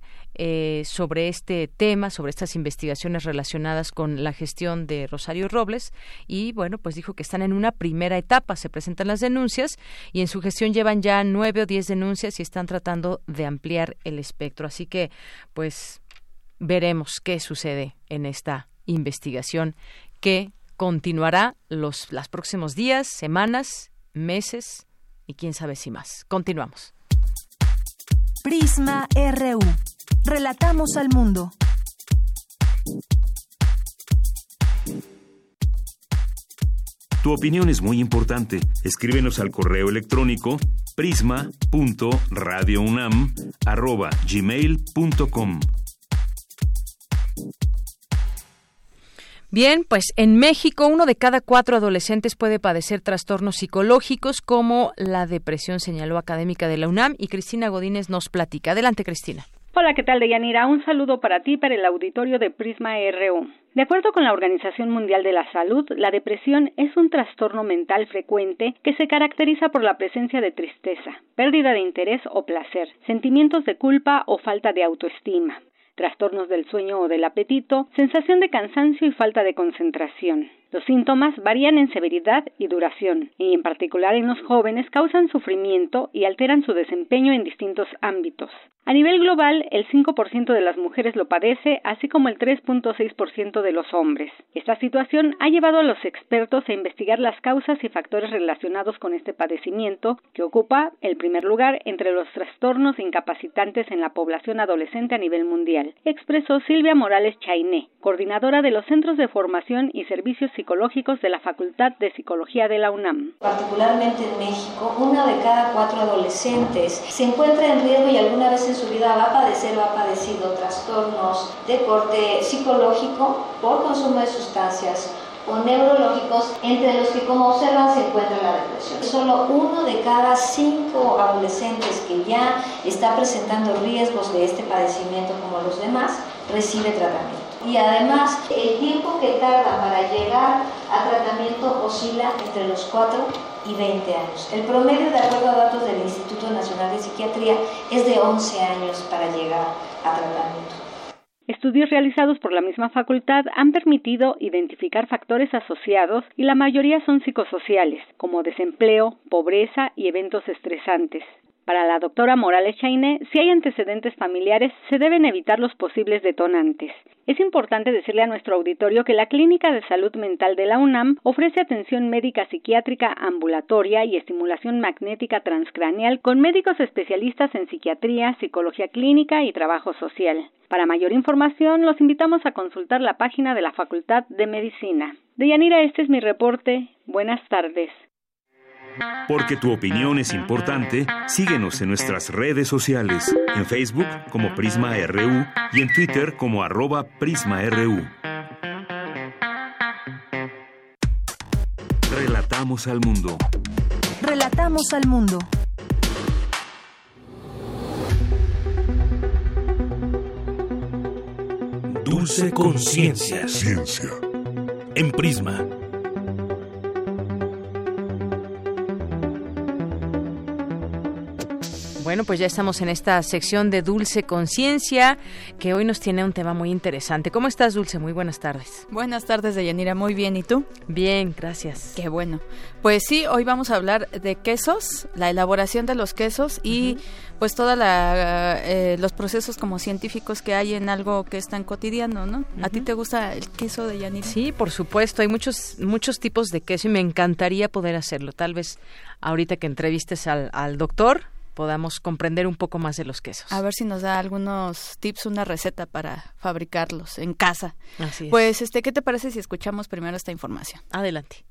[SPEAKER 3] sobre este tema, sobre estas investigaciones relacionadas con la gestión de Rosario Robles, y bueno, pues dijo que están en una primera etapa, se presentan las denuncias y en su gestión llevan ya 9 o 10 denuncias y están tratando de ampliar el espectro. Así que pues veremos qué sucede en esta investigación que continuará los próximos días, semanas, meses y quién sabe si más. Continuamos.
[SPEAKER 1] Prisma RU. Relatamos al mundo.
[SPEAKER 2] Tu opinión es muy importante. Escríbenos al correo electrónico prisma.radiounam@gmail.com.
[SPEAKER 3] Bien, pues en México 1 de cada 4 adolescentes puede padecer trastornos psicológicos como la depresión, señaló académica de la UNAM, y Cristina Godínez nos platica. Adelante, Cristina.
[SPEAKER 13] Hola, ¿qué tal, Deyanira? Un saludo para ti, para el auditorio de Prisma RU. De acuerdo con la Organización Mundial de la Salud, la depresión es un trastorno mental frecuente que se caracteriza por la presencia de tristeza, pérdida de interés o placer, sentimientos de culpa o falta de autoestima, trastornos del sueño o del apetito, sensación de cansancio y falta de concentración. Los síntomas varían en severidad y duración, y en particular en los jóvenes causan sufrimiento y alteran su desempeño en distintos ámbitos. A nivel global, el 5% de las mujeres lo padece, así como el 3.6% de los hombres. Esta situación ha llevado a los expertos a investigar las causas y factores relacionados con este padecimiento, que ocupa el primer lugar entre los trastornos incapacitantes en la población adolescente a nivel mundial, expresó Silvia Morales Chainé, coordinadora de los Centros de Formación y Servicios Psicológicos de la Facultad de Psicología de la UNAM.
[SPEAKER 15] Particularmente en México, 1 de cada 4 adolescentes se encuentra en riesgo y alguna vez en su vida va a padecer o ha padecido trastornos de corte psicológico por consumo de sustancias o neurológicos, entre los que, como observan, se encuentra la depresión. Solo 1 de cada 5 adolescentes que ya está presentando riesgos de este padecimiento como los demás, recibe tratamiento. Y además, el tiempo que tarda para llegar a tratamiento oscila entre los 4 y 20 años. El promedio, de acuerdo a datos del Instituto Nacional de Psiquiatría, es de 11 años para llegar a tratamiento.
[SPEAKER 13] Estudios realizados por la misma facultad han permitido identificar factores asociados y la mayoría son psicosociales, como desempleo, pobreza y eventos estresantes. Para la doctora Morales Chainé, si hay antecedentes familiares, se deben evitar los posibles detonantes. Es importante decirle a nuestro auditorio que la Clínica de Salud Mental de la UNAM ofrece atención médica psiquiátrica ambulatoria y estimulación magnética transcraneal con médicos especialistas en psiquiatría, psicología clínica y trabajo social. Para mayor información, los invitamos a consultar la página de la Facultad de Medicina. Deyanira, este es mi reporte. Buenas tardes.
[SPEAKER 2] Porque tu opinión es importante, síguenos en nuestras redes sociales, en Facebook como Prisma RU y en Twitter como @PrismaRU. Relatamos al mundo.
[SPEAKER 1] Relatamos al mundo.
[SPEAKER 16] Dulce Conciencia. Ciencia. En Prisma.
[SPEAKER 3] Bueno, pues ya estamos en esta sección de Dulce Conciencia, que hoy nos tiene un tema muy interesante. ¿Cómo estás, Dulce? Muy buenas tardes.
[SPEAKER 17] Buenas tardes, Deyanira. Muy bien. ¿Y tú?
[SPEAKER 3] Bien, gracias.
[SPEAKER 17] Qué bueno. Pues sí, hoy vamos a hablar de quesos, la elaboración de los quesos y pues toda los procesos como científicos que hay en algo que es tan cotidiano, ¿no? ¿A ti te gusta el queso, Deyanira?
[SPEAKER 3] Sí, por supuesto. Hay muchos tipos de queso y me encantaría poder hacerlo. Tal vez ahorita que entrevistes al doctor podamos comprender un poco más de los quesos.
[SPEAKER 17] A ver si nos da algunos tips, una receta para fabricarlos en casa.
[SPEAKER 3] Así es.
[SPEAKER 17] Pues, ¿qué te parece si escuchamos primero esta información?
[SPEAKER 3] Adelante.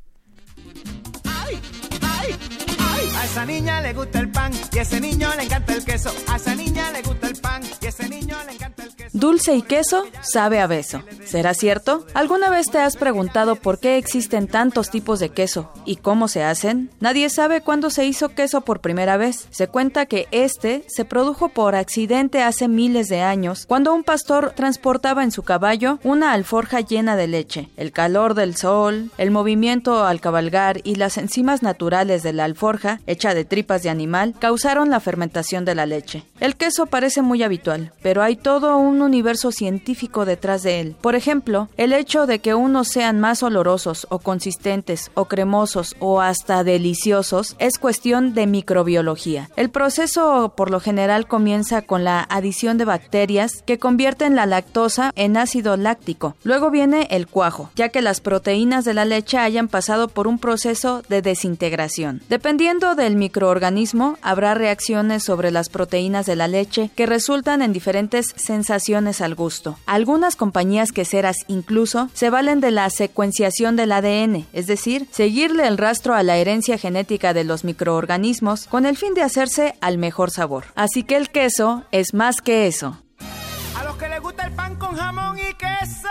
[SPEAKER 18] ¡Ay! ¡Ay! ¡Ay! A esa niña le gusta el pan y a ese niño le encanta el queso. A esa niña le gusta el pan y a ese niño le encanta el queso.
[SPEAKER 20] Dulce y queso sabe a beso. ¿Será cierto? ¿Alguna vez te has preguntado por qué existen tantos tipos de queso y cómo se hacen? Nadie sabe cuándo se hizo queso por primera vez. Se cuenta que se produjo por accidente hace miles de años, cuando un pastor transportaba en su caballo una alforja llena de leche. El calor del sol, el movimiento al cabalgar y las enzimas naturales de la alforja, hecha de tripas de animal, causaron la fermentación de la leche. El queso parece muy habitual, pero hay todo un universo científico detrás de él. Por ejemplo, el hecho de que unos sean más olorosos o consistentes o cremosos o hasta deliciosos es cuestión de microbiología. El proceso por lo general comienza con la adición de bacterias que convierten la lactosa en ácido láctico. Luego viene el cuajo, ya que las proteínas de la leche hayan pasado por un proceso de desintegración. Dependiendo del microorganismo, habrá reacciones sobre las proteínas de la leche que resultan en diferentes sensaciones al gusto. Algunas compañías queseras incluso se valen de la secuenciación del ADN, es decir, seguirle el rastro a la herencia genética de los microorganismos con el fin de hacerse al mejor sabor. Así que el queso es más que eso.
[SPEAKER 18] A los que les gusta el pan con jamón y queso.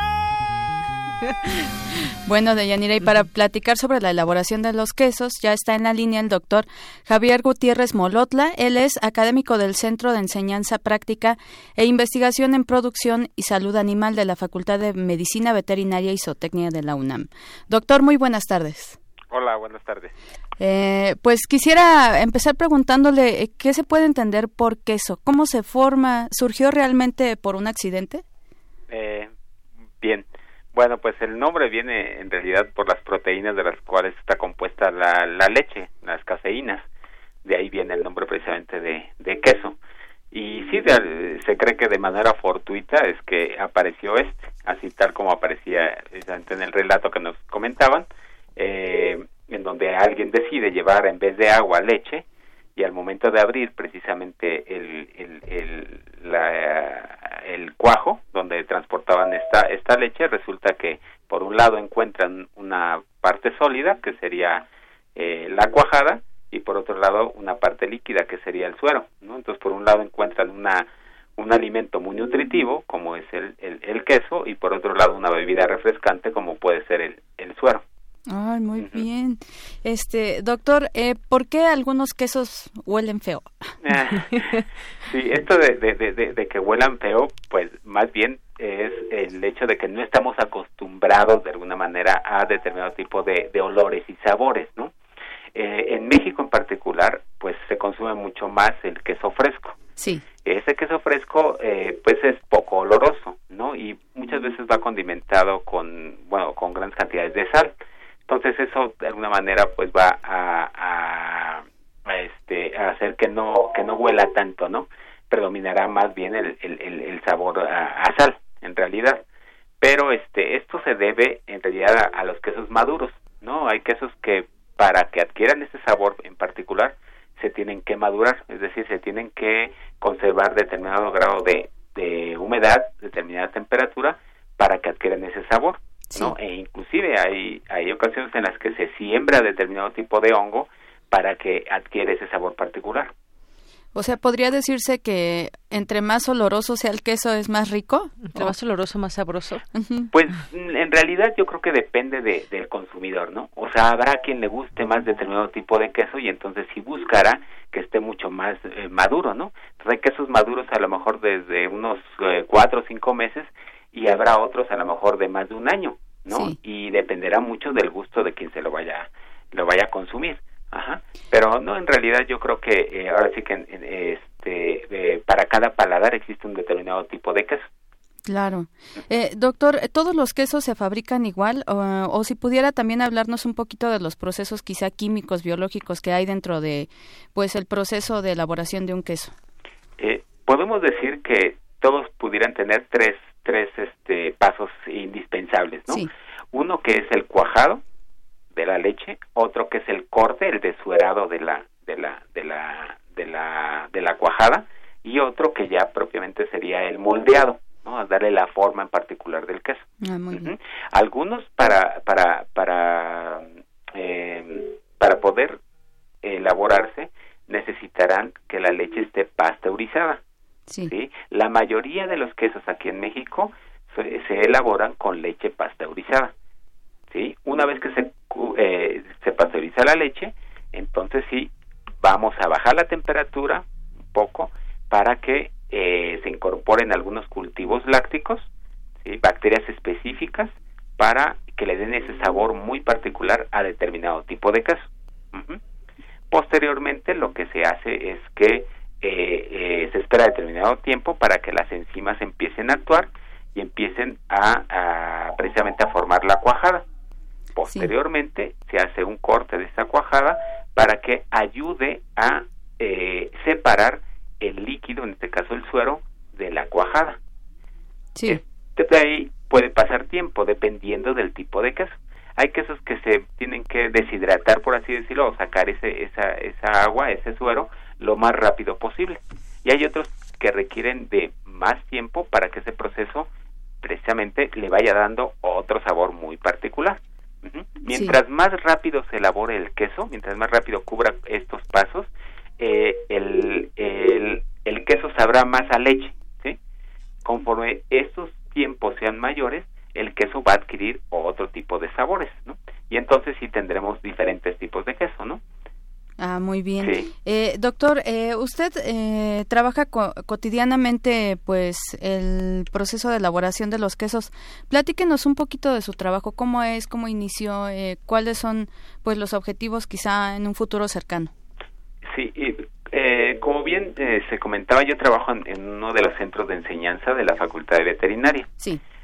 [SPEAKER 17] Bueno, Deyanira, y para platicar sobre la elaboración de los quesos, ya está en la línea el doctor Javier Gutiérrez Molotla. Él es académico del Centro de Enseñanza Práctica e Investigación en Producción y Salud Animal de la Facultad de Medicina Veterinaria y Zootecnia de la UNAM. Doctor, muy buenas tardes.
[SPEAKER 26] Hola, buenas tardes.
[SPEAKER 17] Pues quisiera empezar preguntándole qué se puede entender por queso, cómo se forma, ¿surgió realmente por un accidente?
[SPEAKER 26] Bien.
[SPEAKER 21] Bueno, pues el nombre viene en realidad por las proteínas de las cuales está compuesta la leche, las caseínas. De ahí viene el nombre precisamente de queso. Y sí, se cree que de manera fortuita es que apareció así tal como aparecía precisamente en el relato que nos comentaban, en donde alguien decide llevar en vez de agua leche, y al momento de abrir precisamente el cuajo donde transportaban esta leche, resulta que por un lado encuentran una parte sólida que sería la cuajada, y por otro lado una parte líquida que sería el suero, ¿no? Entonces por un lado encuentran un alimento muy nutritivo como es el queso, y por otro lado una bebida refrescante como puede ser el suero.
[SPEAKER 20] Ay, muy bien. Doctor, ¿por qué algunos quesos huelen feo?
[SPEAKER 21] Sí, esto de que huelan feo, pues más bien es el hecho de que no estamos acostumbrados de alguna manera a determinado tipo de olores y sabores, ¿no? En México en particular, pues se consume mucho más el queso fresco.
[SPEAKER 20] Sí.
[SPEAKER 21] Ese queso fresco, pues es poco oloroso, ¿no? Y muchas veces va condimentado con grandes cantidades de sal. Entonces eso de alguna manera pues va a hacer que no huela tanto, ¿no? Predominará más bien el sabor a sal, en realidad. Pero esto se debe en realidad a los quesos maduros, ¿no? Hay quesos que para que adquieran ese sabor en particular se tienen que madurar, es decir, se tienen que conservar determinado grado de humedad, determinada temperatura para que adquieran ese sabor, ¿no? Sí. E inclusive hay ocasiones en las que se siembra determinado tipo de hongo para que adquiere ese sabor particular.
[SPEAKER 20] O sea, ¿podría decirse que entre más oloroso sea el queso es más rico?
[SPEAKER 3] Entre más oloroso, más sabroso.
[SPEAKER 20] Uh-huh.
[SPEAKER 21] Pues en realidad yo creo que depende del consumidor, ¿no? O sea, habrá quien le guste más determinado tipo de queso y entonces sí buscará que esté mucho más maduro, ¿no? Entonces hay quesos maduros a lo mejor desde unos 4 o 5 meses y habrá otros a lo mejor de más de un año, ¿no? Sí. Y dependerá mucho del gusto de quien se lo vaya a consumir. Ajá, pero no, en realidad yo creo que ahora sí que para cada paladar existe un determinado tipo de queso.
[SPEAKER 20] Claro. Doctor, ¿todos los quesos se fabrican igual? O si pudiera también hablarnos un poquito de los procesos quizá químicos, biológicos que hay dentro de pues el proceso de elaboración de un queso.
[SPEAKER 21] Podemos decir que todos pudieran tener tres pasos indispensables, ¿no? Sí. Uno que es el cuajado de la leche, otro que es el corte, el desuerado de la cuajada, y otro que ya propiamente sería el moldeado, ¿no? A darle la forma en particular del queso.
[SPEAKER 20] Muy bien.
[SPEAKER 21] Algunos para poder elaborarse necesitarán que la leche esté pasteurizada.
[SPEAKER 20] Sí.
[SPEAKER 21] ¿Sí? La mayoría de los quesos aquí en México se elaboran con leche pasteurizada. ¿Sí? Una vez que se pasteuriza la leche, entonces sí vamos a bajar la temperatura un poco para que se incorporen algunos cultivos lácticos, ¿sí? Bacterias específicas para que le den ese sabor muy particular a determinado tipo de queso. Uh-huh. Posteriormente lo que se hace es que se espera determinado tiempo para que las enzimas empiecen a actuar y empiecen precisamente a formar la cuajada. Posteriormente se hace un corte de esta cuajada para que ayude a separar el líquido, en este caso el suero, de la cuajada.
[SPEAKER 20] Sí.
[SPEAKER 21] De ahí puede pasar tiempo dependiendo del tipo de queso. Hay quesos que se tienen que deshidratar, por así decirlo, o sacar esa agua, ese suero, lo más rápido posible. Y hay otros que requieren de más tiempo para que ese proceso precisamente le vaya dando otro sabor muy particular. Uh-huh. Mientras más rápido se elabore el queso, mientras más rápido cubra estos pasos, el queso sabrá más a leche, ¿sí? Conforme estos tiempos sean mayores, el queso va a adquirir otro tipo de sabores, ¿no? Y entonces sí tendremos diferentes tipos de queso, ¿no?
[SPEAKER 20] Ah, muy bien.
[SPEAKER 21] Sí.
[SPEAKER 20] Doctor, usted trabaja cotidianamente pues el proceso de elaboración de los quesos. Platíquenos un poquito de su trabajo, cómo inició, cuáles son pues los objetivos quizá en un futuro cercano.
[SPEAKER 21] Sí, como bien se comentaba, yo trabajo en uno de los centros de enseñanza de la Facultad de Veterinaria.
[SPEAKER 20] Sí.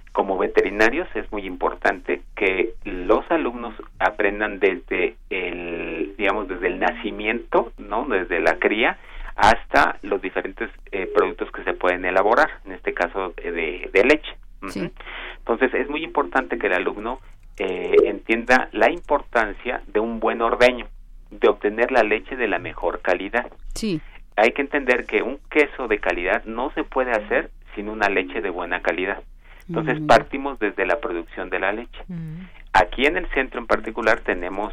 [SPEAKER 21] como veterinarios es muy importante que los alumnos aprendan desde desde el nacimiento, ¿no? Desde la cría hasta los diferentes productos que se pueden elaborar, en este caso de leche. Sí. Entonces es muy importante que el alumno entienda la importancia de un buen ordeño, de obtener la leche de la mejor calidad.
[SPEAKER 17] Sí.
[SPEAKER 21] Hay que entender que un queso de calidad no se puede hacer sin una leche de buena calidad. Entonces partimos desde la producción de la leche. Aquí en el centro en particular tenemos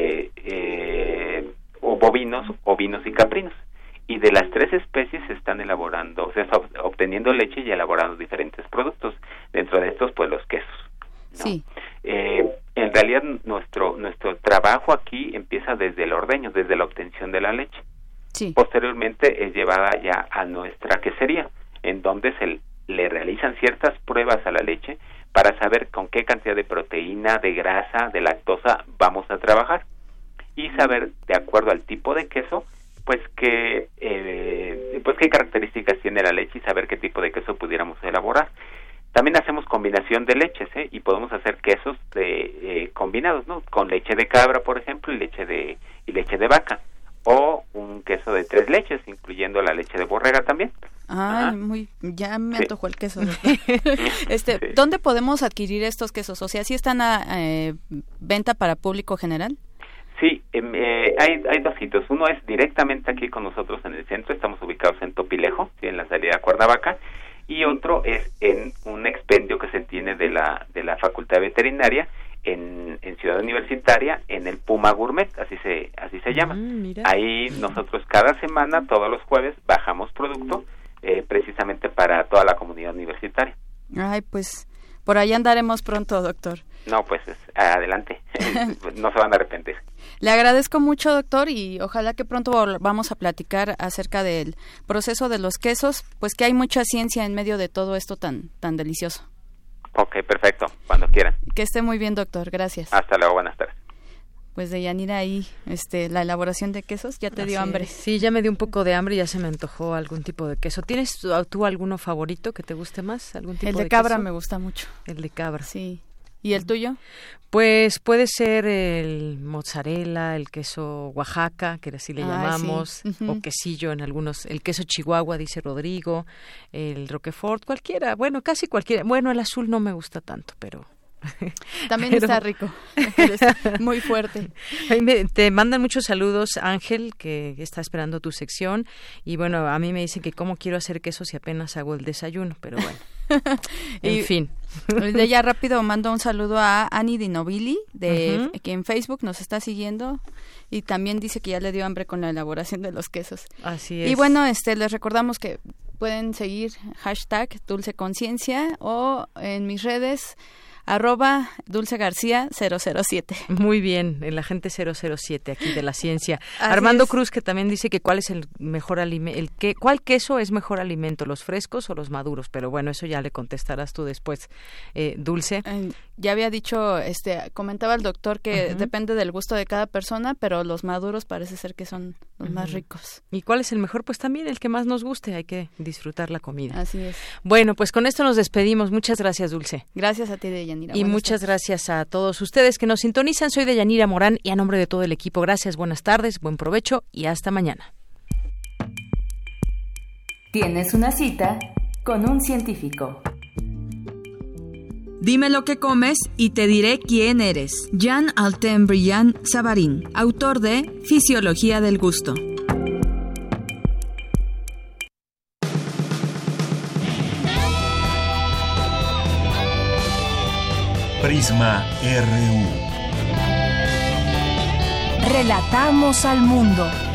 [SPEAKER 21] bovinos, ovinos y caprinos. Y de las 3 especies se están elaborando, o sea, obteniendo leche y elaborando diferentes productos. Dentro de estos, pues los quesos, ¿no?
[SPEAKER 17] Sí.
[SPEAKER 21] En realidad nuestro trabajo aquí empieza desde el ordeño, desde la obtención de la leche.
[SPEAKER 17] Sí.
[SPEAKER 21] Posteriormente es llevada ya a nuestra quesería, en donde le realizan ciertas pruebas a la leche para saber con qué cantidad de proteína, de grasa, de lactosa vamos a trabajar y saber, de acuerdo al tipo de queso, pues qué características tiene la leche y saber qué tipo de queso pudiéramos elaborar. También hacemos combinación de leches, y podemos hacer quesos combinados, ¿no? Con leche de cabra, por ejemplo, y leche de vaca, o un queso de 3 leches, incluyendo la leche de borrega también.
[SPEAKER 17] Ya me antojó el queso. ¿Dónde podemos adquirir estos quesos? O sea, ¿sí están a venta para público general?
[SPEAKER 21] Sí, hay 2 sitios. Uno es directamente aquí con nosotros en el centro, estamos ubicados en Topilejo, ¿sí? En la salida a Cuernavaca, y otro es en un expendio que se tiene de la Facultad de Veterinaria en Ciudad Universitaria, en el Puma Gourmet, así se llama. Ahí nosotros cada semana, todos los jueves, bajamos producto precisamente para toda la comunidad universitaria.
[SPEAKER 17] Ay, pues por ahí andaremos pronto, doctor.
[SPEAKER 21] No, pues adelante, no se van a arrepentir.
[SPEAKER 17] Le agradezco mucho, doctor, y ojalá que pronto vamos a platicar acerca del proceso de los quesos, pues que hay mucha ciencia en medio de todo esto tan delicioso.
[SPEAKER 21] Ok, perfecto, cuando quieran.
[SPEAKER 17] Que esté muy bien, doctor, gracias.
[SPEAKER 21] Hasta luego, buenas tardes.
[SPEAKER 17] Pues Deyanira, ahí la elaboración de quesos, ¿ya te dio hambre?
[SPEAKER 3] Sí, ya me dio un poco de hambre y ya se me antojó algún tipo de queso. ¿Tienes tú alguno favorito que te guste más? ¿Algún tipo
[SPEAKER 17] de cabra queso? Me gusta mucho.
[SPEAKER 3] El de cabra.
[SPEAKER 17] Sí. ¿Y el tuyo?
[SPEAKER 3] Pues puede ser el mozzarella, el queso Oaxaca, que así le llamamos, sí. O quesillo en algunos, el queso Chihuahua, dice Rodrigo, el Roquefort, cualquiera, bueno, casi cualquiera. Bueno, el azul no me gusta tanto, pero...
[SPEAKER 17] También está rico, está muy fuerte.
[SPEAKER 3] Te mandan muchos saludos, Ángel, que está esperando tu sección, y bueno, a mí me dicen que cómo quiero hacer queso si apenas hago el desayuno, pero bueno. En fin.
[SPEAKER 17] De ya rápido mando un saludo a Ani Di Nobili, que en Facebook nos está siguiendo, y también dice que ya le dio hambre con la elaboración de los quesos.
[SPEAKER 3] Así es.
[SPEAKER 17] Y bueno, les recordamos que pueden seguir #DulceConciencia o en mis redes @DulceGarcía007.
[SPEAKER 3] Muy bien, el agente 007 aquí de la ciencia.
[SPEAKER 17] Así
[SPEAKER 3] Armando
[SPEAKER 17] es.
[SPEAKER 3] Cruz, que también dice que cuál es el mejor alimento, ¿cuál queso es mejor alimento, los frescos o los maduros? Pero bueno, eso ya le contestarás tú después, Dulce.
[SPEAKER 17] Ya había dicho, comentaba el doctor que depende del gusto de cada persona, pero los maduros parece ser que son los más ricos.
[SPEAKER 3] ¿Y cuál es el mejor? Pues también el que más nos guste, hay que disfrutar la comida.
[SPEAKER 17] Así es.
[SPEAKER 3] Bueno, pues con esto nos despedimos. Muchas gracias, Dulce.
[SPEAKER 17] Gracias a ti, Deyanira.
[SPEAKER 3] Y muchas gracias a todos ustedes que nos sintonizan. Soy Deyanira Morán y a nombre de todo el equipo, gracias, buenas tardes, buen provecho y hasta mañana.
[SPEAKER 5] Tienes una cita con un científico.
[SPEAKER 20] Dime lo que comes y te diré quién eres. Jean Alten-Briand Savarin, autor de Fisiología del Gusto.
[SPEAKER 16] Prisma RU.
[SPEAKER 1] Relatamos al mundo.